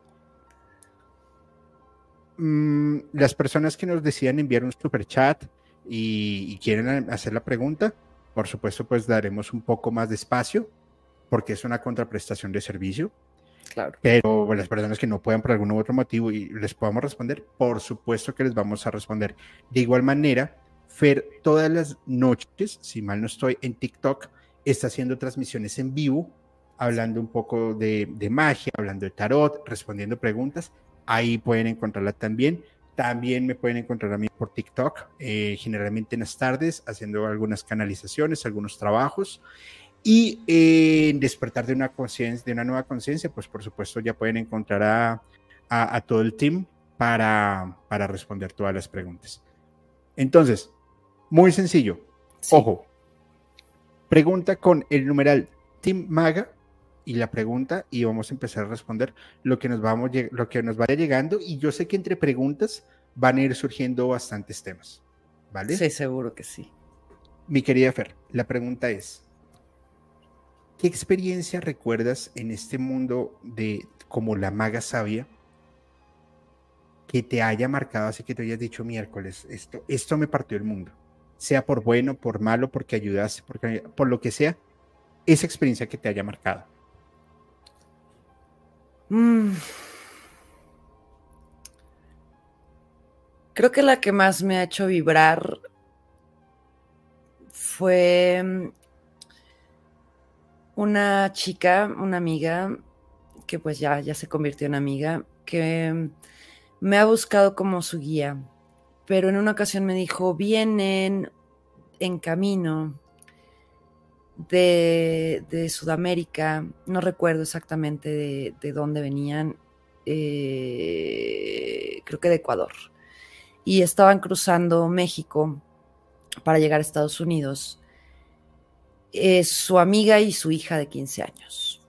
Las personas que nos decidan enviar un super chat y quieren hacer la pregunta, por supuesto, pues daremos un poco más de espacio, porque es una contraprestación de servicio. Claro. Pero las personas que no puedan por algún otro motivo y les podamos responder, por supuesto que les vamos a responder. De igual manera, Fer todas las noches, si mal no estoy, en TikTok está haciendo transmisiones en vivo, hablando un poco de magia, hablando de tarot, respondiendo preguntas. Ahí pueden encontrarla también. También me pueden encontrar a mí por TikTok, generalmente en las tardes, haciendo algunas canalizaciones, algunos trabajos. Y en despertar de una nueva conciencia, pues por supuesto ya pueden encontrar a todo el team para responder todas las preguntas. Entonces, muy sencillo. Sí. Ojo, pregunta con el numeral Team Maga y la pregunta, y vamos a empezar a responder lo que nos vaya llegando. Y yo sé que entre preguntas van a ir surgiendo bastantes temas, ¿vale? Sí, seguro que sí. Mi querida Fer, la pregunta es: ¿qué experiencia recuerdas en este mundo de como la maga sabia que te haya marcado, así que te hayas dicho miércoles, esto me partió el mundo? Sea por bueno, por malo, porque ayudaste, por lo que sea, esa experiencia que te haya marcado. Creo que la que más me ha hecho vibrar fue una chica, una amiga, que pues ya se convirtió en amiga, que me ha buscado como su guía, pero en una ocasión me dijo: vienen en camino de Sudamérica, no recuerdo exactamente de dónde venían, creo que de Ecuador, y estaban cruzando México para llegar a Estados Unidos, su amiga y su hija de 15 años.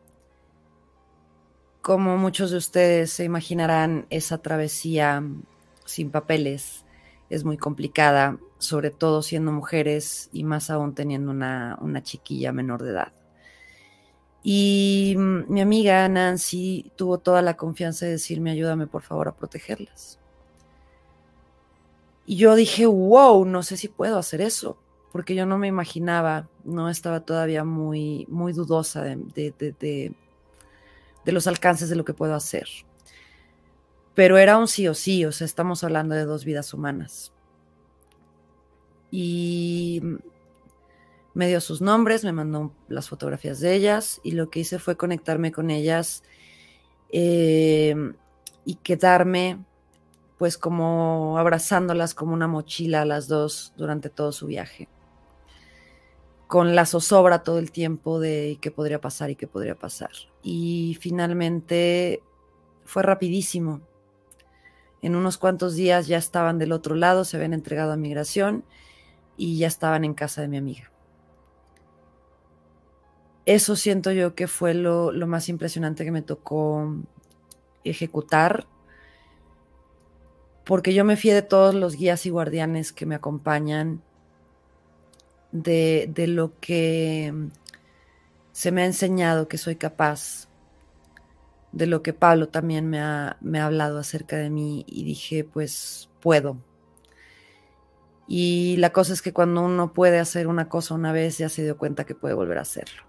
Como muchos de ustedes se imaginarán, esa travesía sin papeles es muy complicada, sobre todo siendo mujeres y más aún teniendo una chiquilla menor de edad. Y mi amiga Nancy tuvo toda la confianza de decirme: ayúdame por favor a protegerlas. Y yo dije: wow, no sé si puedo hacer eso, porque yo no me imaginaba, no estaba todavía muy, muy dudosa de los alcances de lo que puedo hacer. Pero era un sí o sí, o sea, estamos hablando de 2 vidas humanas. Y me dio sus nombres, me mandó las fotografías de ellas, y lo que hice fue conectarme con ellas y quedarme pues como abrazándolas como una mochila a las dos durante todo su viaje. con la zozobra todo el tiempo de qué podría pasar y qué podría pasar. Y finalmente fue rapidísimo. En unos cuantos días ya estaban del otro lado, se habían entregado a migración y ya estaban en casa de mi amiga. Eso siento yo que fue lo más impresionante que me tocó ejecutar, porque yo me fié de todos los guías y guardianes que me acompañan, de lo que se me ha enseñado que soy capaz, de lo que Pablo también me ha hablado acerca de mí, y dije, pues puedo. Y la cosa es que cuando uno puede hacer una cosa una vez, ya se dio cuenta que puede volver a hacerlo.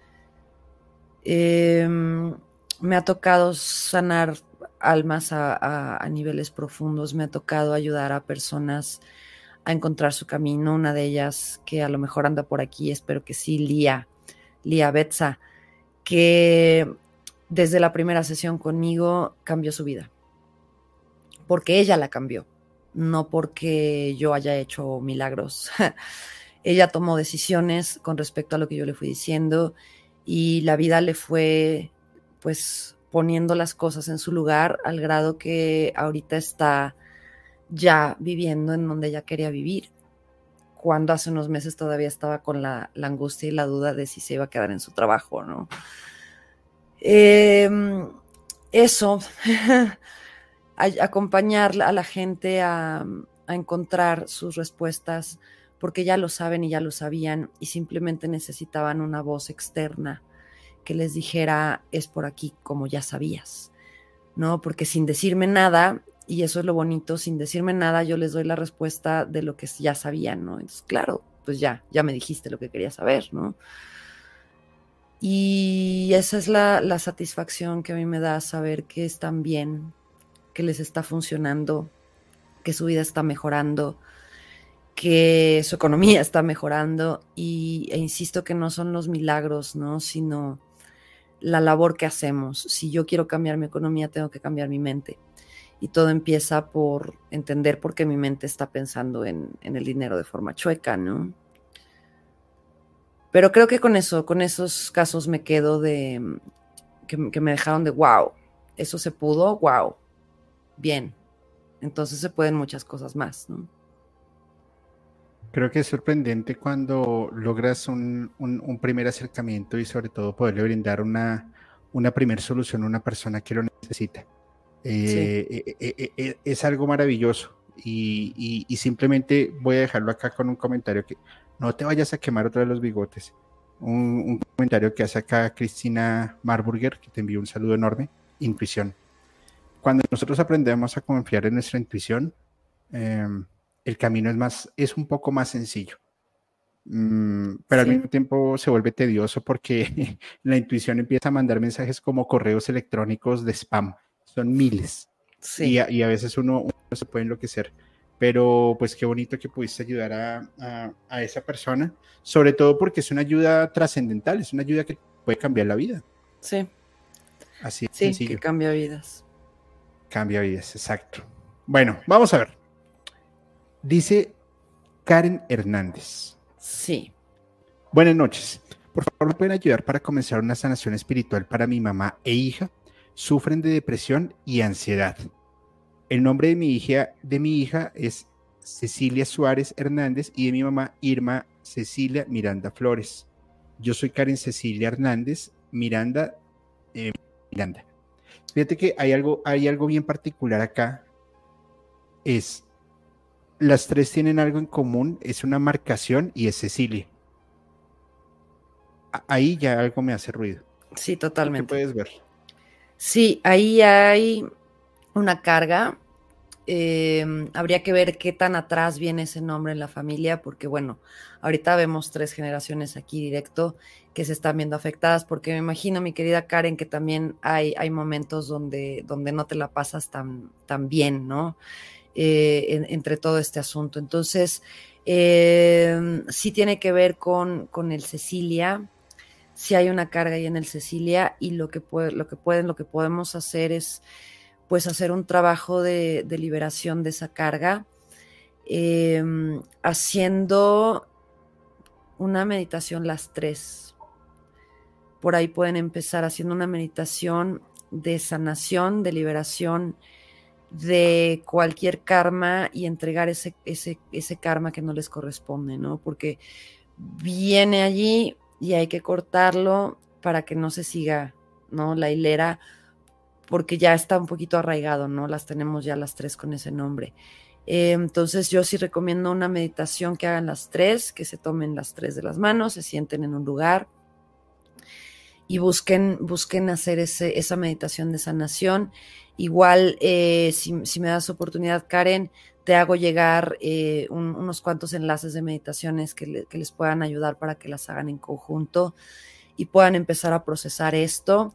Me ha tocado sanar almas a niveles profundos, me ha tocado ayudar a personas a encontrar su camino. Una de ellas, que a lo mejor anda por aquí, espero que sí, Lía Betza, que desde la primera sesión conmigo cambió su vida, porque ella la cambió, no porque yo haya hecho milagros. Ella tomó decisiones con respecto a lo que yo le fui diciendo, y la vida le fue, pues, poniendo las cosas en su lugar, al grado que ahorita está ya viviendo en donde ella quería vivir, cuando hace unos meses todavía estaba con la angustia y la duda de si se iba a quedar en su trabajo, ¿no? Eso, acompañar a la gente a encontrar sus respuestas, porque ya lo saben y ya lo sabían, y simplemente necesitaban una voz externa que les dijera, es por aquí, como ya sabías, ¿no? Porque sin decirme nada, y eso es lo bonito, sin decirme nada, yo les doy la respuesta de lo que ya sabían, ¿no? Entonces, claro, pues ya me dijiste lo que quería saber, ¿no? Y esa es la satisfacción que a mí me da, saber que están bien, que les está funcionando, que su vida está mejorando, que su economía está mejorando, e insisto que no son los milagros, ¿no? Sino la labor que hacemos. Si yo quiero cambiar mi economía, tengo que cambiar mi mente. Y todo empieza por entender por qué mi mente está pensando en el dinero de forma chueca, ¿no? Pero creo que con esos casos me quedo de que me dejaron de wow, eso se pudo, wow, bien. Entonces se pueden muchas cosas más, ¿no? Creo que es sorprendente cuando logras un primer acercamiento y sobre todo poderle brindar una primera solución a una persona que lo necesita. Sí. Es algo maravilloso y simplemente voy a dejarlo acá con un comentario que no te vayas a quemar otra de los bigotes. Un comentario que hace acá Cristina Marburger, que te envío un saludo enorme. Intuición. Cuando nosotros aprendemos a confiar en nuestra intuición, el camino es un poco más sencillo. Pero al mismo tiempo se vuelve tedioso porque la intuición empieza a mandar mensajes como correos electrónicos de spam. Son miles. Sí. Y a veces uno se puede enloquecer. Pero pues qué bonito que pudiste ayudar a esa persona, sobre todo porque es una ayuda trascendental, es una ayuda que puede cambiar la vida. Sí. Así de Sí, sencillo. que cambia vidas. Cambia vidas, exacto. Bueno, vamos a ver. Dice Karen Hernández. Sí. Buenas noches. Por favor, ¿me pueden ayudar para comenzar una sanación espiritual para mi mamá e hija? Sufren de depresión y ansiedad. El nombre de mi hija es Cecilia Suárez Hernández y de mi mamá Irma Cecilia Miranda Flores. Yo soy Karen Cecilia Hernández Miranda. Fíjate que hay algo bien particular acá. Las tres tienen algo en común, es una marcación y es Cecilia. Ahí ya algo me hace ruido. Sí, totalmente. ¿Qué puedes ver? Sí, ahí hay una carga. Habría que ver qué tan atrás viene ese nombre en la familia, porque bueno, ahorita vemos 3 generaciones aquí directo que se están viendo afectadas, porque me imagino, mi querida Karen, que también hay momentos donde no te la pasas tan bien, ¿no? Entre todo este asunto. Entonces, sí tiene que ver con el Cecilia. Sí hay una carga ahí en el Cecilia, y lo que podemos hacer es pues hacer un trabajo de liberación de esa carga, haciendo una meditación las tres. Por ahí pueden empezar haciendo una meditación de sanación, de liberación de cualquier karma y entregar ese karma que no les corresponde, ¿no? Porque viene allí y hay que cortarlo para que no se siga, ¿no? La hilera, porque ya está un poquito arraigado, ¿no? Las tenemos ya las tres con ese nombre. Entonces yo sí recomiendo una meditación que hagan las tres, que se tomen las tres de las manos, se sienten en un lugar y busquen hacer esa meditación de sanación. Igual, si me das oportunidad, Karen, te hago llegar unos cuantos enlaces de meditaciones que les puedan ayudar para que las hagan en conjunto y puedan empezar a procesar esto.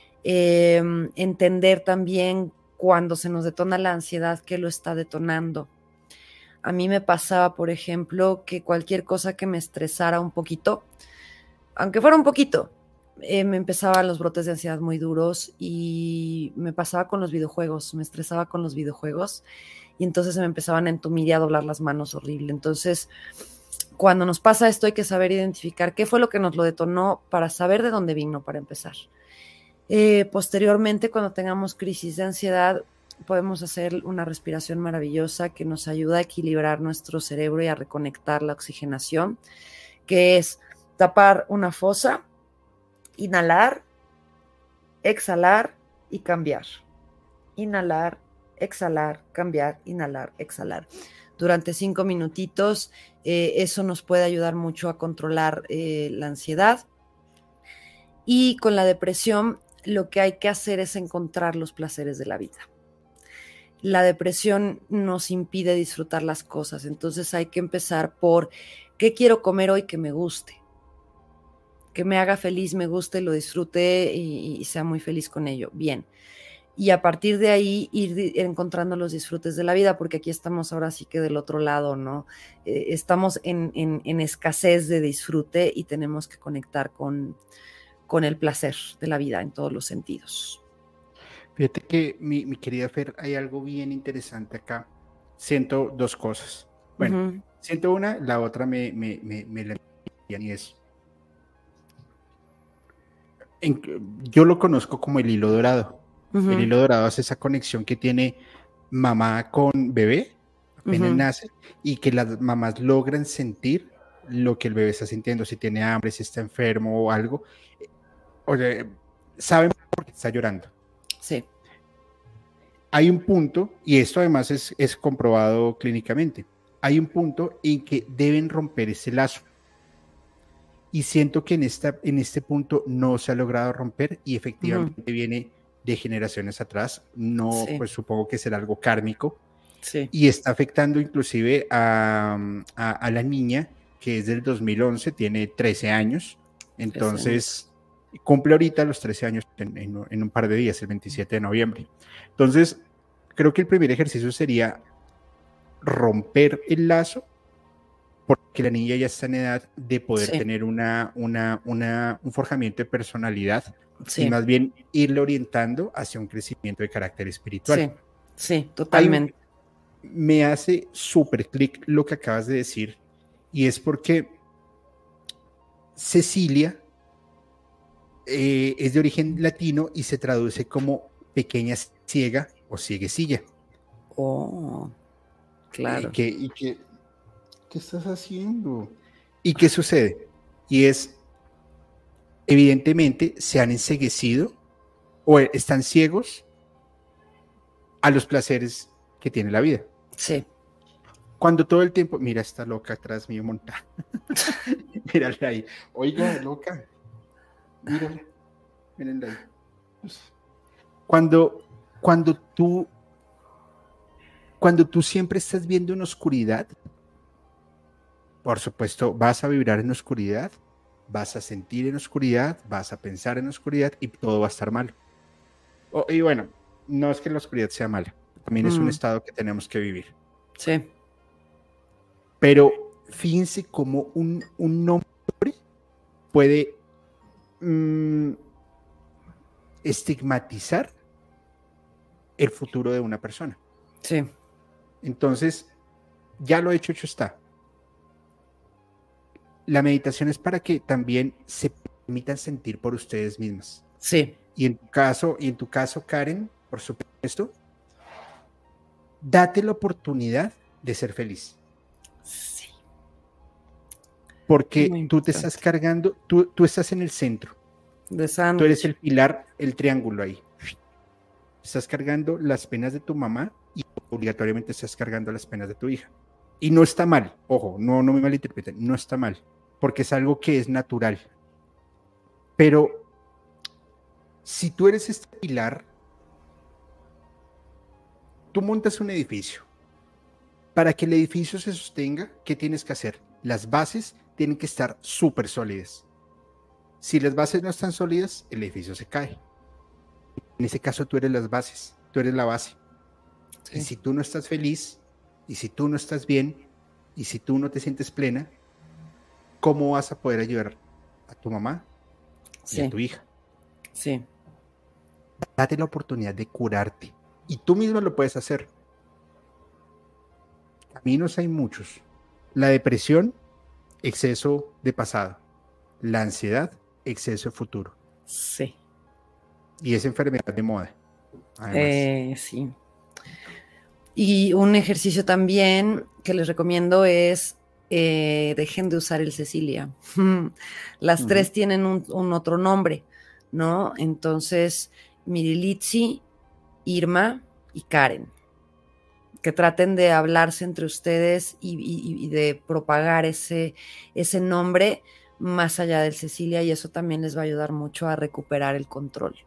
Entender también cuando se nos detona la ansiedad, qué lo está detonando. A mí me pasaba, por ejemplo, que cualquier cosa que me estresara un poquito, aunque fuera un poquito, me empezaban los brotes de ansiedad muy duros y me pasaba con los videojuegos, me estresaba con los videojuegos y entonces se me empezaban a entumir y a doblar las manos horrible. Entonces, cuando nos pasa esto hay que saber identificar qué fue lo que nos lo detonó para saber de dónde vino, para empezar. Posteriormente, cuando tengamos crisis de ansiedad, podemos hacer una respiración maravillosa que nos ayuda a equilibrar nuestro cerebro y a reconectar la oxigenación, que es tapar una fosa, inhalar, exhalar y cambiar. Inhalar, exhalar, cambiar, inhalar, exhalar. Durante 5 minutitos, eso nos puede ayudar mucho a controlar la ansiedad. Y con la depresión, lo que hay que hacer es encontrar los placeres de la vida. La depresión nos impide disfrutar las cosas, entonces hay que empezar por ¿qué quiero comer hoy que me guste? Que me haga feliz, me guste, lo disfrute y sea muy feliz con ello. Bien. Y a partir de ahí ir encontrando los disfrutes de la vida, porque aquí estamos ahora sí que del otro lado, ¿no? Estamos en escasez de disfrute y tenemos que conectar con el placer de la vida en todos los sentidos. Fíjate que mi querida Fer, hay algo bien interesante acá. Siento dos cosas. Bueno, siento una, la otra me la envían y es. Yo lo conozco como el hilo dorado. El hilo dorado es esa conexión que tiene mamá con bebé, apenas nace, y que las mamás logran sentir lo que el bebé está sintiendo, si tiene hambre, si está enfermo o algo. Oye, saben por qué está llorando. Sí. Hay un punto, y esto además es comprobado clínicamente, hay un punto en que deben romper ese lazo. Y siento que en este punto no se ha logrado romper y efectivamente viene de generaciones atrás. No, pues supongo que será algo kármico. Sí. Y está afectando inclusive a la niña, que es del 2011, tiene 13 años. Entonces, cumple ahorita los 13 años en un par de días, el 27 de noviembre. Entonces, creo que el primer ejercicio sería romper el lazo, porque la niña ya está en edad de poder tener un forjamiento de personalidad y más bien irle orientando hacia un crecimiento de carácter espiritual. Sí, totalmente. Me hace súper clic lo que acabas de decir, y es porque Cecilia es de origen latino y se traduce como pequeña ciega o cieguecilla. Oh, claro. ¿Qué estás haciendo? ¿Y qué sucede? Y es, evidentemente, se han enceguecido o están ciegos a los placeres que tiene la vida. Sí. Cuando todo el tiempo, mira esta loca atrás mío montada. Mírala ahí. Oiga, loca. Mírala. Mírenla ahí. Cuando tú siempre estás viendo en oscuridad, por supuesto, vas a vibrar en oscuridad, vas a sentir en oscuridad, vas a pensar en oscuridad y todo va a estar mal. Y bueno, no es que la oscuridad sea mala, también es un estado que tenemos que vivir. Sí. Pero fíjense cómo un nombre puede estigmatizar el futuro de una persona. Sí. Entonces, ya lo hecho está. la meditación es para que también se permitan sentir por ustedes mismas. Sí. Y en tu caso, Karen, por supuesto, date la oportunidad de ser feliz. Sí. Porque tú te estás cargando, tú estás en el centro. De sándwich. Tú eres el pilar, el triángulo ahí. Estás cargando las penas de tu mamá y obligatoriamente estás cargando las penas de tu hija. Y no está mal, ojo, no me malinterpreten, no está mal, porque es algo que es natural. Pero si tú eres este pilar, tú montas un edificio. Para que el edificio se sostenga, ¿qué tienes que hacer? Las bases tienen que estar súper sólidas. Si las bases no están sólidas, el edificio se cae. En ese caso tú eres las bases, tú eres la base. Sí. Y si tú no estás feliz, y si tú no estás bien, y si tú no te sientes plena, ¿cómo vas a poder ayudar a tu mamá y a tu hija? Sí. Date la oportunidad de curarte. Y tú misma lo puedes hacer. Caminos hay muchos. La depresión, exceso de pasado. La ansiedad, exceso de futuro. Sí. Y es enfermedad de moda. Además. Sí. Y un ejercicio también que les recomiendo es dejen de usar el Cecilia. Las tres tienen un otro nombre, ¿no? Entonces, Mirilitsi, Irma y Karen. Que traten de hablarse entre ustedes y de propagar ese nombre más allá del Cecilia, y eso también les va a ayudar mucho a recuperar el control.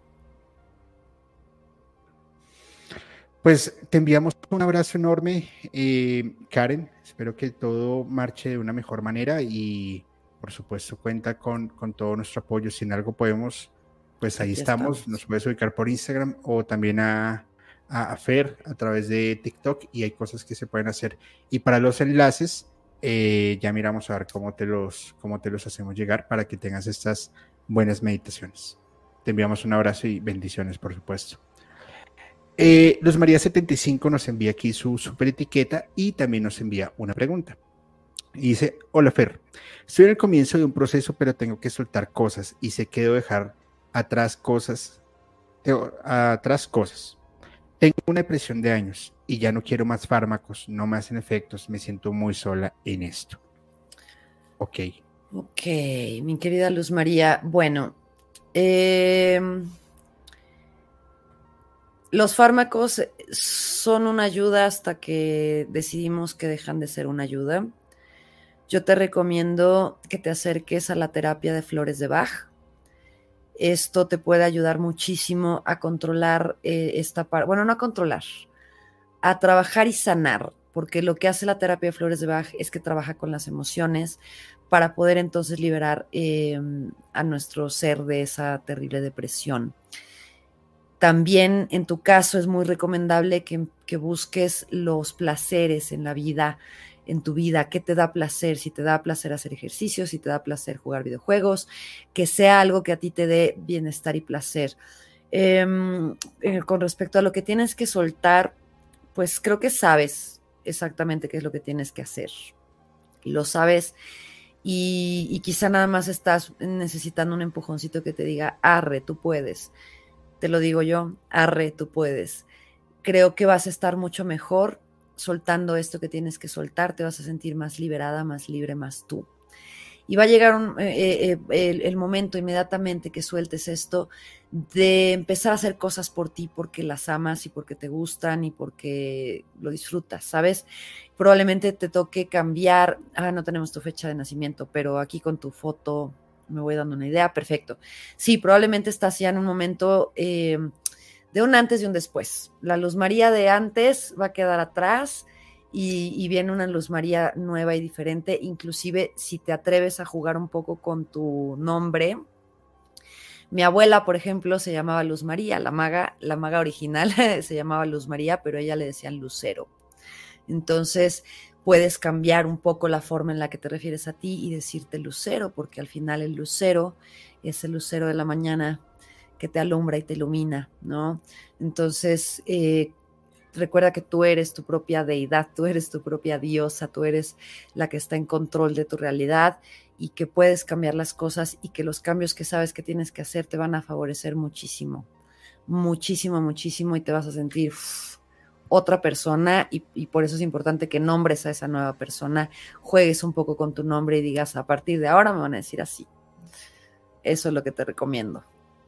Pues te enviamos un abrazo enorme, Karen. Espero que todo marche de una mejor manera y por supuesto cuenta con todo nuestro apoyo. Si en algo podemos, pues ahí estamos. Nos puedes ubicar por Instagram o también a Fer a través de TikTok y hay cosas que se pueden hacer. Y para los enlaces, ya miramos a ver cómo te los hacemos llegar para que tengas estas buenas meditaciones. Te enviamos un abrazo y bendiciones, por supuesto. Luz María 75 nos envía aquí su super etiqueta y también nos envía una pregunta. Y dice: hola Fer, estoy en el comienzo de un proceso, pero tengo que soltar cosas y sé que debo dejar atrás cosas. Tengo una depresión de años y ya no quiero más fármacos, no me hacen efectos, me siento muy sola en esto. Ok, mi querida Luz María, bueno, los fármacos son una ayuda hasta que decidimos que dejan de ser una ayuda. Yo te recomiendo que te acerques a la terapia de flores de Bach. Esto te puede ayudar muchísimo a controlar esta parte, bueno, no a controlar, a trabajar y sanar, porque lo que hace la terapia de flores de Bach es que trabaja con las emociones para poder entonces liberar a nuestro ser de esa terrible depresión. También en tu caso es muy recomendable que busques los placeres en la vida, en tu vida. ¿Qué te da placer? Si te da placer hacer ejercicio, si te da placer jugar videojuegos, que sea algo que a ti te dé bienestar y placer. Con respecto a lo que tienes que soltar, pues creo que sabes exactamente qué es lo que tienes que hacer. Lo sabes y quizá nada más estás necesitando un empujoncito que te diga, arre, tú puedes. Te lo digo yo, arre, tú puedes. Creo que vas a estar mucho mejor soltando esto que tienes que soltar, te vas a sentir más liberada, más libre, más tú. Y va a llegar el momento inmediatamente que sueltes esto de empezar a hacer cosas por ti porque las amas y porque te gustan y porque lo disfrutas, ¿sabes? Probablemente te toque cambiar, no tenemos tu fecha de nacimiento, pero aquí con tu foto me voy dando una idea, perfecto. Sí, probablemente estás ya en un momento de un antes y un después. La Luz María de antes va a quedar atrás y viene una Luz María nueva y diferente, inclusive si te atreves a jugar un poco con tu nombre. Mi abuela, por ejemplo, se llamaba Luz María, la maga original se llamaba Luz María, pero a ella le decían Lucero. Entonces puedes cambiar un poco la forma en la que te refieres a ti y decirte lucero, porque al final el lucero es el lucero de la mañana que te alumbra y te ilumina, ¿no? Entonces, recuerda que tú eres tu propia deidad, tú eres tu propia diosa, tú eres la que está en control de tu realidad y que puedes cambiar las cosas y que los cambios que sabes que tienes que hacer te van a favorecer muchísimo, muchísimo, muchísimo y te vas a sentir otra persona y por eso es importante que nombres a esa nueva persona, juegues un poco con tu nombre y digas, a partir de ahora me van a decir así. Eso es lo que te recomiendo.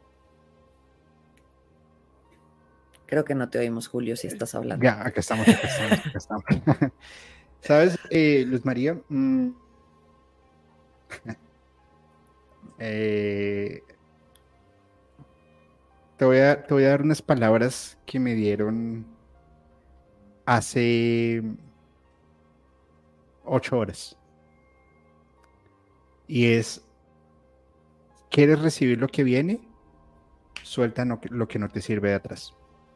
Creo que no te oímos, Julio, si estás hablando. Ya, acá estamos. ¿Sabes, Luz María? Eh, te voy a dar unas palabras que me dieron hace 8 horas. Y es, ¿quieres recibir lo que viene? Suelta lo que no te sirve de atrás.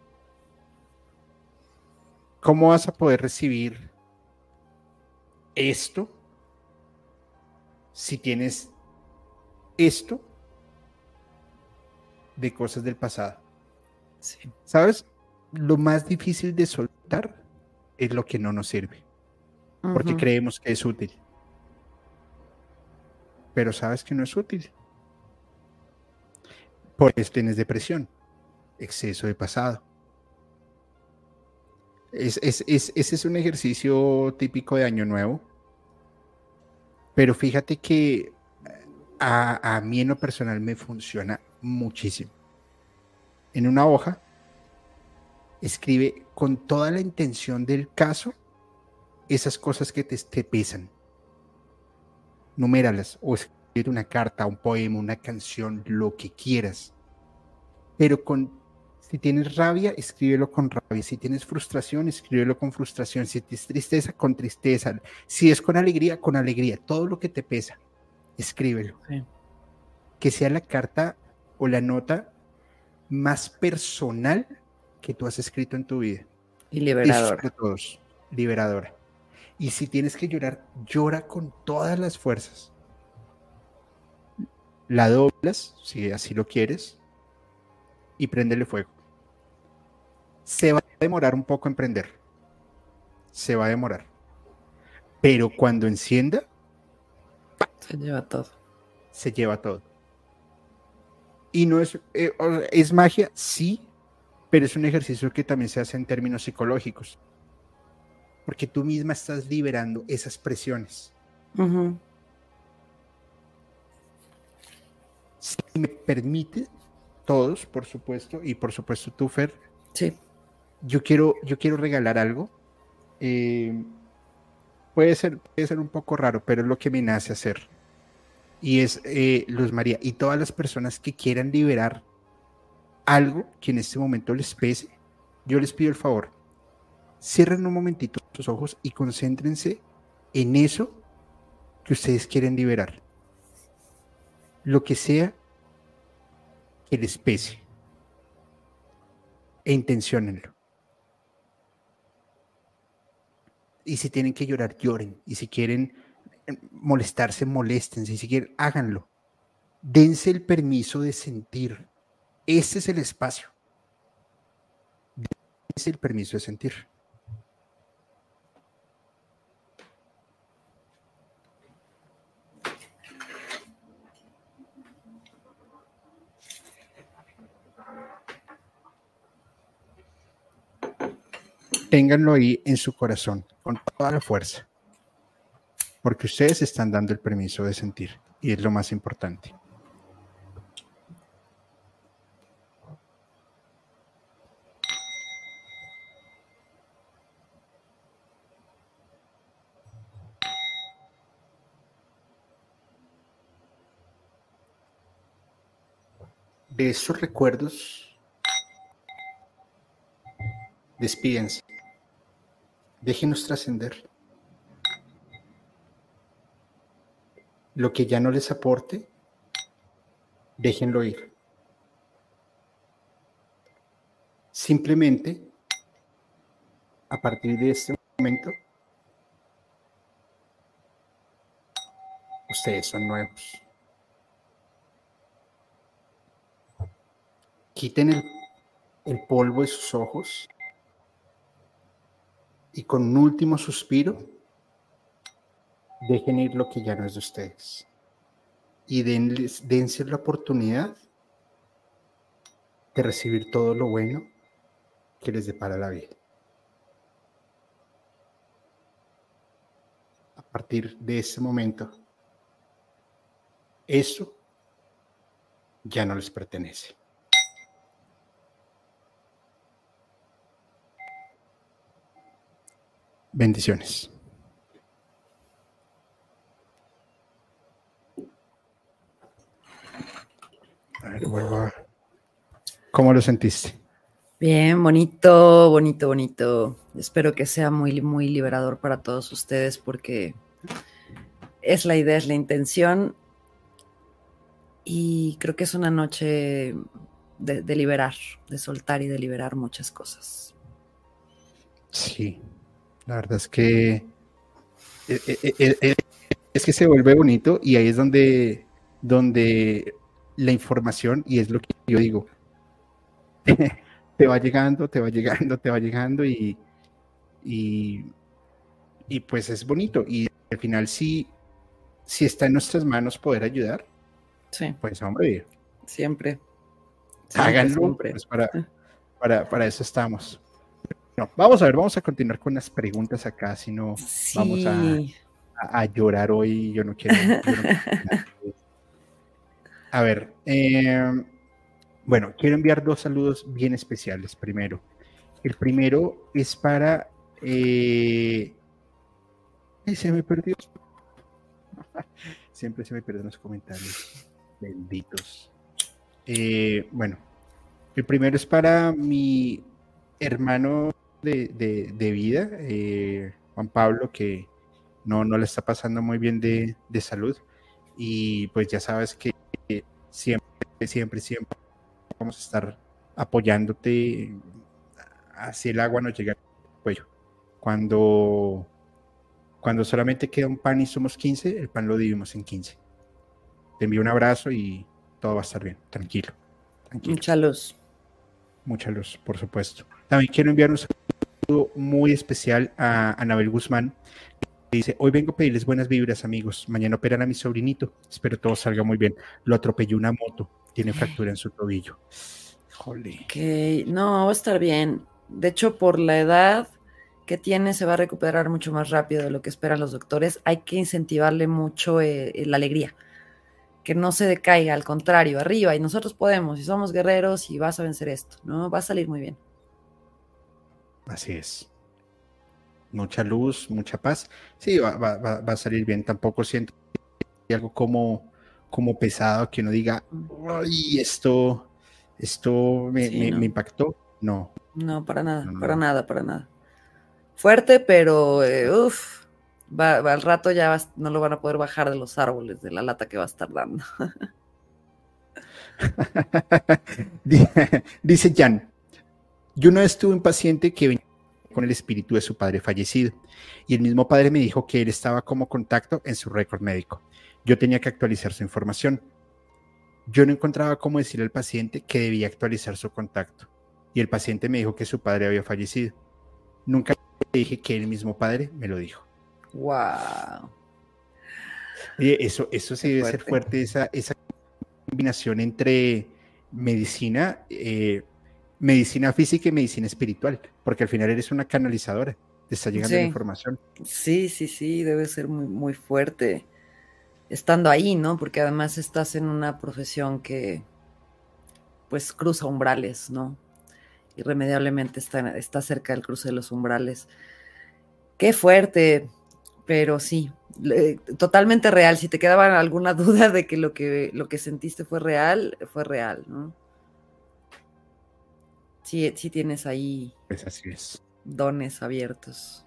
¿Cómo vas a poder recibir esto si tienes esto de cosas del pasado? Sí. ¿Sabes? Lo más difícil de soltar es lo que no nos sirve, porque creemos que es útil. Pero sabes que no es útil. Por eso tienes depresión, exceso de pasado. Ese es un ejercicio típico de Año Nuevo. Pero fíjate que a mí en lo personal me funciona muchísimo. En una hoja, escribe con toda la intención del caso esas cosas que te pesan. Numéralas o escribe una carta, un poema, una canción, lo que quieras. Pero si tienes rabia, escríbelo con rabia. Si tienes frustración, escríbelo con frustración. Si tienes tristeza, con tristeza. Si es con alegría, con alegría. Todo lo que te pesa, escríbelo. Sí. Que sea la carta o la nota más personal que tú has escrito en tu vida. Y Eso liberadora. sobre todo, liberadora. Y si tienes que llorar, llora con todas las fuerzas. La doblas, si así lo quieres, y préndele fuego. Se va a demorar un poco en prender. Se va a demorar. Pero cuando encienda, se lleva todo. Se lleva todo. Y no es magia, sí, pero es un ejercicio que también se hace en términos psicológicos. Porque tú misma estás liberando esas presiones. Si me permite, todos, por supuesto, y por supuesto tú, Fer, sí. yo quiero regalar algo. Puede ser un poco raro, pero es lo que me nace hacer. Y es, Luz María, y todas las personas que quieran liberar algo que en este momento les pese, yo les pido el favor, cierren un momentito sus ojos y concéntrense en eso que ustedes quieren liberar. Lo que sea que les pese. E intenciónenlo. Y si tienen que llorar, lloren. Y si quieren molestarse, moléstense. Y si quieren, háganlo. Dense el permiso de sentir. Ese es el espacio. Dense el permiso de sentir. Ténganlo ahí en su corazón, con toda la fuerza. Porque ustedes están dando el permiso de sentir. Y es lo más importante. De esos recuerdos, despídense. Déjenos trascender. Lo que ya no les aporte, déjenlo ir. Simplemente, a partir de este momento, ustedes son nuevos. Quiten el polvo de sus ojos y con un último suspiro, dejen ir lo que ya no es de ustedes. Y dense la oportunidad de recibir todo lo bueno que les depara la vida. A partir de ese momento, eso ya no les pertenece. Bendiciones. A ver, vuelvo a... ¿Cómo lo sentiste? Bien, bonito, bonito, bonito. Espero que sea muy, muy liberador para todos ustedes porque es la idea, es la intención y creo que es una noche de liberar, de soltar y de liberar muchas cosas. Sí, la verdad es que es que se vuelve bonito y ahí es donde la información, y es lo que yo digo, te va llegando, te va llegando, te va llegando y pues es bonito. Y al final si está en nuestras manos poder ayudar, Sí, pues hombre, siempre. háganlo, Siempre. pues para eso estamos. No, vamos a continuar con las preguntas acá, si no Sí. vamos a llorar hoy. Yo no quiero. A ver, bueno, quiero enviar 2 saludos bien especiales. Primero, el primero es para... Ay, se me perdió. Siempre se me pierden los comentarios. Benditos. Bueno, el primero es para mi hermano de vida, Juan Pablo, que no le está pasando muy bien de salud. Y pues ya sabes que siempre vamos a estar apoyándote. Así el agua nos llega al cuello. Cuando solamente queda un pan y somos 15, el pan lo dividimos en 15. Te envío un abrazo y todo va a estar bien. Tranquilo. Mucha luz, por supuesto. También quiero enviar un saludo muy especial a Anabel Guzmán. Dice, hoy vengo a pedirles buenas vibras, amigos. Mañana operan a mi sobrinito. Espero todo salga muy bien. Lo atropelló una moto. Tiene fractura en su tobillo. Jole. Ok, no, va a estar bien. De hecho, por la edad que tiene, se va a recuperar mucho más rápido de lo que esperan los doctores. Hay que incentivarle mucho la alegría. Que no se decaiga, al contrario, arriba. Y nosotros podemos, y somos guerreros, y vas a vencer esto, ¿no? Va a salir muy bien. Así es. Mucha luz, mucha paz. Sí, va a salir bien. Tampoco siento algo como pesado que uno diga, ay, esto me impactó. No. No, para nada, No. para nada. Fuerte, pero al rato ya no lo van a poder bajar de los árboles, de la lata que va a estar dando. Dice Jan, yo una vez tuve un paciente que venía con el espíritu de su padre fallecido y el mismo padre me dijo que él estaba como contacto en su récord médico. Yo tenía que actualizar su información. Yo no encontraba cómo decirle al paciente que debía actualizar su contacto y el paciente me dijo que su padre había fallecido. Nunca le dije que el mismo padre me lo dijo. Wow. Oye, eso sí debe ser fuerte, esa combinación entre medicina física y medicina espiritual, porque al final eres una canalizadora, te está llegando la información. Sí, debe ser muy, muy fuerte estando ahí, ¿no? Porque además estás en una profesión que pues cruza umbrales, ¿no? Irremediablemente está cerca del cruce de los umbrales. Qué fuerte, pero sí, totalmente real. Si te quedaba alguna duda de que lo que sentiste fue real, ¿no? Sí tienes ahí Pues así es. dones abiertos.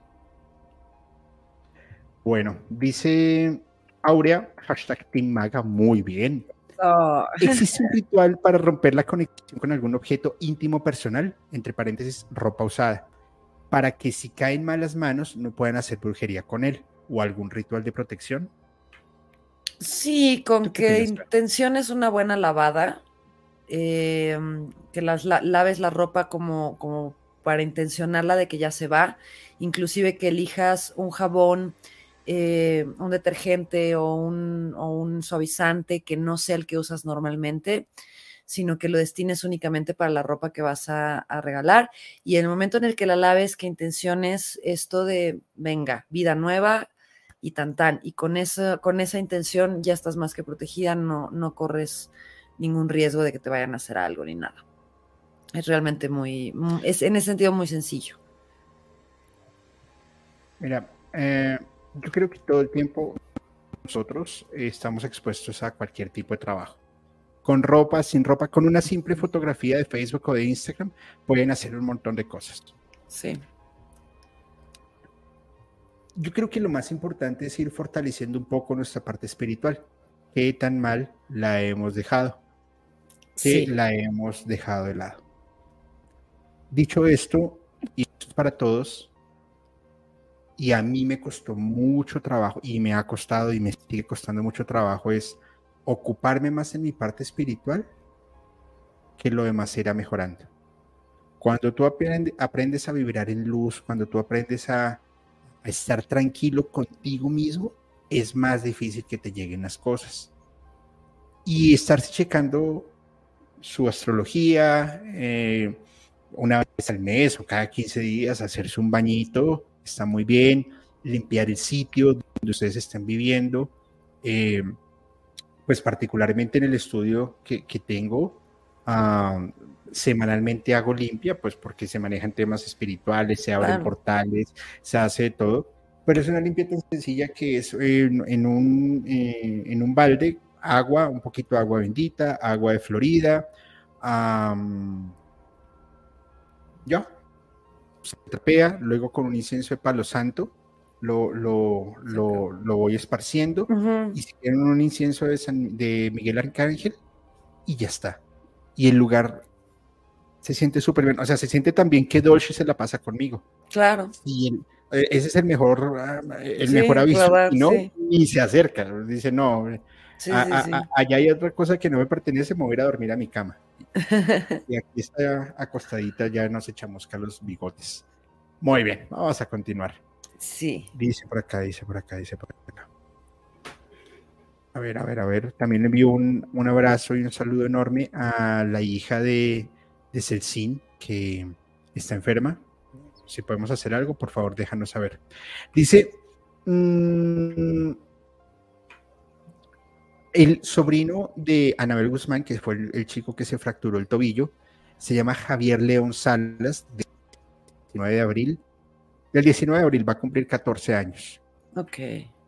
Bueno, dice Aurea, #TeamMaga, muy bien. Oh. ¿Existe un ritual para romper la conexión con algún objeto íntimo personal, entre paréntesis, ropa usada, para que si cae en malas manos no puedan hacer brujería con él, o algún ritual de protección? Sí, con que intenciones una buena lavada, que laves la ropa como para intencionarla de que ya se va, inclusive que elijas un jabón, un detergente o un suavizante que no sea el que usas normalmente, sino que lo destines únicamente para la ropa que vas a regalar. Y en el momento en el que la laves, que intenciones esto de, venga, vida nueva y tan tan. Y con esa intención ya estás más que protegida, no corres ningún riesgo de que te vayan a hacer algo ni nada. Es realmente es en ese sentido muy sencillo. Mira, yo creo que todo el tiempo nosotros estamos expuestos a cualquier tipo de trabajo. Con ropa, sin ropa, con una simple fotografía de Facebook o de Instagram, pueden hacer un montón de cosas. Sí. Yo creo que lo más importante es ir fortaleciendo un poco nuestra parte espiritual. ¿Qué tan mal la hemos dejado? ¿Qué Sí. la hemos dejado de lado? Dicho esto, y esto es para todos, y a mí me costó mucho trabajo, y me ha costado y me sigue costando mucho trabajo, es ocuparme más en mi parte espiritual que lo demás irá mejorando. Cuando tú aprendes a vibrar en luz, cuando tú aprendes a estar tranquilo contigo mismo, es más difícil que te lleguen las cosas. Y estarse checando su astrología una vez al mes o cada 15 días, hacerse un bañito, está muy bien, limpiar el sitio donde ustedes están viviendo, pues particularmente en el estudio que tengo, semanalmente hago limpia, pues porque se manejan temas espirituales, se abren portales, se hace de todo, pero es una limpia tan sencilla que es en un balde, agua, un poquito de agua bendita, agua de Florida, ya, se trapea, luego con un incienso de palo santo, lo voy esparciendo, y si quieren un incienso de Miguel Arcángel, y ya está. Y el lugar se siente súper bien, o sea, se siente tan bien que Dolce se la pasa conmigo. Claro. Y ese es el mejor aviso, verdad, y no, sí. ni se acerca, dice, no, Sí. allá hay otra cosa que no me pertenece, me voy a ir a dormir a mi cama. Y aquí está acostadita, ya nos echamos los bigotes. Muy bien, vamos a continuar. Sí. Dice por acá. A ver. También le envío un abrazo y un saludo enorme a la hija de Celsin, que está enferma. Si podemos hacer algo, por favor, déjanos saber. Dice, el sobrino de Anabel Guzmán, que fue el chico que se fracturó el tobillo, se llama Javier León Salas, del 19 de abril. Del 19 de abril va a cumplir 14 años. Ok.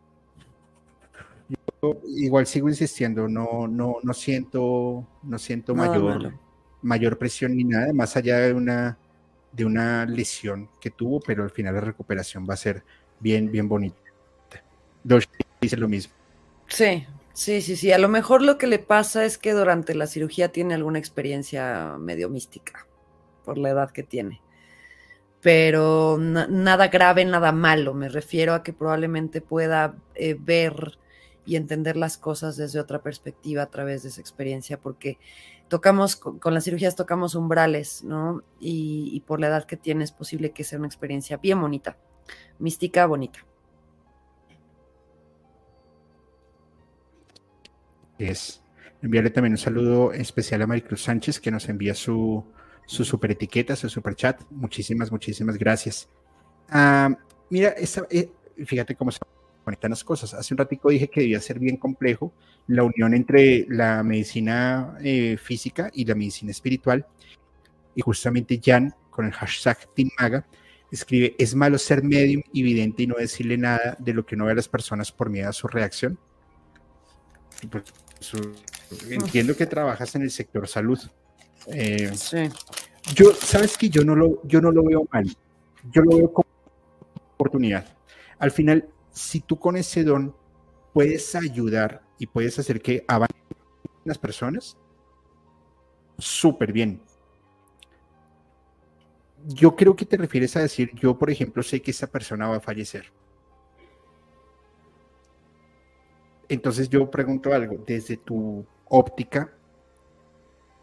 Yo igual sigo insistiendo, no siento mayor presión ni nada, más allá de una lesión que tuvo, pero al final la recuperación va a ser bien bonita. Dosh dice lo mismo. Sí. A lo mejor lo que le pasa es que durante la cirugía tiene alguna experiencia medio mística, por la edad que tiene. Pero nada grave, nada malo. Me refiero a que probablemente pueda ver y entender las cosas desde otra perspectiva a través de esa experiencia, porque con las cirugías tocamos umbrales, ¿no? Y por la edad que tiene es posible que sea una experiencia bien bonita, mística, bonita. Enviarle también un saludo especial a Maricruz Sánchez, que nos envía su super etiqueta, su super chat. Muchísimas gracias. Mira, fíjate cómo se conectan las cosas. Hace un ratico dije que debía ser bien complejo la unión entre la medicina física y la medicina espiritual, y justamente Jan, con el hashtag TeamMaga, escribe: ¿es malo ser medium y vidente y no decirle nada de lo que uno ve a las personas por miedo a su reacción? Pues, entiendo que trabajas en el sector salud. Sí. Sabes que yo no lo veo mal, yo lo veo como oportunidad. Al final, si tú con ese don puedes ayudar y puedes hacer que avancen las personas, súper bien. Yo creo que te refieres a decir, yo por ejemplo sé que esa persona va a fallecer. Entonces yo pregunto algo, desde tu óptica,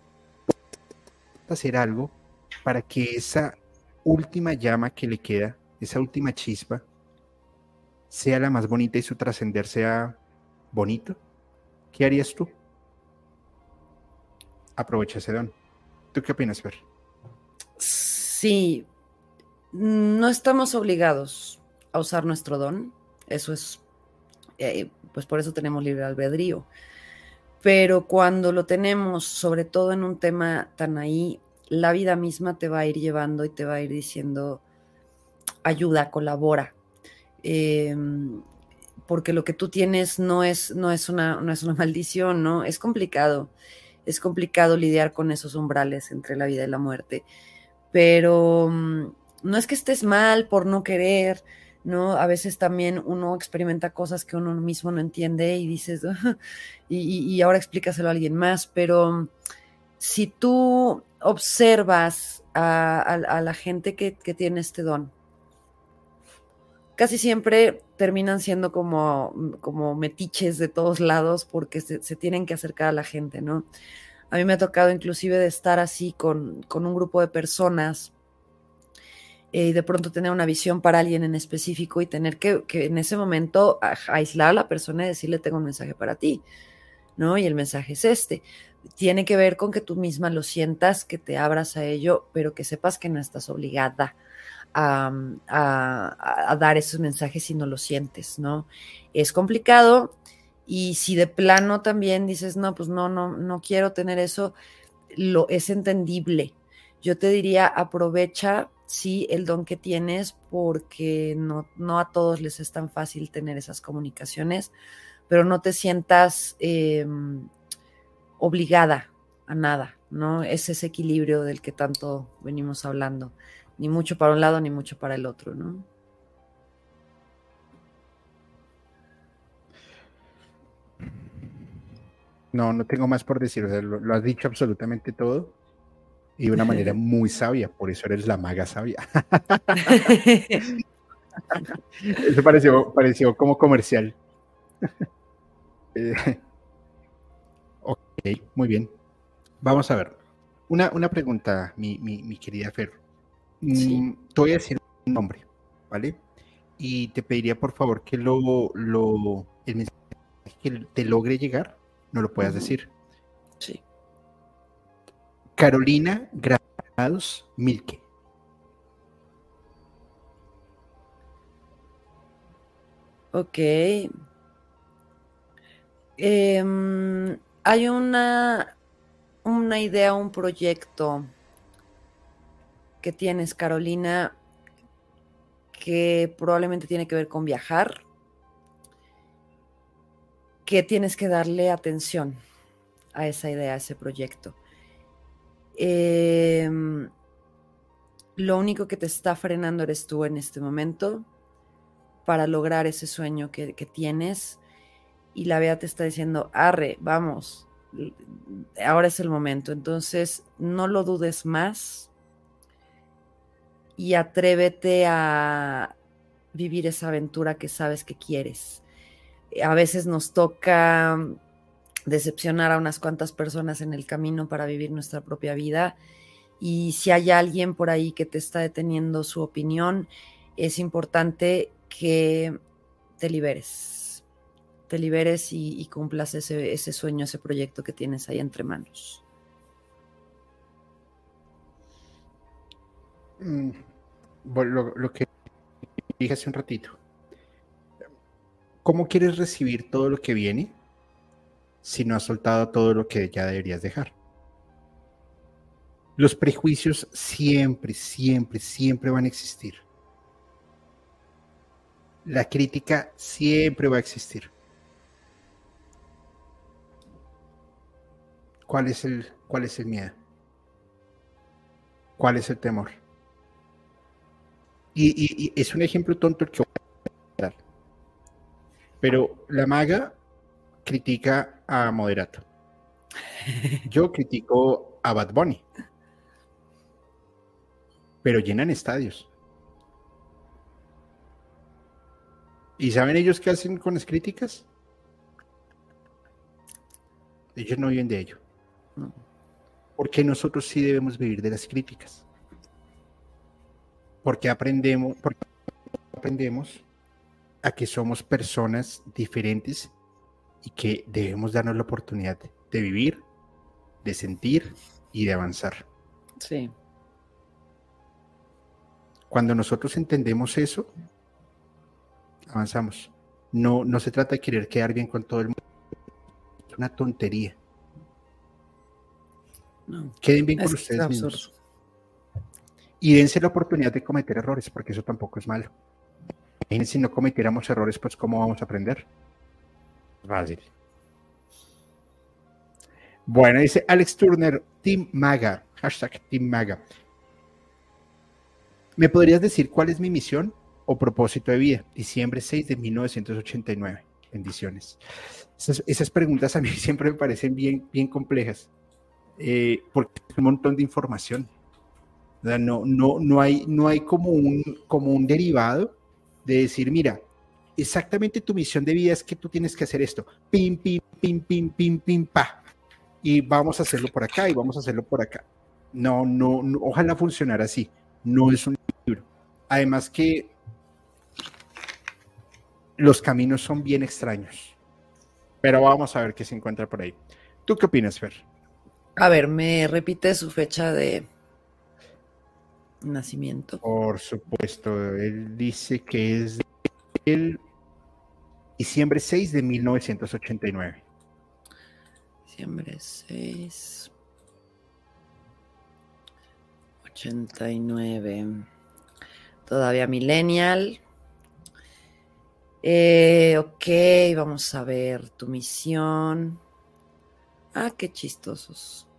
¿puedes hacer algo para que esa última llama que le queda esa última chispa, sea la más bonita y su trascender sea bonito, ¿qué harías tú? Aprovecha ese don. ¿Tú qué opinas, Fer? Sí, no estamos obligados a usar nuestro don. Eso es, pues por eso tenemos libre albedrío. Pero cuando lo tenemos, sobre todo en un tema tan ahí, la vida misma te va a ir llevando y te va a ir diciendo, ayuda, colabora. Porque lo que tú tienes no es una maldición, ¿no? Es complicado lidiar con esos umbrales entre la vida y la muerte, pero no es que estés mal por no querer, ¿no? A veces también uno experimenta cosas que uno mismo no entiende y dices, y ahora explícaselo a alguien más, pero si tú observas a la gente que tiene este don, casi siempre terminan siendo como metiches de todos lados porque se tienen que acercar a la gente, ¿no? A mí me ha tocado inclusive de estar así con un grupo de personas y de pronto tener una visión para alguien en específico y tener que en ese momento aislar a la persona y decirle tengo un mensaje para ti, ¿no? Y el mensaje es este. Tiene que ver con que tú misma lo sientas, que te abras a ello, pero que sepas que no estás obligada a dar esos mensajes si no lo sientes, ¿no? Es complicado y si de plano también dices, no, pues no quiero tener eso, es entendible. Yo te diría, aprovecha, sí, el don que tienes porque no a todos les es tan fácil tener esas comunicaciones, pero no te sientas obligada a nada, ¿no? Es ese equilibrio del que tanto venimos hablando. Ni mucho para un lado, ni mucho para el otro, ¿no? No tengo más por decir, o sea, lo has dicho absolutamente todo y de una manera muy sabia, por eso eres la maga sabia. Eso pareció como comercial. Eh, ok, muy bien. Vamos a ver. Una pregunta, mi querida Fer. Sí. Te voy a decir un nombre, ¿vale? Y te pediría por favor que el mensaje que te logre llegar, no lo puedas decir. Sí. Carolina Granados Milke. Ok. Hay una idea, un proyecto que tienes, Carolina, que probablemente tiene que ver con viajar, que tienes que darle atención a esa idea, a ese proyecto. Lo único que te está frenando eres tú en este momento para lograr ese sueño que tienes, y la vida te está diciendo, arre, vamos, ahora es el momento. Entonces, no lo dudes más y atrévete a vivir esa aventura que sabes que quieres. A veces nos toca decepcionar a unas cuantas personas en el camino para vivir nuestra propia vida, y si hay alguien por ahí que te está deteniendo su opinión, es importante que te liberes y cumplas ese sueño, ese proyecto que tienes ahí entre manos. Lo que dije hace un ratito. ¿Cómo quieres recibir todo lo que viene si no has soltado todo lo que ya deberías dejar? Los prejuicios siempre, siempre, siempre van a existir. La crítica siempre va a existir. ¿Cuál es el miedo? ¿Cuál es el temor? Y es un ejemplo tonto el que voy a dar. Pero la maga critica a Moderato. Yo critico a Bad Bunny. Pero llenan estadios. ¿Y saben ellos qué hacen con las críticas? Ellos no viven de ello. Porque nosotros sí debemos vivir de las críticas. Porque aprendemos, porque aprendemos a que somos personas diferentes y que debemos darnos la oportunidad de vivir, de sentir y de avanzar. Sí. Cuando nosotros entendemos eso, avanzamos. No se trata de querer quedar bien con todo el mundo. Es una tontería. No, Queden bien con es ustedes absurdo. mismos. Y dense la oportunidad de cometer errores, porque eso tampoco es malo. Imagínense, si no cometiéramos errores, pues ¿cómo vamos a aprender? Fácil. Bueno, dice Alex Turner, Team Maga, hashtag Team Maga. ¿Me podrías decir cuál es mi misión o propósito de vida? Diciembre 6 de 1989. Bendiciones. Esas preguntas a mí siempre me parecen bien complejas, porque es un montón de información. O sea, no hay como un derivado de decir, mira, exactamente tu misión de vida es que tú tienes que hacer esto, pim, pim, pim, pim, pim, pim, pa, y vamos a hacerlo por acá y vamos a hacerlo por acá. No, ojalá funcionara así. No es un libro. Además que los caminos son bien extraños. Pero vamos a ver qué se encuentra por ahí. ¿Tú qué opinas, Fer? A ver, ¿me repite su fecha de nacimiento? Por supuesto, él dice que es el diciembre 6 de 1989. Diciembre 6, 89. Todavía millennial. Ok, vamos a ver tu misión. Ah, qué chistosos.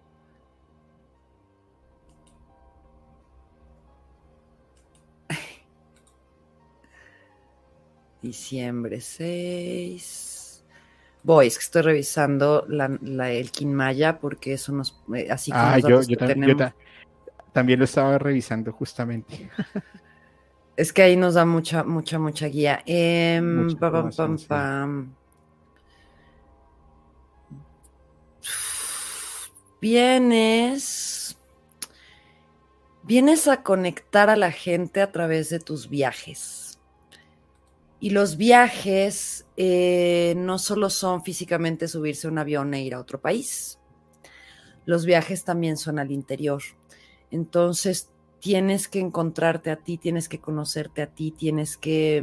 Diciembre 6. Voy, es que estoy revisando el Kinmaya porque eso nos, así con los datos que tenemos. También lo estaba revisando justamente. Es que ahí nos da mucha guía. Mucha información, sí. Vienes a conectar a la gente a través de tus viajes. Y los viajes no solo son físicamente subirse a un avión e ir a otro país. Los viajes también son al interior. Entonces tienes que encontrarte a ti, tienes que conocerte a ti, tienes que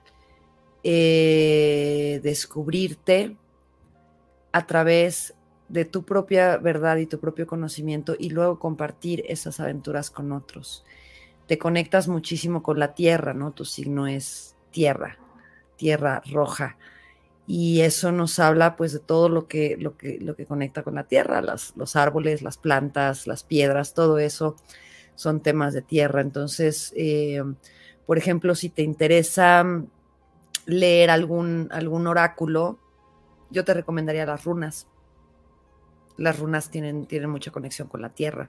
descubrirte a través de tu propia verdad y tu propio conocimiento y luego compartir esas aventuras con otros. Te conectas muchísimo con la tierra, ¿no? Tu signo es tierra roja. Y eso nos habla pues de todo lo que conecta con la tierra, los árboles, las plantas, las piedras, todo eso son temas de tierra. Entonces, por ejemplo, si te interesa leer algún oráculo, yo te recomendaría las runas. Las runas tienen mucha conexión con la tierra.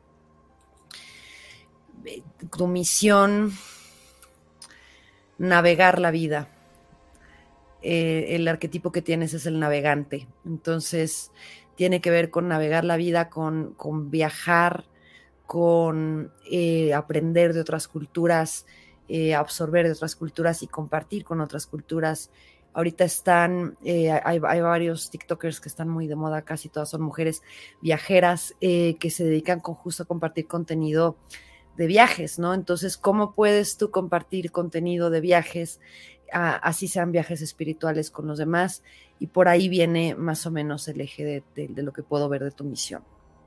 Tu misión, navegar la vida. El arquetipo que tienes es el navegante. Entonces, tiene que ver con navegar la vida, con viajar, con aprender de otras culturas, absorber de otras culturas y compartir con otras culturas. Ahorita hay varios TikTokers que están muy de moda, casi todas son mujeres viajeras que se dedican justo a compartir contenido de viajes, ¿no? Entonces, ¿cómo puedes tú compartir contenido de viajes, así sean viajes espirituales con los demás? Y por ahí viene más o menos el eje de lo que puedo ver de tu misión.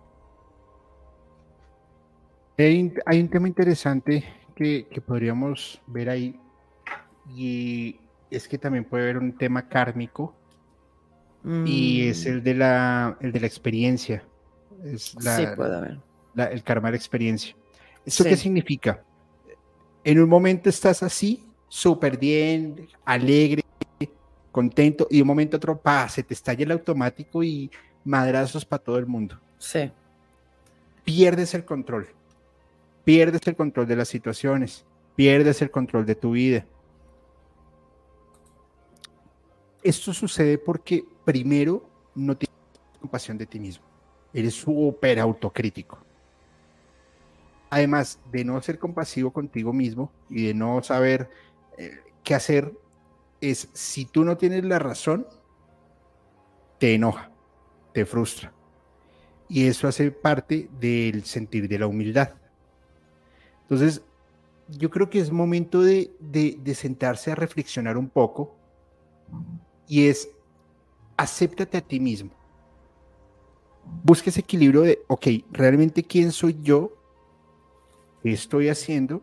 Hay un tema interesante que podríamos ver ahí, y es que también puede haber un tema kármico, y es el de la experiencia. Sí, puede haber. El karma de la experiencia. ¿Esto qué significa? En un momento estás así, súper bien, alegre, contento, y de un momento a otro, se te estalla el automático y madrazos para todo el mundo. Sí. Pierdes el control de las situaciones, pierdes el control de tu vida. Esto sucede porque primero no tienes compasión de ti mismo, eres súper autocrítico. Además de no ser compasivo contigo mismo y de no saber que hacer es, si tú no tienes la razón, te enoja, te frustra. Y eso hace parte del sentir de la humildad. Entonces, yo creo que es momento de sentarse a reflexionar un poco, y es, acéptate a ti mismo. Busca ese equilibrio de, ok, ¿realmente quién soy yo? ¿Qué estoy haciendo?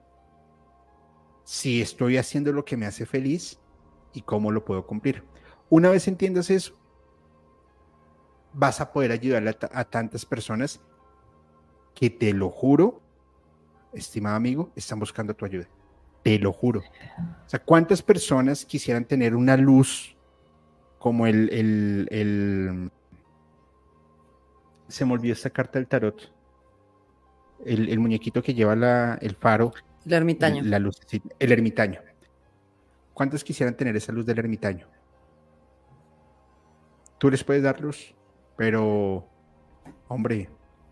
Si estoy haciendo lo que me hace feliz, ¿y cómo lo puedo cumplir? Una vez entiendas eso, vas a poder ayudarle a tantas personas que, te lo juro, estimado amigo, están buscando tu ayuda. Te lo juro. O sea, ¿cuántas personas quisieran tener una luz como se me olvidó esta carta del tarot, el muñequito que lleva el faro, el ermitaño, la luz, el ermitaño? ¿Cuántos quisieran tener esa luz del ermitaño? Tú les puedes dar luz, pero, hombre,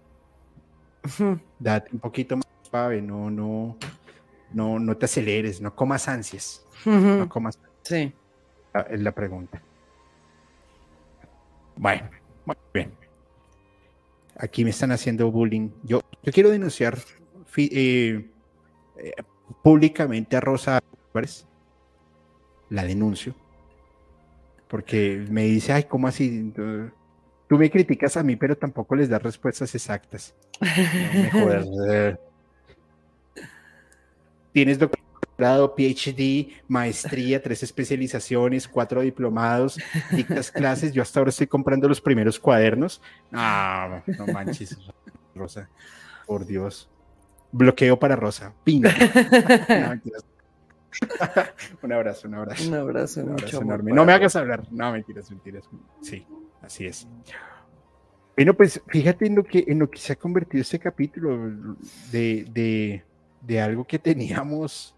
date un poquito más suave, no te aceleres, no comas ansias, no comas. Sí. Es la pregunta. Bueno, muy bien. Aquí me están haciendo bullying. Yo quiero denunciar públicamente a Rosa Álvarez. La denuncio. Porque me dice, ay, ¿cómo así? Tú me criticas a mí, pero tampoco les das respuestas exactas. No me jodas. Tienes doctorado, PhD, maestría, 3 especializaciones, 4 diplomados, dictas clases. Yo hasta ahora estoy comprando los primeros cuadernos. No manches, Rosa. Por Dios. Bloqueo para Rosa. Pinga. No, un abrazo. Un abrazo mucho enorme. No me hagas hablar. No, mentiras. Sí, así es. Bueno, pues fíjate en lo que se ha convertido este capítulo de algo que teníamos.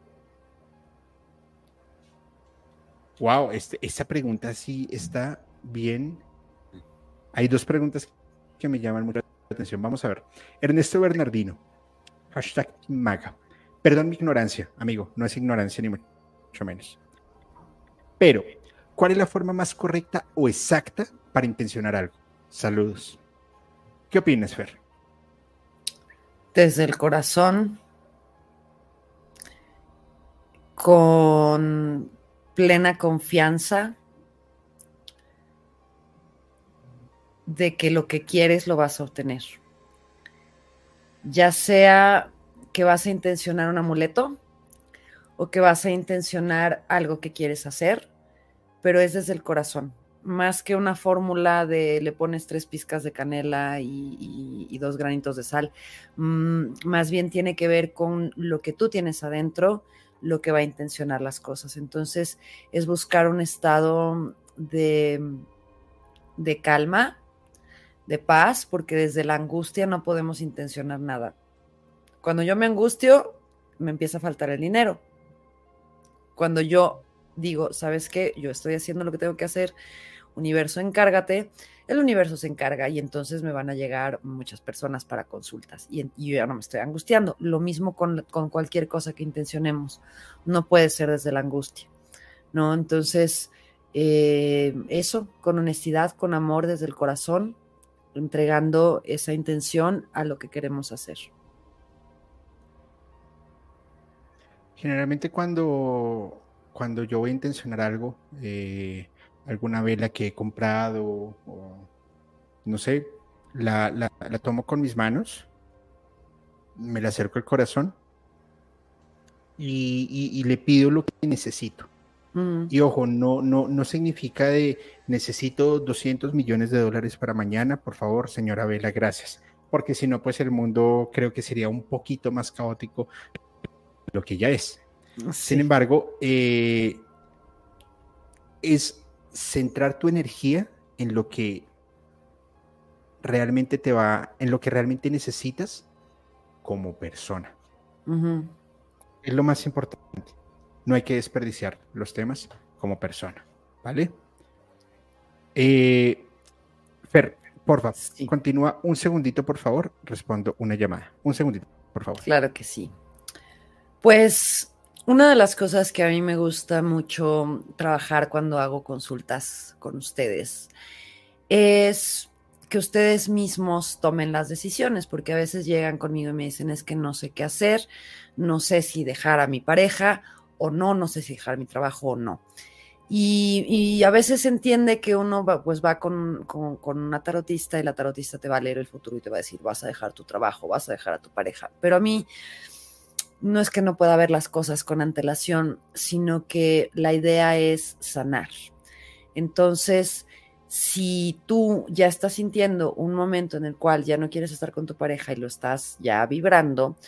Wow, esta pregunta sí está bien. Hay 2 preguntas que me llaman mucho la atención. Vamos a ver. Ernesto Bernardino. #Maga. Perdón mi ignorancia, amigo. No es ignorancia ni mucho menos. Pero, ¿cuál es la forma más correcta o exacta para intencionar algo? Saludos. ¿Qué opinas, Fer? Desde el corazón, con plena confianza de que lo que quieres lo vas a obtener. Ya sea que vas a intencionar un amuleto o que vas a intencionar algo que quieres hacer, pero es desde el corazón. Más que una fórmula de le pones 3 pizcas de canela y 2 granitos de sal, más bien tiene que ver con lo que tú tienes adentro, lo que va a intencionar las cosas. Entonces es buscar un estado de calma, de paz, porque desde la angustia no podemos intencionar nada. Cuando yo me angustio, me empieza a faltar el dinero. Cuando yo digo, ¿sabes qué? Yo estoy haciendo lo que tengo que hacer, universo, encárgate, el universo se encarga y entonces me van a llegar muchas personas para consultas y yo ya no me estoy angustiando. Lo mismo con cualquier cosa que intencionemos. No puede ser desde la angustia, ¿no? Entonces, eso, con honestidad, con amor desde el corazón, entregando esa intención a lo que queremos hacer. Generalmente cuando yo voy a intencionar algo, alguna vela que he comprado, o no sé, la tomo con mis manos, me la acerco al corazón y le pido lo que necesito. Y ojo, no significa de necesito $200 millones para mañana, por favor, señora Vela, gracias. Porque si no, pues el mundo creo que sería un poquito más caótico de lo que ya es. Sí. Sin embargo, es centrar tu energía en lo que realmente en lo que realmente necesitas como persona. Es lo más importante. No hay que desperdiciar los temas como persona, ¿vale? Fer, porfa, sí. Continúa un segundito, por favor. Respondo una llamada. Un segundito, por favor. Claro que sí. Pues Una de las cosas que a mí me gusta mucho trabajar cuando hago consultas con ustedes es que ustedes mismos tomen las decisiones, porque a veces llegan conmigo y me dicen, es que no sé qué hacer, no sé si dejar a mi pareja o no, no sé si dejar mi trabajo o no. Y a veces se entiende que uno va con una tarotista y la tarotista te va a leer el futuro y te va a decir, vas a dejar tu trabajo, vas a dejar a tu pareja. Pero a mí no es que no pueda ver las cosas con antelación, sino que la idea es sanar. Entonces, si tú ya estás sintiendo un momento en el cual ya no quieres estar con tu pareja y lo estás ya vibrando,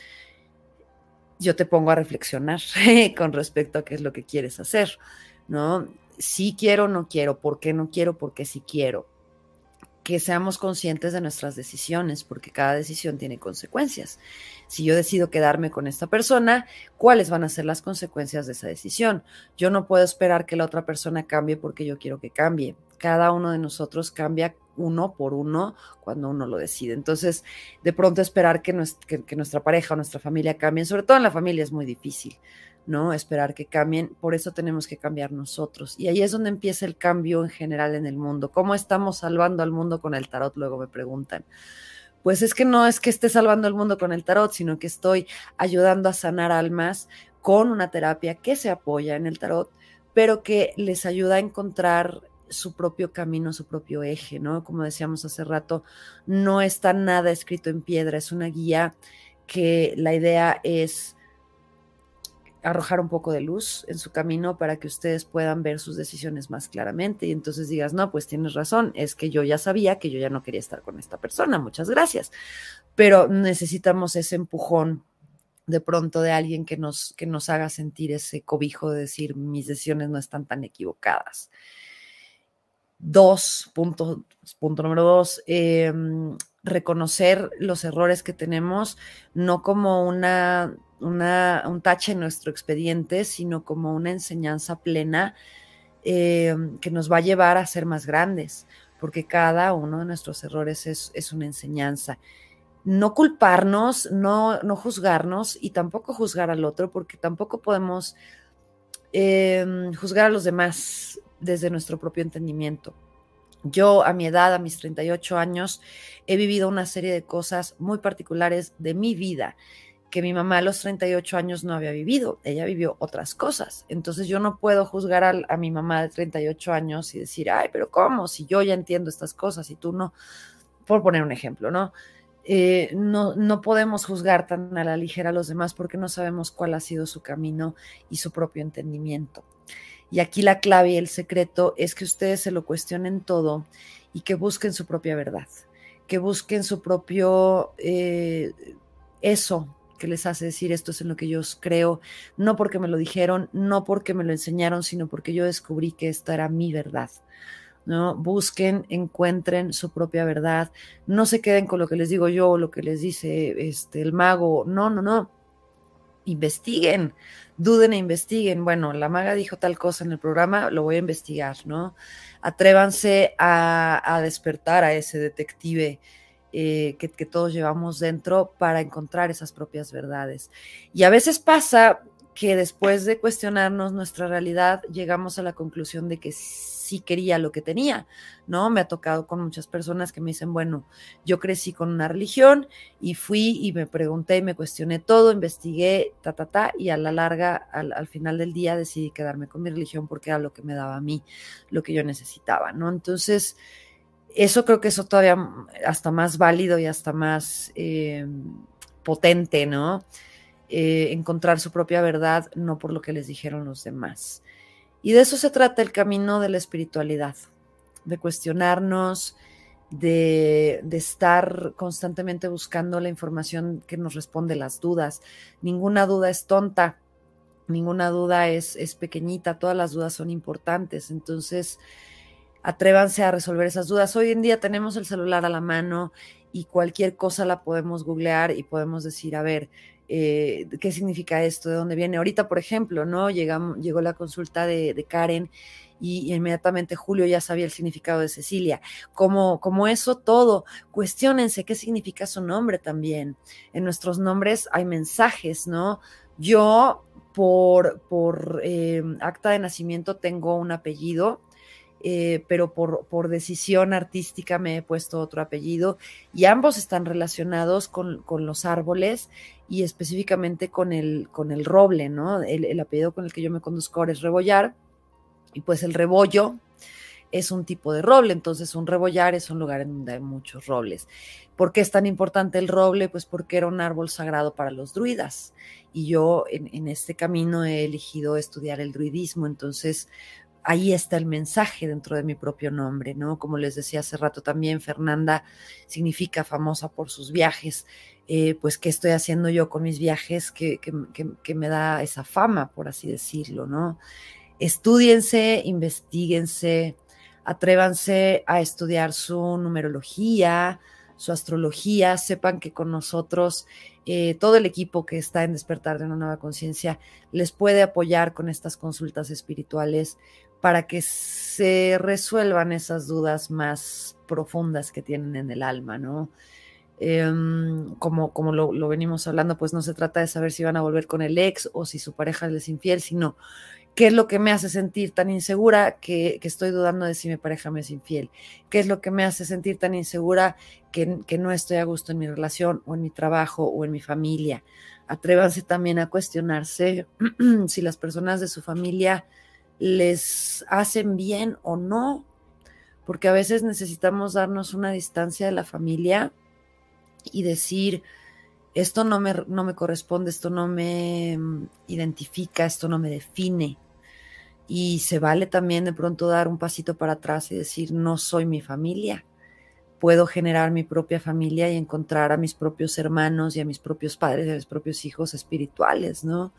yo te pongo a reflexionar con respecto a qué es lo que quieres hacer, ¿no? Si quiero, no quiero, ¿por qué no quiero? Porque sí quiero. Que seamos conscientes de nuestras decisiones, porque cada decisión tiene consecuencias. Si yo decido quedarme con esta persona, ¿cuáles van a ser las consecuencias de esa decisión? Yo no puedo esperar que la otra persona cambie porque yo quiero que cambie. Cada uno de nosotros cambia uno por uno cuando uno lo decide. Entonces, de pronto esperar que nuestra pareja o nuestra familia cambien, sobre todo en la familia es muy difícil, ¿no? Esperar que cambien, por eso tenemos que cambiar nosotros. Y ahí es donde empieza el cambio en general en el mundo. ¿Cómo estamos salvando al mundo con el tarot? Luego me preguntan. Pues es que no es que esté salvando el mundo con el tarot, sino que estoy ayudando a sanar almas con una terapia que se apoya en el tarot, pero que les ayuda a encontrar su propio camino, su propio eje, ¿no? Como decíamos hace rato, no está nada escrito en piedra, es una guía que la idea es arrojar un poco de luz en su camino para que ustedes puedan ver sus decisiones más claramente y entonces digas, no, pues tienes razón, es que yo ya sabía que yo ya no quería estar con esta persona, muchas gracias, pero necesitamos ese empujón de pronto de alguien que nos haga sentir ese cobijo de decir, mis decisiones no están tan equivocadas. Punto número 2, reconocer los errores que tenemos, no como un tache en nuestro expediente, sino como una enseñanza plena que nos va a llevar a ser más grandes, porque cada uno de nuestros errores es una enseñanza. No culparnos, no juzgarnos y tampoco juzgar al otro, porque tampoco podemos juzgar a los demás desde nuestro propio entendimiento. Yo a mi edad, a mis 38 años, he vivido una serie de cosas muy particulares de mi vida que mi mamá a los 38 años no había vivido. Ella vivió otras cosas. Entonces yo no puedo juzgar a mi mamá de 38 años y decir, ay, pero ¿cómo? Si yo ya entiendo estas cosas y tú no. Por poner un ejemplo, ¿no? No podemos juzgar tan a la ligera a los demás porque no sabemos cuál ha sido su camino y su propio entendimiento. Y aquí la clave y el secreto es que ustedes se lo cuestionen todo y que busquen su propia verdad, que busquen su propio, eso que les hace decir esto es en lo que yo creo, no porque me lo dijeron, no porque me lo enseñaron, sino porque yo descubrí que esta era mi verdad, ¿no? Busquen, encuentren su propia verdad, no se queden con lo que les digo yo, lo que les dice el mago, no. Investiguen, duden e investiguen. Bueno, la maga dijo tal cosa en el programa, lo voy a investigar, ¿no? Atrévanse a despertar a ese detective que todos llevamos dentro para encontrar esas propias verdades. Y a veces pasa que después de cuestionarnos nuestra realidad, llegamos a la conclusión de que sí quería lo que tenía, ¿no? Me ha tocado con muchas personas que me dicen, bueno, yo crecí con una religión y fui y me pregunté y me cuestioné todo, investigué, y a la larga, al final del día decidí quedarme con mi religión porque era lo que me daba a mí, lo que yo necesitaba, ¿no? Entonces, eso creo que eso todavía hasta más válido y hasta más potente, ¿no? Encontrar su propia verdad, no por lo que les dijeron los demás. Y de eso se trata el camino de la espiritualidad, de cuestionarnos, de estar constantemente buscando la información que nos responde las dudas. Ninguna duda es tonta, ninguna duda es pequeñita, todas las dudas son importantes. Entonces, atrévanse a resolver esas dudas. Hoy en día tenemos el celular a la mano y cualquier cosa la podemos googlear y podemos decir, a ver, ¿qué significa esto? ¿De dónde viene? Ahorita, por ejemplo, ¿no? Llegó la consulta de Karen y inmediatamente Julio ya sabía el significado de Cecilia. Como eso todo, cuestiónense qué significa su nombre también. En nuestros nombres hay mensajes, ¿no? Yo Por acta de nacimiento tengo un apellido, pero por decisión artística me he puesto otro apellido, y ambos están relacionados con los árboles y específicamente con el roble, ¿no? El apellido con el que yo me conduzco ahora es Rebollar, y pues el rebollo es un tipo de roble. Entonces un rebollar es un lugar en donde hay muchos robles. ¿Por qué es tan importante el roble? Pues porque era un árbol sagrado para los druidas, y yo en este camino he elegido estudiar el druidismo. Entonces ahí está el mensaje dentro de mi propio nombre, ¿no? Como les decía hace rato también, Fernanda significa famosa por sus viajes. Pues, ¿qué estoy haciendo yo con mis viajes que me da esa fama, por así decirlo, ¿no? Estúdiense, investíguense, atrévanse a estudiar su numerología, su astrología. Sepan que con nosotros, todo el equipo que está en Despertar de una Nueva Conciencia les puede apoyar con estas consultas espirituales para que se resuelvan esas dudas más profundas que tienen en el alma, ¿no? Como lo venimos hablando, pues no se trata de saber si van a volver con el ex o si su pareja les es infiel, sino ¿qué es lo que me hace sentir tan insegura que estoy dudando de si mi pareja me es infiel? ¿Qué es lo que me hace sentir tan insegura que no estoy a gusto en mi relación o en mi trabajo o en mi familia? Atrévanse también a cuestionarse si las personas de su familia les hacen bien o no, porque a veces necesitamos darnos una distancia de la familia y decir, esto no me corresponde, esto no me identifica, esto no me define. Y se vale también de pronto dar un pasito para atrás y decir, no soy mi familia. Puedo generar mi propia familia y encontrar a mis propios hermanos y a mis propios padres y a mis propios hijos espirituales, ¿no?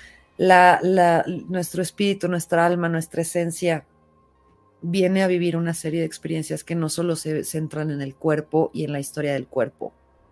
Nuestro espíritu, nuestra alma, nuestra esencia viene a vivir una serie de experiencias que no solo se centran en el cuerpo y en la historia del cuerpo.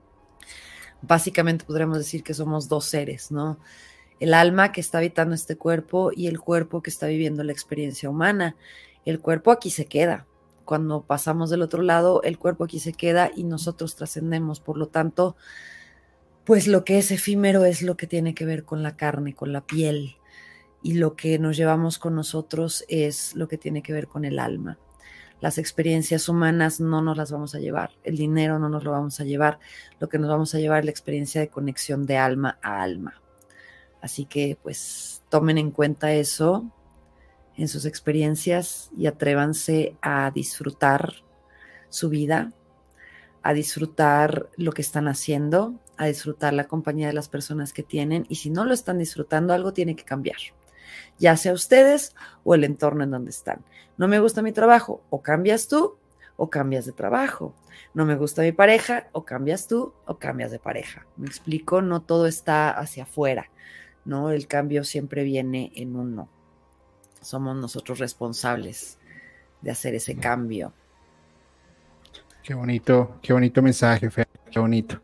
Básicamente podríamos decir que somos dos seres, ¿no? El alma que está habitando este cuerpo y el cuerpo que está viviendo la experiencia humana. El cuerpo aquí se queda. Cuando pasamos del otro lado, el cuerpo aquí se queda y nosotros trascendemos. Por lo tanto, pues lo que es efímero es lo que tiene que ver con la carne, con la piel, y lo que nos llevamos con nosotros es lo que tiene que ver con el alma. Las experiencias humanas no nos las vamos a llevar, el dinero no nos lo vamos a llevar, lo que nos vamos a llevar es la experiencia de conexión de alma a alma. Así que pues tomen en cuenta eso en sus experiencias y atrévanse a disfrutar su vida, a disfrutar lo que están haciendo, a disfrutar la compañía de las personas que tienen, y si no lo están disfrutando, algo tiene que cambiar, ya sea ustedes o el entorno en donde están. No me gusta mi trabajo, o cambias tú o cambias de trabajo. No me gusta mi pareja, o cambias tú o cambias de pareja. ¿Me explico? No todo está hacia afuera, ¿no? El cambio siempre viene en uno. Somos nosotros responsables de hacer ese cambio. Qué bonito mensaje, Fer, qué bonito.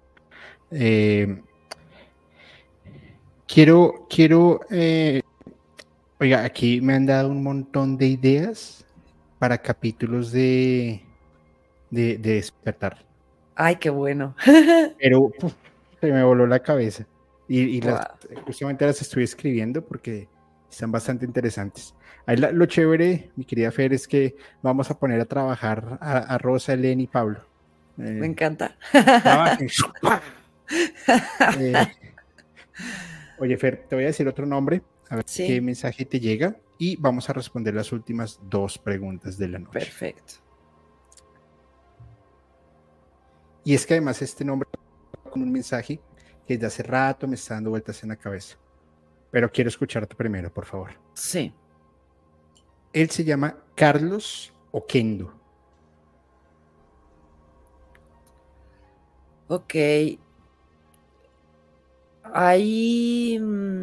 Oiga, aquí me han dado un montón de ideas para capítulos de Despertar. Ay, qué bueno. Pero se me voló la cabeza. Y Wow. justamente las estoy escribiendo porque están bastante interesantes. Ahí lo chévere, mi querida Fer, es que vamos a poner a trabajar a Rosa, Elena y Pablo. Me encanta. Trabajen. Oye, Fer, te voy a decir otro nombre, a ver Sí. qué mensaje te llega, y vamos a responder las últimas 2 preguntas de la noche. Perfecto. Y es que además este nombre con un mensaje que desde hace rato me está dando vueltas en la cabeza. Pero quiero escucharte primero, por favor. Sí. Él se llama Carlos Oquendo. Ok. Ahí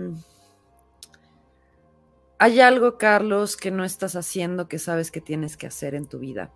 hay algo, Carlos, que no estás haciendo, que sabes que tienes que hacer en tu vida,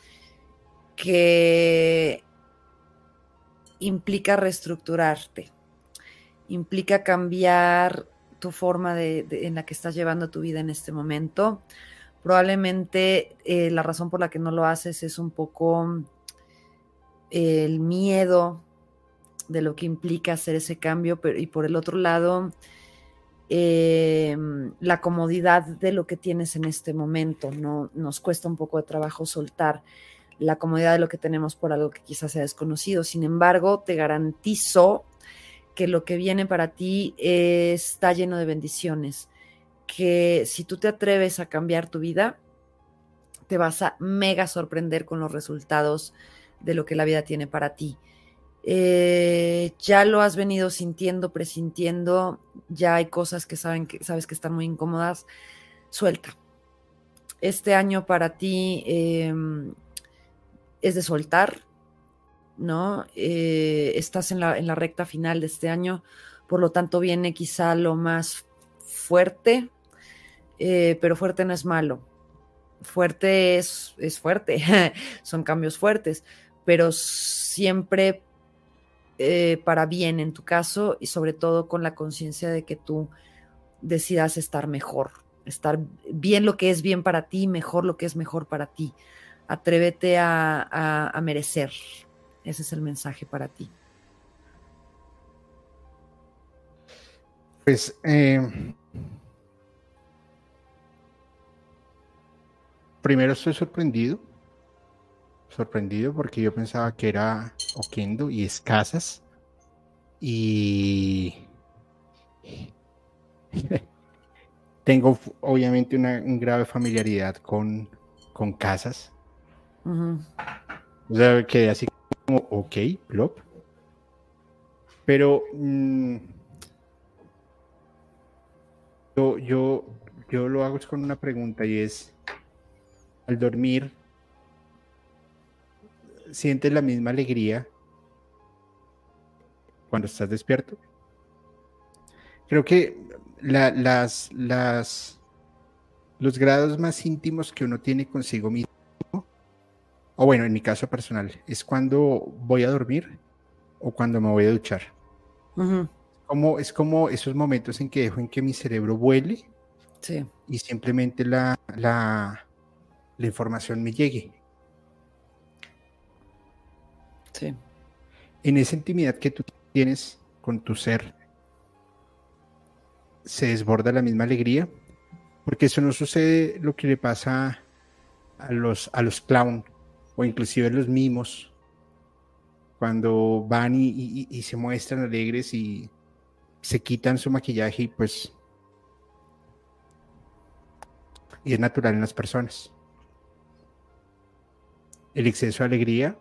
que implica reestructurarte, implica cambiar tu forma en la que estás llevando tu vida en este momento. Probablemente la razón por la que no lo haces es un poco el miedo de lo que implica hacer ese cambio, pero y por el otro lado, la comodidad de lo que tienes en este momento, ¿no? Nos cuesta un poco de trabajo soltar la comodidad de lo que tenemos por algo que quizás sea desconocido. Sin embargo, te garantizo que lo que viene para ti está lleno de bendiciones, que si tú te atreves a cambiar tu vida, te vas a mega sorprender con los resultados de lo que la vida tiene para ti. Ya lo has venido sintiendo, presintiendo, ya hay cosas que sabes que están muy incómodas, suelta. Este año para ti es de soltar, ¿no? Estás en la recta final de este año, por lo tanto viene quizá lo más fuerte, pero fuerte no es malo. Fuerte es fuerte, son cambios fuertes, pero siempre para bien en tu caso y sobre todo con la conciencia de que tú decidas estar mejor, estar bien lo que es bien para ti, mejor lo que es mejor para ti. Atrévete a merecer. Ese es el mensaje para ti. Pues primero estoy sorprendido porque yo pensaba que era Oquendo y Escasas y tengo obviamente una grave familiaridad con Casas. Uh-huh. O sea, quedé así como, ok, plop. Pero yo lo hago con una pregunta y es, al dormir, ¿sientes la misma alegría cuando estás despierto? Creo que los grados más íntimos que uno tiene consigo mismo, o bueno, en mi caso personal, es cuando voy a dormir o cuando me voy a duchar. Uh-huh. Es como esos momentos en que dejo en que mi cerebro vuele, sí, y simplemente la información me llegue. Sí. En esa intimidad que tú tienes con tu ser, ¿se desborda la misma alegría? Porque eso no sucede lo que le pasa a los clown o inclusive a los mimos cuando van y se muestran alegres y se quitan su maquillaje y es natural en las personas. El exceso de alegría,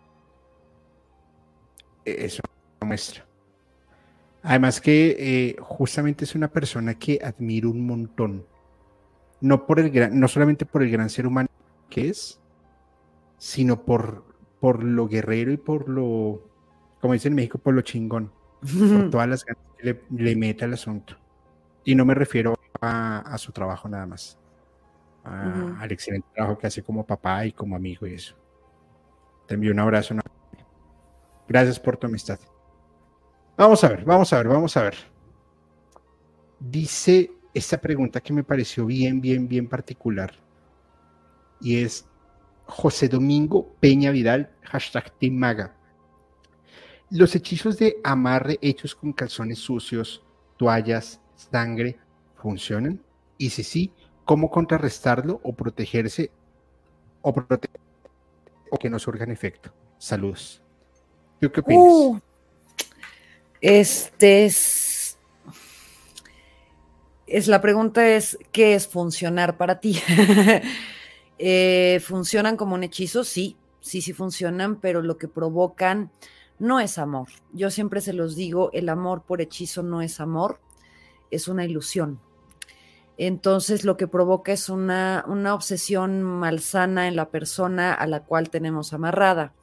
eso muestra. Además que justamente es una persona que admiro un montón. No solamente por el gran ser humano que es, sino por lo guerrero y por lo, como dicen en México, por lo chingón, por todas las ganas que le mete al asunto. Y no me refiero a su trabajo nada más, al excelente trabajo que hace como papá y como amigo y eso. Te envío un abrazo. Gracias por tu amistad. Vamos a ver. Dice esta pregunta que me pareció bien particular y es José Domingo Peña Vidal, #TeamMaga. ¿Los hechizos de amarre hechos con calzones sucios, toallas, sangre, funcionan? Y si sí, ¿cómo contrarrestarlo o protegerse o que no surjan efecto? Saludos. ¿Tú qué opinas? La pregunta es, ¿qué es funcionar para ti? ¿Funcionan como un hechizo? Sí funcionan, pero lo que provocan no es amor. Yo siempre se los digo, el amor por hechizo no es amor, es una ilusión. Entonces lo que provoca es una obsesión malsana en la persona a la cual tenemos amarrada.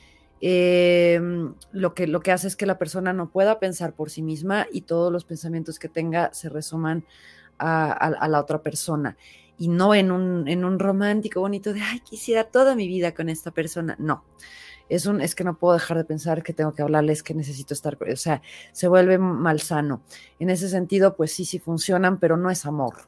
Lo que hace es que la persona no pueda pensar por sí misma y todos los pensamientos que tenga se resuman a la otra persona y no en un romántico bonito de, ay, quisiera toda mi vida con esta persona. No, es que no puedo dejar de pensar que tengo que hablarles, que necesito estar, o sea, se vuelve malsano. En ese sentido, pues sí funcionan, pero no es amor.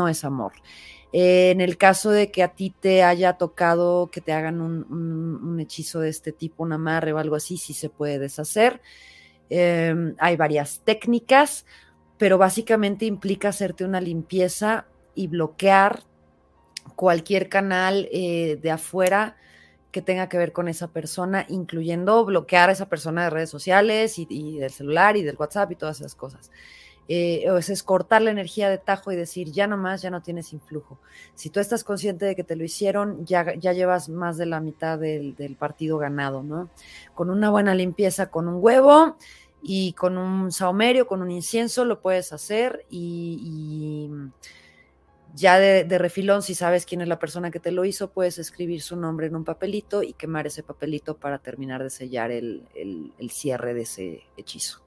En el caso de que a ti te haya tocado que te hagan un hechizo de este tipo, un amarre o algo así, sí se puede deshacer. Hay varias técnicas, pero básicamente implica hacerte una limpieza y bloquear cualquier canal de afuera que tenga que ver con esa persona, incluyendo bloquear a esa persona de redes sociales y del celular y del WhatsApp y todas esas cosas. O es cortar la energía de tajo y decir, ya no más, ya no tienes influjo. Si tú estás consciente de que te lo hicieron, ya llevas más de la mitad del partido ganado, ¿no? Con una buena limpieza, con un huevo y con un saumerio, con un incienso, lo puedes hacer y ya de refilón, si sabes quién es la persona que te lo hizo, puedes escribir su nombre en un papelito y quemar ese papelito para terminar de sellar el cierre de ese hechizo.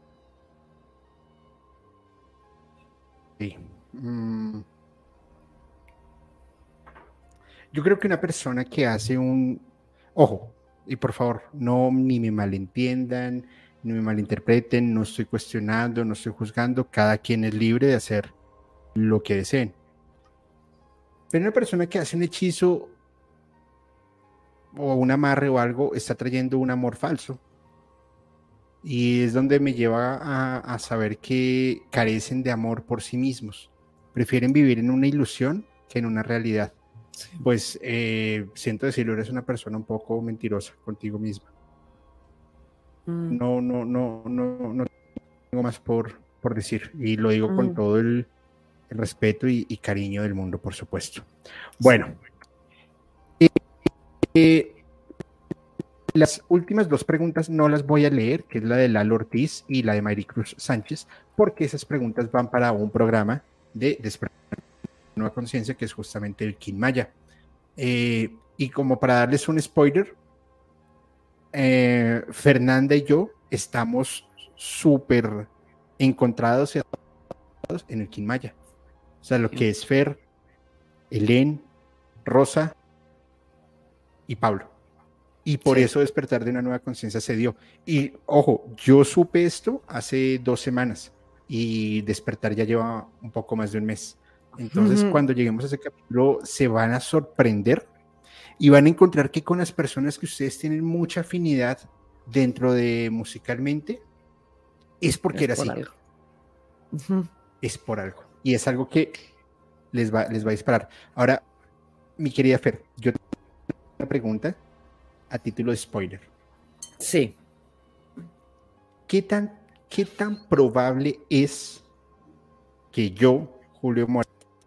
Sí. Yo creo que una persona que hace Ojo, y por favor, no ni me malentiendan, ni me malinterpreten, no estoy cuestionando, no estoy juzgando, cada quien es libre de hacer lo que deseen. Pero una persona que hace un hechizo o un amarre o algo está trayendo un amor falso. Y es donde me lleva a saber que carecen de amor por sí mismos. Prefieren vivir en una ilusión que en una realidad. Sí. Pues siento decirlo, eres una persona un poco mentirosa contigo misma. No tengo más por decir. Y lo digo con todo el respeto y cariño del mundo, por supuesto. Bueno. Las últimas dos preguntas no las voy a leer, que es la de Lalo Ortiz y la de Maricruz Sánchez, porque esas preguntas van para un programa de Despertar Nueva Conciencia, que es justamente el Kin Maya. Y como para darles un spoiler, Fernanda y yo estamos súper encontrados en el Kin Maya. O sea, lo que es Fer, Helen, Rosa y Pablo. Y por eso Despertar de una Nueva Conciencia se dio. Y ojo, yo supe esto hace 2 semanas y Despertar ya lleva un poco más de un mes. Entonces, cuando lleguemos a ese capítulo, se van a sorprender y van a encontrar que con las personas que ustedes tienen mucha afinidad dentro de musicalmente, es porque era así. Algo. Es por algo. Y es algo que les va a disparar. Ahora, mi querida Fer, yo tengo una pregunta a título de spoiler. Sí. ¿Qué tan probable es que yo, Julio Morales,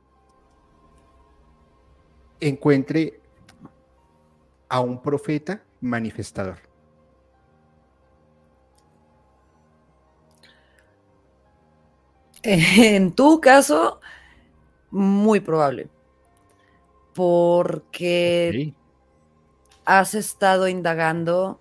encuentre a un profeta manifestador? En tu caso, muy probable. Porque has estado indagando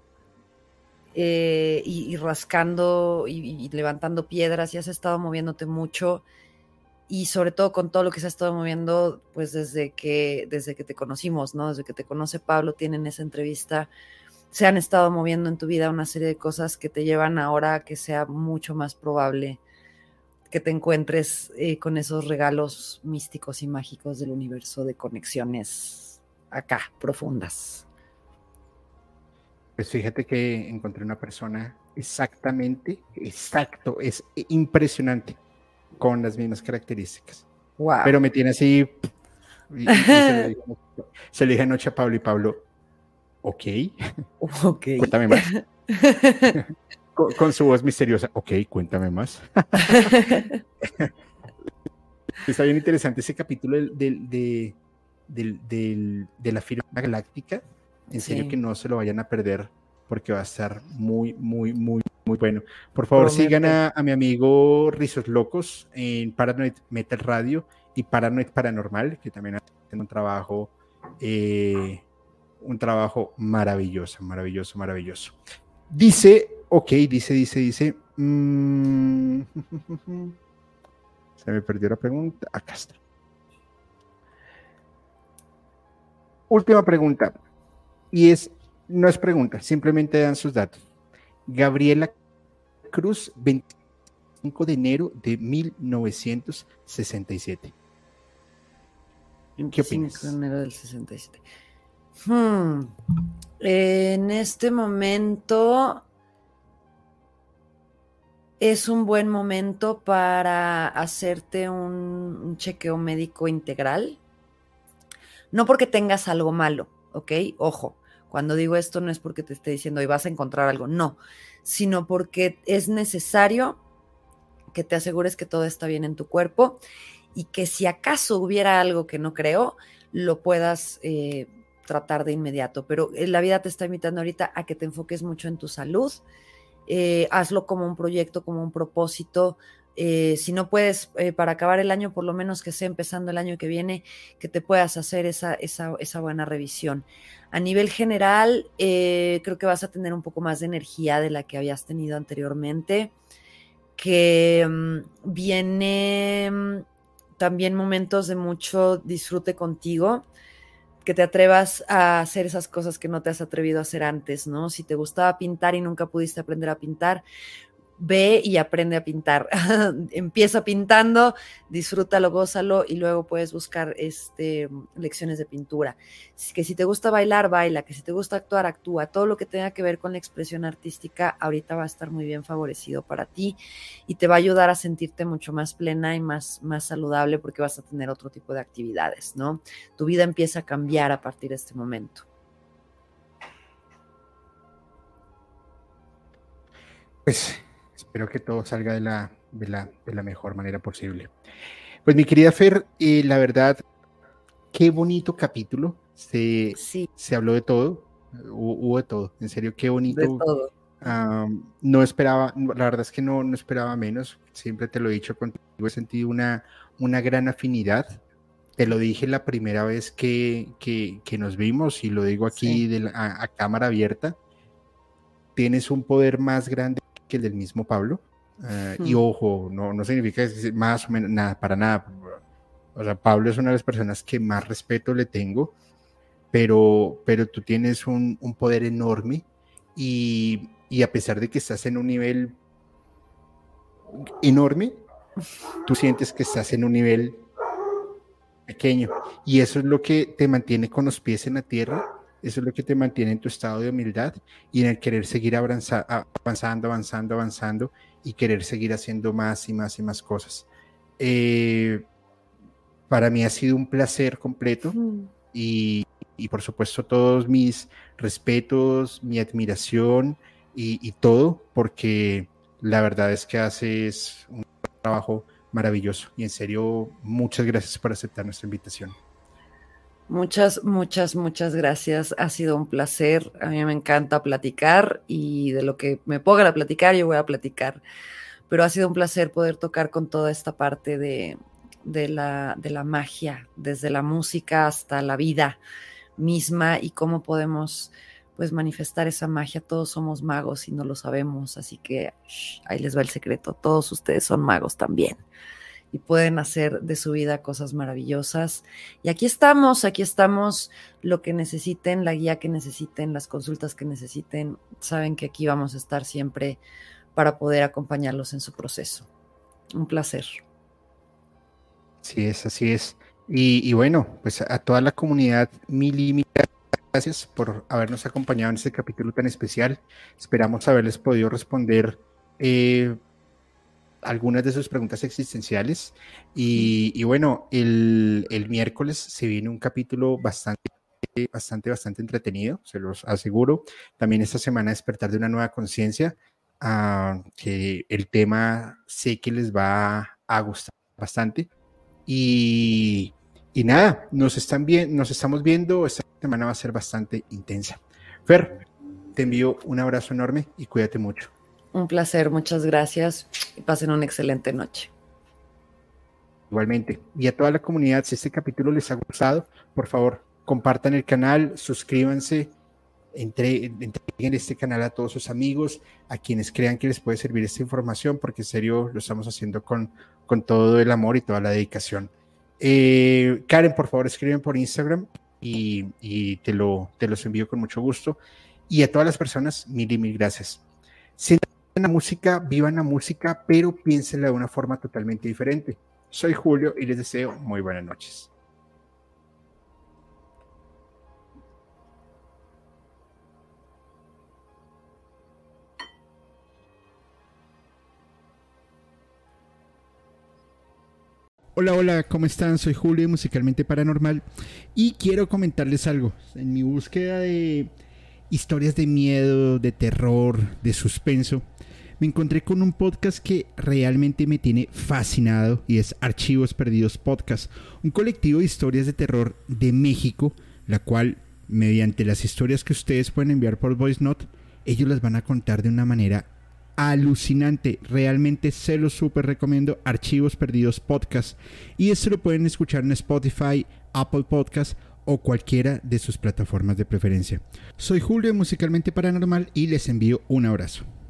y rascando y levantando piedras y has estado moviéndote mucho y sobre todo con todo lo que se ha estado moviendo pues desde que te conocimos, ¿no? Desde que te conoce Pablo, tienen esa entrevista, se han estado moviendo en tu vida una serie de cosas que te llevan ahora a que sea mucho más probable que te encuentres con esos regalos místicos y mágicos del universo de conexiones acá, profundas. Pues fíjate que encontré una persona exacto, es impresionante, con las mismas características. Wow. Pero me tiene así, y se lo dije anoche a Pablo y Pablo, ok. Cuéntame más. con su voz misteriosa, ok, cuéntame más. Está bien interesante ese capítulo de la firma galáctica. En serio que no se lo vayan a perder porque va a estar muy, muy, muy, muy bueno. Por favor, sigan a mi amigo Rizos Locos en Paranoid Metal Radio y Paranoid Paranormal, que también hacen un trabajo maravilloso, maravilloso, maravilloso. Dice, dice. Se me perdió la pregunta. Acá está. Última pregunta. Y no es pregunta, simplemente dan sus datos. Gabriela Cruz, 25 de enero de 1967. ¿Qué opinas? 25 de enero del 67. En este momento es un buen momento para hacerte un chequeo médico integral. No porque tengas algo malo, ¿ok? Ojo, cuando digo esto no es porque te esté diciendo y vas a encontrar algo, no, sino porque es necesario que te asegures que todo está bien en tu cuerpo y que si acaso hubiera algo que no creo, lo puedas tratar de inmediato. Pero la vida te está invitando ahorita a que te enfoques mucho en tu salud. Hazlo como un proyecto, como un propósito. Si no puedes, para acabar el año, por lo menos que sea empezando el año que viene, que te puedas hacer esa buena revisión. A nivel general, creo que vas a tener un poco más de energía de la que habías tenido anteriormente, que viene también momentos de mucho disfrute contigo, que te atrevas a hacer esas cosas que no te has atrevido a hacer antes, ¿no? Si te gustaba pintar y nunca pudiste aprender a pintar, ve y aprende a pintar. Empieza pintando, disfrútalo, gózalo y luego puedes buscar lecciones de pintura. Que si te gusta bailar, baila, que si te gusta actuar, actúa. Todo lo que tenga que ver con la expresión artística ahorita va a estar muy bien favorecido para ti y te va a ayudar a sentirte mucho más plena y más saludable porque vas a tener otro tipo de actividades, ¿no? Tu vida empieza a cambiar a partir de este momento. Pues espero que todo salga de la mejor manera posible. Pues mi querida Fer, la verdad, qué bonito capítulo. Sí, Se habló de todo, hubo de todo. En serio, qué de bonito. todo. No esperaba, la verdad es que no esperaba menos. Siempre te lo he dicho contigo, he sentido una gran afinidad. Te lo dije la primera vez que nos vimos y lo digo Sí. aquí a cámara abierta. Tienes un poder más grande que el del mismo Pablo. Y ojo, no significa más o menos nada, para nada. O sea, Pablo es una de las personas que más respeto le tengo, pero tú tienes un poder enorme y a pesar de que estás en un nivel enorme, tú sientes que estás en un nivel pequeño y eso es lo que te mantiene con los pies en la tierra, eso es lo que te mantiene en tu estado de humildad y en el querer seguir avanzando y querer seguir haciendo más y más y más cosas. Eh, para mí ha sido un placer completo y, y por supuesto todos mis respetos, mi admiración y todo, porque la verdad es que haces un trabajo maravilloso y en serio muchas gracias por aceptar nuestra invitación. Muchas gracias. Ha sido un placer. A mí me encanta platicar y de lo que me pongan a platicar, yo voy a platicar. Pero ha sido un placer poder tocar con toda esta parte de la magia, desde la música hasta la vida misma y cómo podemos pues manifestar esa magia. Todos somos magos y no lo sabemos, así que ahí les va el secreto. Todos ustedes son magos también y pueden hacer de su vida cosas maravillosas. Y aquí estamos, lo que necesiten, la guía que necesiten, las consultas que necesiten. Saben que aquí vamos a estar siempre para poder acompañarlos en su proceso. Un placer. Sí es, así es. Y bueno, pues a toda la comunidad, mil gracias por habernos acompañado en este capítulo tan especial. Esperamos haberles podido responder algunas de sus preguntas existenciales. Y bueno, el miércoles se viene un capítulo bastante entretenido, se los aseguro. También esta semana despertar de una nueva conciencia, que el tema sé que les va a gustar bastante. Y, y nada, nos estamos viendo. Esta semana va a ser bastante intensa. Fer, te envío un abrazo enorme y cuídate mucho. Un placer, muchas gracias y pasen una excelente noche. Igualmente. Y a toda la comunidad, si este capítulo les ha gustado, por favor, compartan el canal, suscríbanse, entreguen este canal a todos sus amigos, a quienes crean que les puede servir esta información, porque en serio lo estamos haciendo con todo el amor y toda la dedicación. Karen, por favor, escriben por Instagram y te los envío con mucho gusto. Y a todas las personas, mil gracias. Sientan la música, vivan la música, pero piénsenla de una forma totalmente diferente. Soy Julio y les deseo muy buenas noches. Hola, hola, ¿cómo están? Soy Julio de Musicalmente Paranormal y quiero comentarles algo. En mi búsqueda de historias de miedo, de terror, de suspenso, me encontré con un podcast que realmente me tiene fascinado y es Archivos Perdidos Podcast, un colectivo de historias de terror de México, la cual, mediante las historias que ustedes pueden enviar por Voice Note, ellos las van a contar de una manera alucinante. Realmente se los súper recomiendo. Archivos Perdidos Podcast, y esto lo pueden escuchar en Spotify, Apple Podcast o cualquiera de sus plataformas de preferencia. Soy Julio de Musicalmente Paranormal y les envío un abrazo.